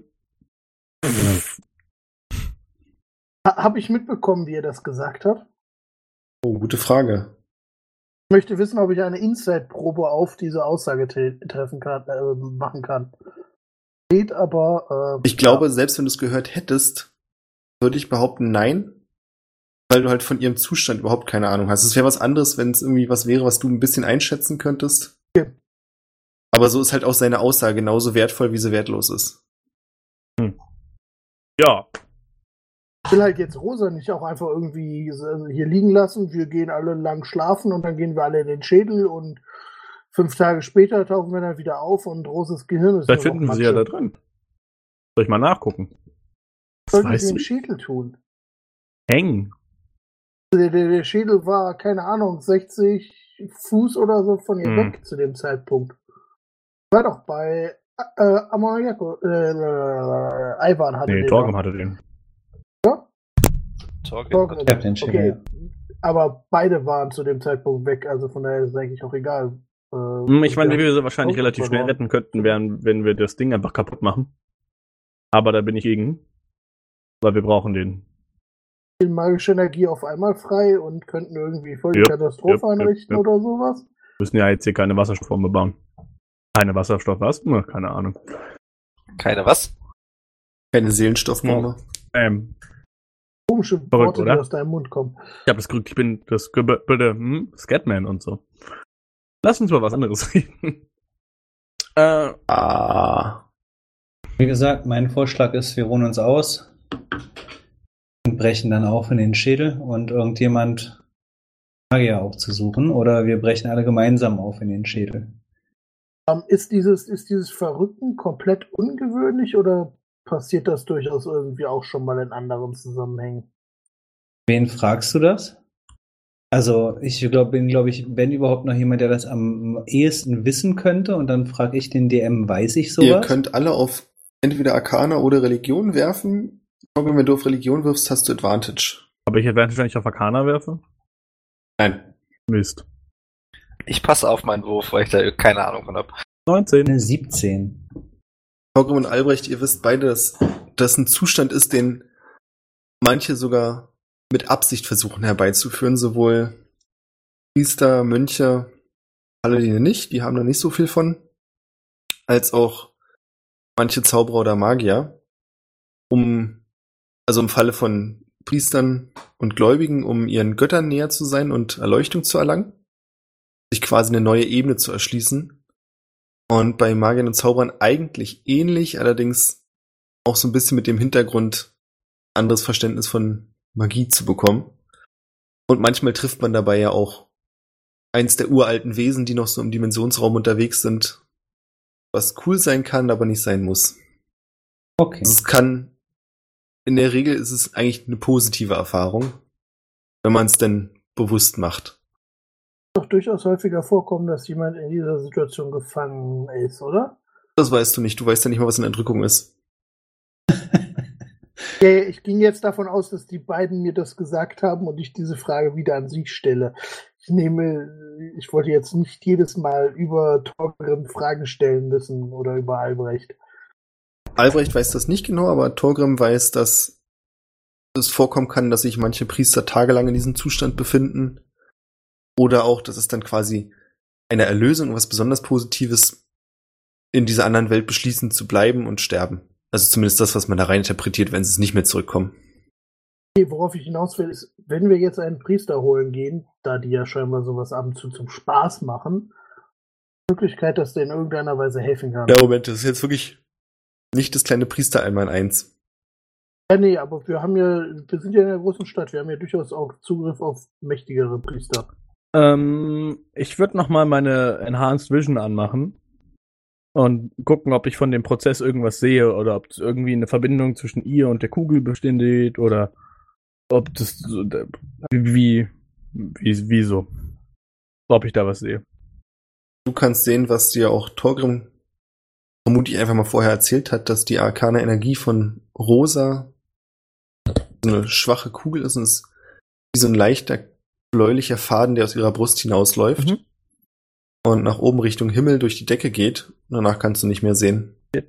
Ha Habe ich mitbekommen, wie er das gesagt hat? Oh, gute Frage. Ich möchte wissen, ob ich eine Inside-Probe auf diese Aussage tre treffen kann, äh, machen kann. Geht aber. Äh, Ich glaube, selbst wenn du es gehört hättest, würde ich behaupten, nein. Weil du halt von ihrem Zustand überhaupt keine Ahnung hast. Es wäre was anderes, wenn es irgendwie was wäre, was du ein bisschen einschätzen könntest. Ja. Aber so ist halt auch seine Aussage genauso wertvoll, wie sie wertlos ist. Ja. Ich will halt jetzt Rosa nicht auch einfach irgendwie hier liegen lassen. Wir gehen alle lang schlafen und dann gehen wir alle in den Schädel und fünf Tage später tauchen wir dann wieder auf und Rosas Gehirn ist Vielleicht nur noch finden wir sie ja da Matsche. drin. Soll ich mal nachgucken? Was sollten Weiß wir im ich. Schädel tun? Hängen. Der, der, der Schädel war, keine Ahnung, sechzig Fuß oder so von ihr Hm. weg zu dem Zeitpunkt. War doch bei äh, Ammoniako, äh, äh, Ivan hatte Nee, den Torgrim doch. hatte den. Torgrim. Torgrim. Ich hab den Schädel. Okay, aber beide waren zu dem Zeitpunkt weg, also von daher ist es eigentlich auch egal. Äh, Hm, Ich meine, wie wir sie wahrscheinlich Torgrim relativ schnell verloren. retten könnten, wären, wenn wir das Ding einfach kaputt machen. Aber da bin ich gegen. Weil wir brauchen den. Die magische Energie auf einmal frei und könnten irgendwie voll die Jupp, Katastrophe jupp, jupp, einrichten jupp. oder sowas. Wir müssen ja jetzt hier keine Wasserstoffbombe bauen. Keine Wasserstoff, was? Hm, Keine Ahnung. Keine was? Keine Seelenstoffbombe. Ähm, Komische Verrückt, Worte, die oder? aus deinem Mund kommen. ich habe das Glück, ich bin das Ge- bitte, hm, Scatman und so. Lass uns mal was anderes reden. äh, Ah. Wie gesagt, mein Vorschlag ist, wir ruhen uns aus und brechen dann auf in den Schädel und irgendjemand Magier aufzusuchen oder wir brechen alle gemeinsam auf in den Schädel. Ähm, ist, dieses, ist dieses Verrücken komplett ungewöhnlich oder passiert das durchaus irgendwie auch schon mal in anderen Zusammenhängen? Wen fragst du das? Also ich glaube, bin, glaube ich, wenn überhaupt noch jemand, der das am ehesten wissen könnte. Und dann frage ich den D M, weiß ich sowas? Ihr könnt alle auf entweder Arcana oder Religion werfen. Aber wenn du auf Religion wirfst, hast du Advantage. Aber ich Advantage, wenn ich auf Arcana werfe? Nein. Mist. Ich passe auf meinen Wurf, weil ich da keine Ahnung von habe. neunzehn. Eine siebzehn. Torgrim und Albrecht, ihr wisst beide, dass das ein Zustand ist, den manche sogar mit Absicht versuchen herbeizuführen, sowohl Priester, Mönche, Paladine nicht, die haben da nicht so viel von, als auch manche Zauberer oder Magier, um, also im Falle von Priestern und Gläubigen, um ihren Göttern näher zu sein und Erleuchtung zu erlangen, sich quasi eine neue Ebene zu erschließen. Und bei Magiern und Zauberern eigentlich ähnlich, allerdings auch so ein bisschen mit dem Hintergrund, anderes Verständnis von Magie zu bekommen. Und manchmal trifft man dabei ja auch eins der uralten Wesen, die noch so im Dimensionsraum unterwegs sind, was cool sein kann, aber nicht sein muss. Okay. Es kann, in der Regel ist es eigentlich eine positive Erfahrung, wenn man es denn bewusst macht. Doch durchaus häufiger vorkommen, dass jemand in dieser Situation gefangen ist, oder? Das weißt du nicht. Du weißt ja nicht mal, was eine Entrückung ist. Ja, ich ging jetzt davon aus, dass die beiden mir das gesagt haben und ich diese Frage wieder an sie stelle. Ich nehme, ich wollte jetzt nicht jedes Mal über Torgrim Fragen stellen müssen oder über Albrecht. Albrecht weiß das nicht genau, aber Torgrim weiß, dass es vorkommen kann, dass sich manche Priester tagelang in diesem Zustand befinden. Oder auch, dass es dann quasi eine Erlösung und was besonders Positives in dieser anderen Welt beschließen zu bleiben und sterben. Also zumindest das, was man da rein interpretiert, wenn sie es nicht mehr zurückkommen. Okay, worauf ich hinaus will, ist, wenn wir jetzt einen Priester holen gehen, da die ja scheinbar sowas ab und zu zum Spaß machen, die Möglichkeit, dass der in irgendeiner Weise helfen kann. Ja, Moment, das ist jetzt wirklich nicht das kleine Priester einmal in eins. Ja, nee, aber wir haben ja, wir sind ja in einer großen Stadt, wir haben ja durchaus auch Zugriff auf mächtigere Priester. Ähm, ich würde nochmal meine Enhanced Vision anmachen und gucken, ob ich von dem Prozess irgendwas sehe oder ob es irgendwie eine Verbindung zwischen ihr und der Kugel besteht oder ob das so, wie, wie, wie so. Ob ich da was sehe. Du kannst sehen, was dir auch Torgrim vermutlich einfach mal vorher erzählt hat, dass die arkane Energie von Rosa so eine schwache Kugel ist und es ist wie so ein leichter bläulicher Faden, der aus ihrer Brust hinausläuft Mhm. und nach oben Richtung Himmel durch die Decke geht. Danach kannst du nicht mehr sehen. Ja.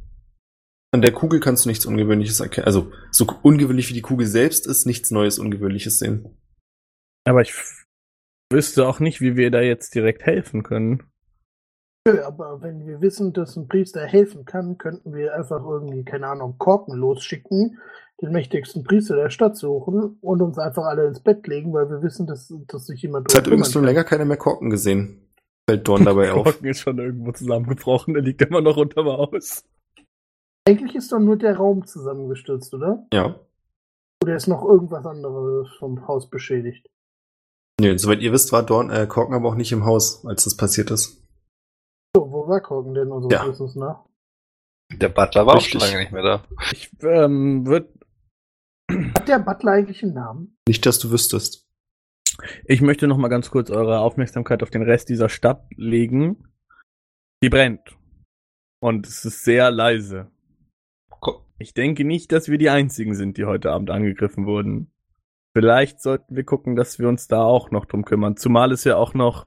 An der Kugel kannst du nichts Ungewöhnliches erkennen. Also so ungewöhnlich wie die Kugel selbst ist, nichts Neues, Ungewöhnliches sehen. Aber ich f- wüsste auch nicht, wie wir da jetzt direkt helfen können. Nö, aber wenn wir wissen, dass ein Priester helfen kann, könnten wir einfach irgendwie, keine Ahnung, Korken losschicken, den mächtigsten Priester der Stadt suchen und uns einfach alle ins Bett legen, weil wir wissen, dass, dass sich jemand Es hat drum übrigens schon kümmern länger keiner mehr Korken gesehen. Fällt Dorn dabei auf. Korken ist schon irgendwo zusammengebrochen, der liegt immer noch unterm Haus. kann. Eigentlich ist doch nur der Raum zusammengestürzt, oder? Ja. Oder ist noch irgendwas anderes vom Haus beschädigt? Nö, soweit ihr wisst, war Dorn, äh, Korken aber auch nicht im Haus, als das passiert ist. So, wo war Korken denn unseres Ja. Wissens nach? Der Butler war Richtig. auch schon lange nicht mehr da. Ich ähm, würde Hat der Butler eigentlich einen Namen? Nicht, dass du wüsstest. Ich möchte noch mal ganz kurz eure Aufmerksamkeit auf den Rest dieser Stadt legen. Die brennt. Und es ist sehr leise. Ko- Ich denke nicht, dass wir die Einzigen sind, die heute Abend angegriffen wurden. Vielleicht sollten wir gucken, dass wir uns da auch noch drum kümmern. Zumal es ja auch noch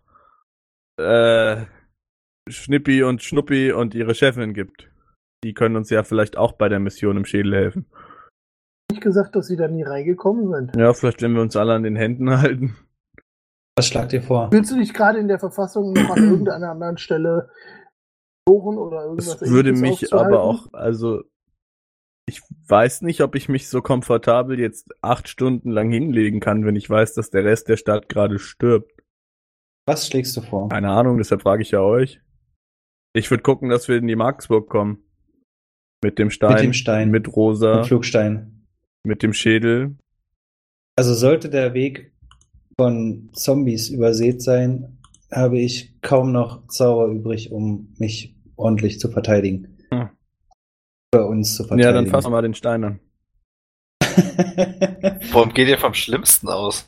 äh, Schnippi und Schnuppi und ihre Chefin gibt. Die können uns ja vielleicht auch bei der Mission im Schädel helfen. Nicht gesagt, dass sie da nie reingekommen sind. Ja, vielleicht wenn wir uns alle an den Händen halten. Was schlagt ihr vor? Willst du dich gerade in der Verfassung noch an irgendeiner anderen Stelle bohren oder irgendwas Das würde Ähnliches mich aufzuhalten? aber auch, also ich weiß nicht, ob ich mich so komfortabel jetzt acht Stunden lang hinlegen kann, wenn ich weiß, dass der Rest der Stadt gerade stirbt. Was schlägst du vor? Keine Ahnung, deshalb frage ich ja euch. Ich würde gucken, dass wir in die Marksburg kommen. Mit dem Stein. Mit dem Stein. Mit Rosa. Mit Flugstein. Mit dem Schädel. Also sollte der Weg von Zombies übersät sein, habe ich kaum noch Zauber übrig, um mich ordentlich zu verteidigen. Hm. Bei uns zu verteidigen. Ja, dann fassen wir mal den Stein an. Warum geht ihr vom Schlimmsten aus?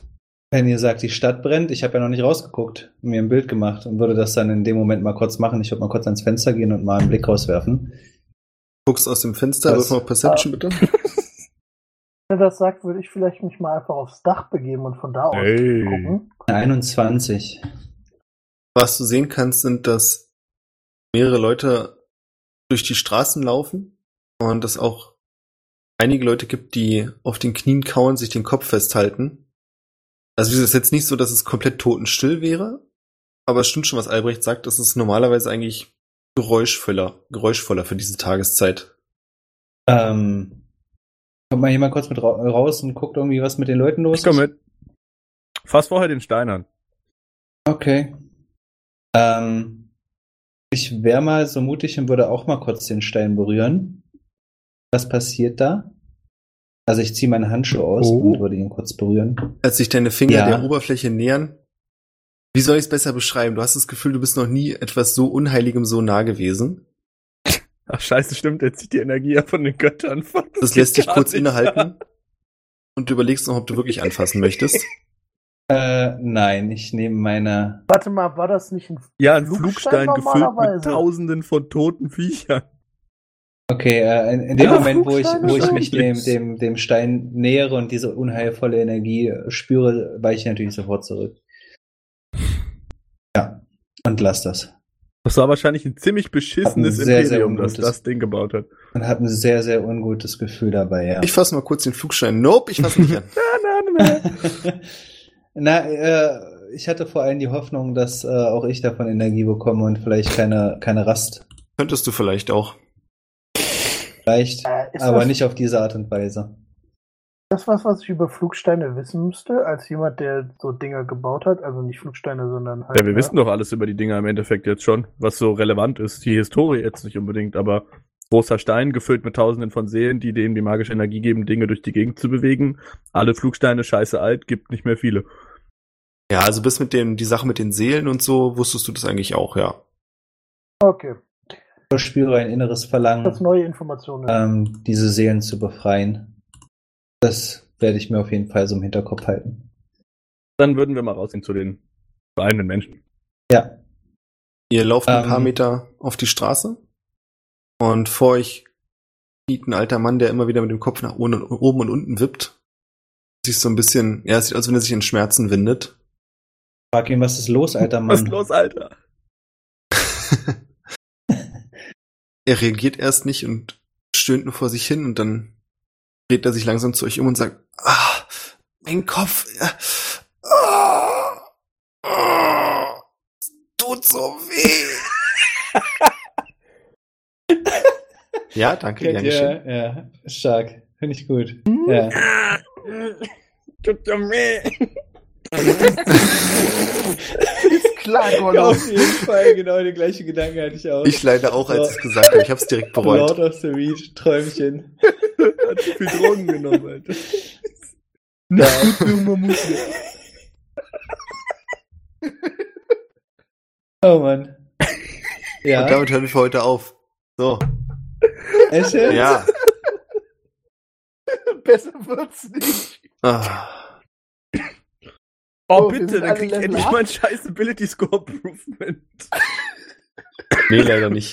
Wenn ihr sagt, die Stadt brennt, ich habe ja noch nicht rausgeguckt und mir ein Bild gemacht und würde das dann in dem Moment mal kurz machen. Ich würde mal kurz ans Fenster gehen und mal einen Blick rauswerfen. Guckst aus dem Fenster, wirf mal Perception bitte. Wenn er das sagt, würde ich vielleicht mich mal einfach aufs Dach begeben und von da aus Hey. gucken. einundzwanzig. Was du sehen kannst, sind, dass mehrere Leute durch die Straßen laufen und es auch einige Leute gibt, die auf den Knien kauern, sich den Kopf festhalten. Also es ist jetzt nicht so, dass es komplett totenstill wäre, aber es stimmt schon, was Albrecht sagt, es ist normalerweise eigentlich geräuschvoller, geräuschvoller für diese Tageszeit. Ähm, kommt mal hier mal kurz mit ra raus und guckt irgendwie, was mit den Leuten los Ich komm ist. mit. Fass vorher den Stein an. Okay. Ähm, ich wäre mal so mutig und würde auch mal kurz den Stein berühren. Was passiert da? Also ich ziehe meine Handschuhe aus Oh. und würde ihn kurz berühren. Als sich deine Finger Ja. der Oberfläche nähern, wie soll ich es besser beschreiben? Du hast das Gefühl, du bist noch nie etwas so Unheiligem so nah gewesen. Ach scheiße, stimmt, jetzt zieht die Energie ja von den Göttern. Fuck, Das geht lässt dich gar kurz nicht. innehalten und du überlegst noch, ob du wirklich anfassen möchtest. Äh, nein, ich nehme meine... Warte mal, war das nicht ein Ja, ein Flugstein Flugstein gefüllt mit normalerweise? tausenden von toten Viechern. Okay, äh, in, in dem Ja, Moment, wo ich, wo ich mich dem, Flugsteine. dem, dem Stein nähere und diese unheilvolle Energie spüre, weiche ich natürlich sofort zurück. Ja, und lass das. Das war wahrscheinlich ein ziemlich beschissenes Hat ein sehr, sehr Imperium, das ungutes- das Ding gebaut hat. Und habe ein sehr, sehr ungutes Gefühl dabei, ja. Ich fasse mal kurz den Flugschein. Nope, ich fasse nicht an. Na, äh, ich hatte vor allem die Hoffnung, dass äh, auch ich davon Energie bekomme und vielleicht keine, keine Rast. Könntest du vielleicht auch. Vielleicht, Äh, ist aber das, nicht auf diese Art und Weise. das was, was ich über Flugsteine wissen müsste, als jemand, der so Dinger gebaut hat? Also nicht Flugsteine, sondern halt. Ja, wir ne? wissen doch alles über die Dinger im Endeffekt jetzt schon, was so relevant ist. Die Historie jetzt nicht unbedingt, aber großer Stein, gefüllt mit tausenden von Seelen, die denen die magische Energie geben, Dinge durch die Gegend zu bewegen. Alle Flugsteine scheiße alt, gibt nicht mehr viele. Ja, also bis mit den, die Sache mit den Seelen und so, wusstest du das eigentlich auch, ja. Okay, Ich verspüre ein inneres das Verlangen, neue Informationen. ähm, diese Seelen zu befreien. Das werde ich mir auf jeden Fall so im Hinterkopf halten. Dann würden wir mal rausgehen zu den vereinenden Menschen. Ja. Ihr lauft ein Ähm. paar Meter auf die Straße und vor euch liegt ein alter Mann, der immer wieder mit dem Kopf nach oben und unten wippt. Sich so ein bisschen, ja, es sieht aus, als wenn er sich in Schmerzen windet. Frag ihn, was ist los, alter Mann? Was ist los, Alter? Er reagiert erst nicht und stöhnt nur vor sich hin und dann dreht er sich langsam zu euch um und sagt, ah, mein Kopf, ja, ah, ah, es tut so weh. Ja, danke, gern ja, geschehen. ja, stark. Finde ich gut. Ja. Tut so weh. Ist klar, Ja, Gordon. auf jeden Fall, genau die gleiche Gedanken hatte ich auch. Ich leider auch, als ich es gesagt habe, ich habe es direkt bereut. Lord of the Reach, Träumchen. Hat zu viel Drogen genommen, Alter. Oh Mann. Ja, Und damit hören wir für heute auf. So, echt jetzt? ja. Besser wird's nicht. Ah. Oh, Oh, wir bitte, sind dann alle krieg ich Level endlich up. mein scheiß Ability Score Improvement. Nee, leider nicht.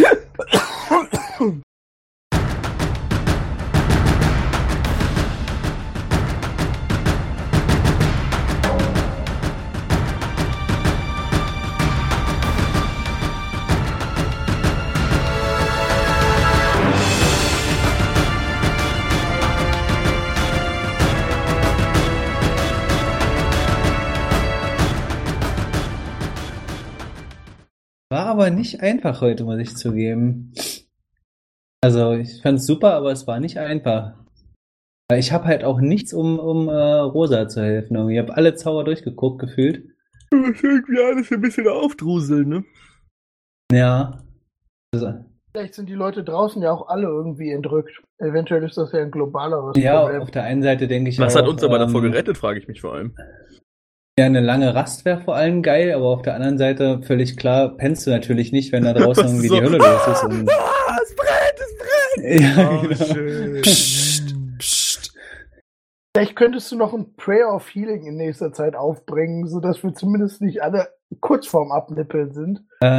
War aber nicht einfach heute, muss ich zugeben. Also, ich fand es super, aber es war nicht einfach. Weil ich habe halt auch nichts, um, um äh, Rosa zu helfen. Ich habe alle Zauber durchgeguckt, gefühlt. Du musst irgendwie alles ein bisschen aufdruseln, ne? Ja. Also, Vielleicht sind die Leute draußen ja auch alle irgendwie entrückt. Eventuell ist das ja ein globaleres ja, Problem. auf der einen Seite denke ich Was auch, hat uns aber davor ähm, gerettet, frage ich mich vor allem. Ja, eine lange Rast wäre vor allem geil, aber auf der anderen Seite völlig klar, pennst du natürlich nicht, wenn da draußen Was irgendwie so- die Hölle los ist. Und, Ah, es brennt, es brennt! ja, Oh, genau. schön. Psst, psst. Vielleicht könntest du noch ein Prayer of Healing in nächster Zeit aufbringen, sodass wir zumindest nicht alle kurz vorm Abnippeln sind.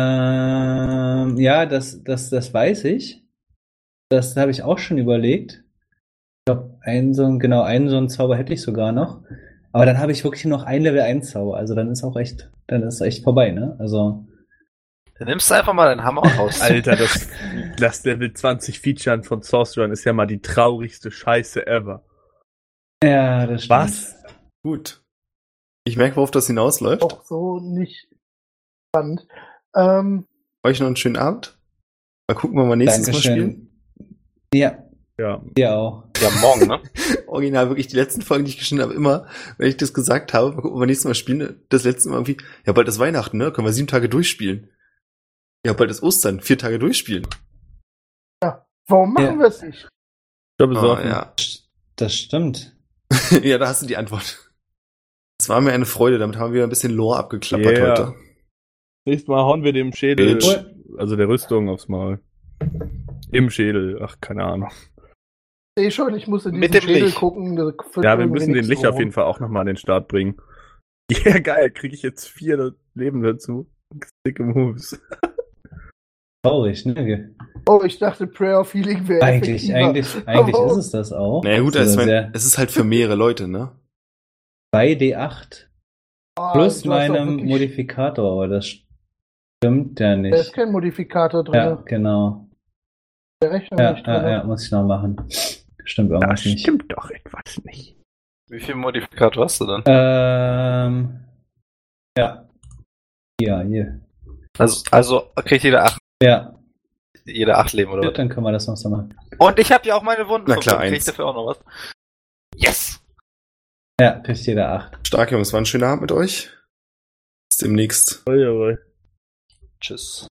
Ähm, ja, das, das, das weiß ich. Das habe ich auch schon überlegt. Ich glaube, einen so ein, genau, einen so einen Zauber hätte ich sogar noch. Aber dann habe ich wirklich nur noch ein Level eins Zauber. Also dann ist auch echt, dann ist echt vorbei, ne? Also. Dann nimmst du einfach mal deinen Hammer und haust. Alter, das, das Level zwanzig Featuren von Sorcerern ist ja mal die traurigste Scheiße ever. Ja, das stimmt. Was? Gut. Ich merke, worauf das hinausläuft. Auch so nicht spannend. Ähm, Euch noch einen schönen Abend. Mal gucken, wann wir nächstes Mal spielen. Ja, Ja. dir auch. Ja, morgen, ne? Original wirklich die letzten Folgen, die ich geschnitten habe, immer, wenn ich das gesagt habe, mal gucken, wann wir nächstes Mal spielen, das letzte Mal irgendwie, ja, bald ist Weihnachten, ne? Können wir sieben Tage durchspielen. Ja, bald ist Ostern, vier Tage durchspielen. warum machen Ja. wir es nicht? Ich glaube, Ah, besoffen. ja. Das stimmt. Ja, da hast du die Antwort. Es war mir eine Freude, damit haben wir ein bisschen Lore abgeklappert Yeah. heute. Nächstes Mal hauen wir dem Schädel, Bitch. also der Rüstung aufs Maul. Im Schädel, ach, keine Ahnung. Ich sehe schon, ich muss in Mit diesen dem Schädel Licht. gucken. da führt Ja, wir irgendwie müssen den nichts Licht auf rum. jeden Fall auch nochmal an den Start bringen. Ja, geil, kriege ich jetzt vier Leben dazu. Dicke Moves. Traurig, ne? Oh, ich dachte, Prayer of Healing wäre Eigentlich, effektiver. eigentlich, eigentlich Aber- ist es das auch. Naja, gut, Also es, mein, sehr- es ist halt für mehrere Leute, ne? zwei D acht Ah, plus du hast doch meinem wirklich- Modifikator, aber das stimmt ja Da ist nicht. kein Modifikator drin. Ja, genau. Der Rechnung Ja, nicht drin. ja, ja, muss ich noch machen. Stimmt Da irgendwas nicht. stimmt doch etwas nicht. Wie viel Modifikator hast du denn? Ähm, ja. Ja, hier. Also, also kriegt jeder acht, Ja, jeder acht Leben, oder was? dann können wir das noch so machen. Und ich habe ja auch meine Wunden. Na klar, Krieg ich eins. dafür auch noch was? Yes! Ja, kriegt jeder acht. Stark, Jungs, war ein schöner Abend mit euch. Bis demnächst. Jawohl. Tschüss.